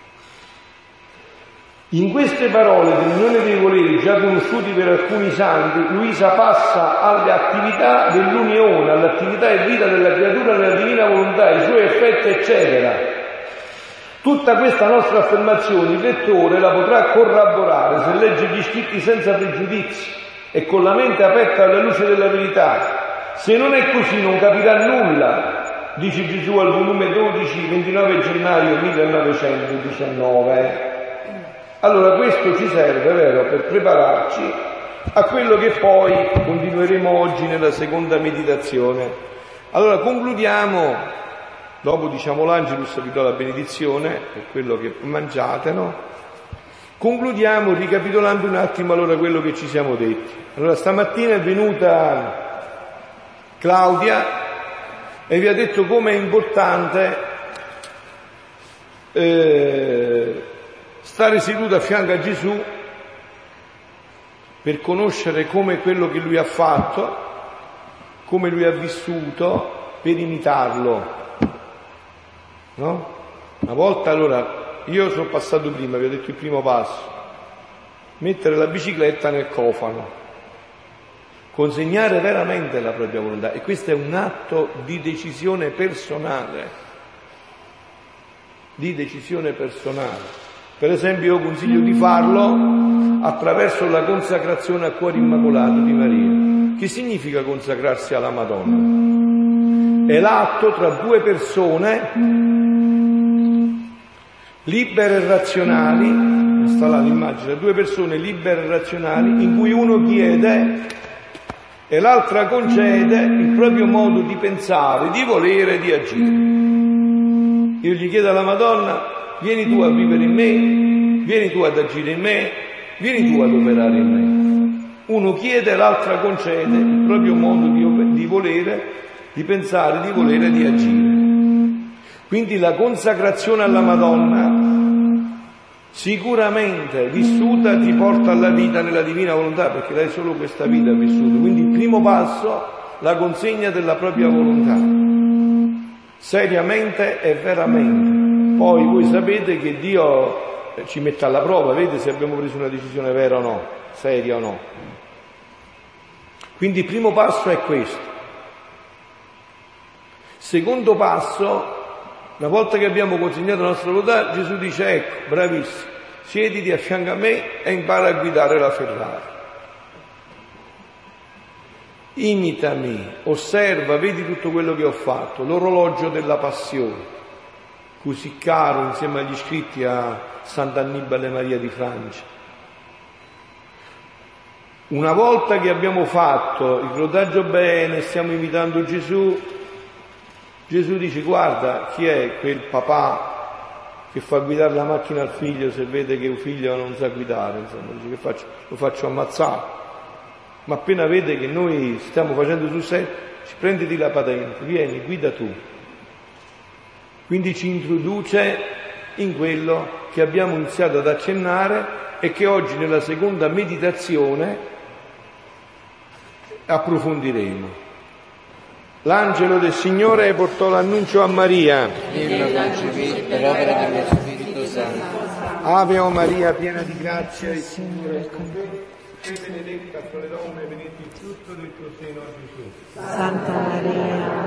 In queste parole dell'unione dei voleri già conosciuti per alcuni santi, Luisa passa alle attività dell'unione, all'attività e vita della creatura nella divina volontà, i suoi effetti, eccetera. Tutta questa nostra affermazione il lettore la potrà corroborare se legge gli scritti senza pregiudizi e con la mente aperta alla luce della verità. Se non è così non capirà nulla, dice Gesù al volume dodici, ventinove gennaio millenovecentodiciannove. Allora questo ci serve, vero, per prepararci a quello che poi continueremo oggi nella seconda meditazione. Allora concludiamo, dopo diciamo l'Angelus, vi do la benedizione per quello che mangiate, no? Concludiamo ricapitolando un attimo allora quello che ci siamo detti. Allora stamattina è venuta Claudia e vi ha detto come è importante eh, stare seduto a fianco a Gesù per conoscere come quello che lui ha fatto, come lui ha vissuto, per imitarlo, no? Una volta allora, io sono passato prima, vi ho detto il primo passo, mettere la bicicletta nel cofano, consegnare veramente la propria volontà, e questo è un atto di decisione personale, di decisione personale. Per esempio io consiglio di farlo attraverso la consacrazione al cuore immacolato di Maria. Che significa consacrarsi alla Madonna? È l'atto tra due persone libere e razionali, sta là l'immagine, due persone libere e razionali in cui uno chiede e l'altra concede il proprio modo di pensare, di volere, di agire. Io gli chiedo alla Madonna: vieni tu a vivere in me, vieni tu ad agire in me, vieni tu ad operare in me. Uno chiede e l'altra concede il proprio modo di, di volere, di pensare, di volere, di agire. Quindi la consacrazione alla Madonna, sicuramente vissuta, ti porta alla vita nella divina volontà, perché lei solo questa vita ha vissuto. Quindi il primo passo, la consegna della propria volontà, seriamente e veramente. Poi voi sapete che Dio ci mette alla prova, vede se abbiamo preso una decisione vera o no, seria o no. Quindi il primo passo è questo. Secondo passo, una volta che abbiamo consegnato la nostra volontà, Gesù dice: ecco, bravissimo, siediti a fianco a me e impara a guidare la Ferrari. Imitami, osserva, vedi tutto quello che ho fatto, l'orologio della passione, così caro insieme agli scritti a Sant'Annibale Maria di Francia. Una volta che abbiamo fatto il rodaggio bene, stiamo imitando Gesù, Gesù dice: guarda chi è quel papà che fa guidare la macchina al figlio se vede che un figlio non sa guidare, insomma, dice: che faccio? Lo faccio ammazzare. Ma appena vede che noi stiamo facendo sul serio, prenditi la patente, vieni, guida tu. Quindi ci introduce in quello che abbiamo iniziato ad accennare e che oggi nella seconda meditazione approfondiremo. L'angelo del Signore portò l'annuncio a Maria. Per opera dello Spirito Santo. Ave o Maria, piena di grazia, il Signore è con te. Sei benedetta fra le donne, benedetto il frutto del tuo seno, Gesù. Santa Maria,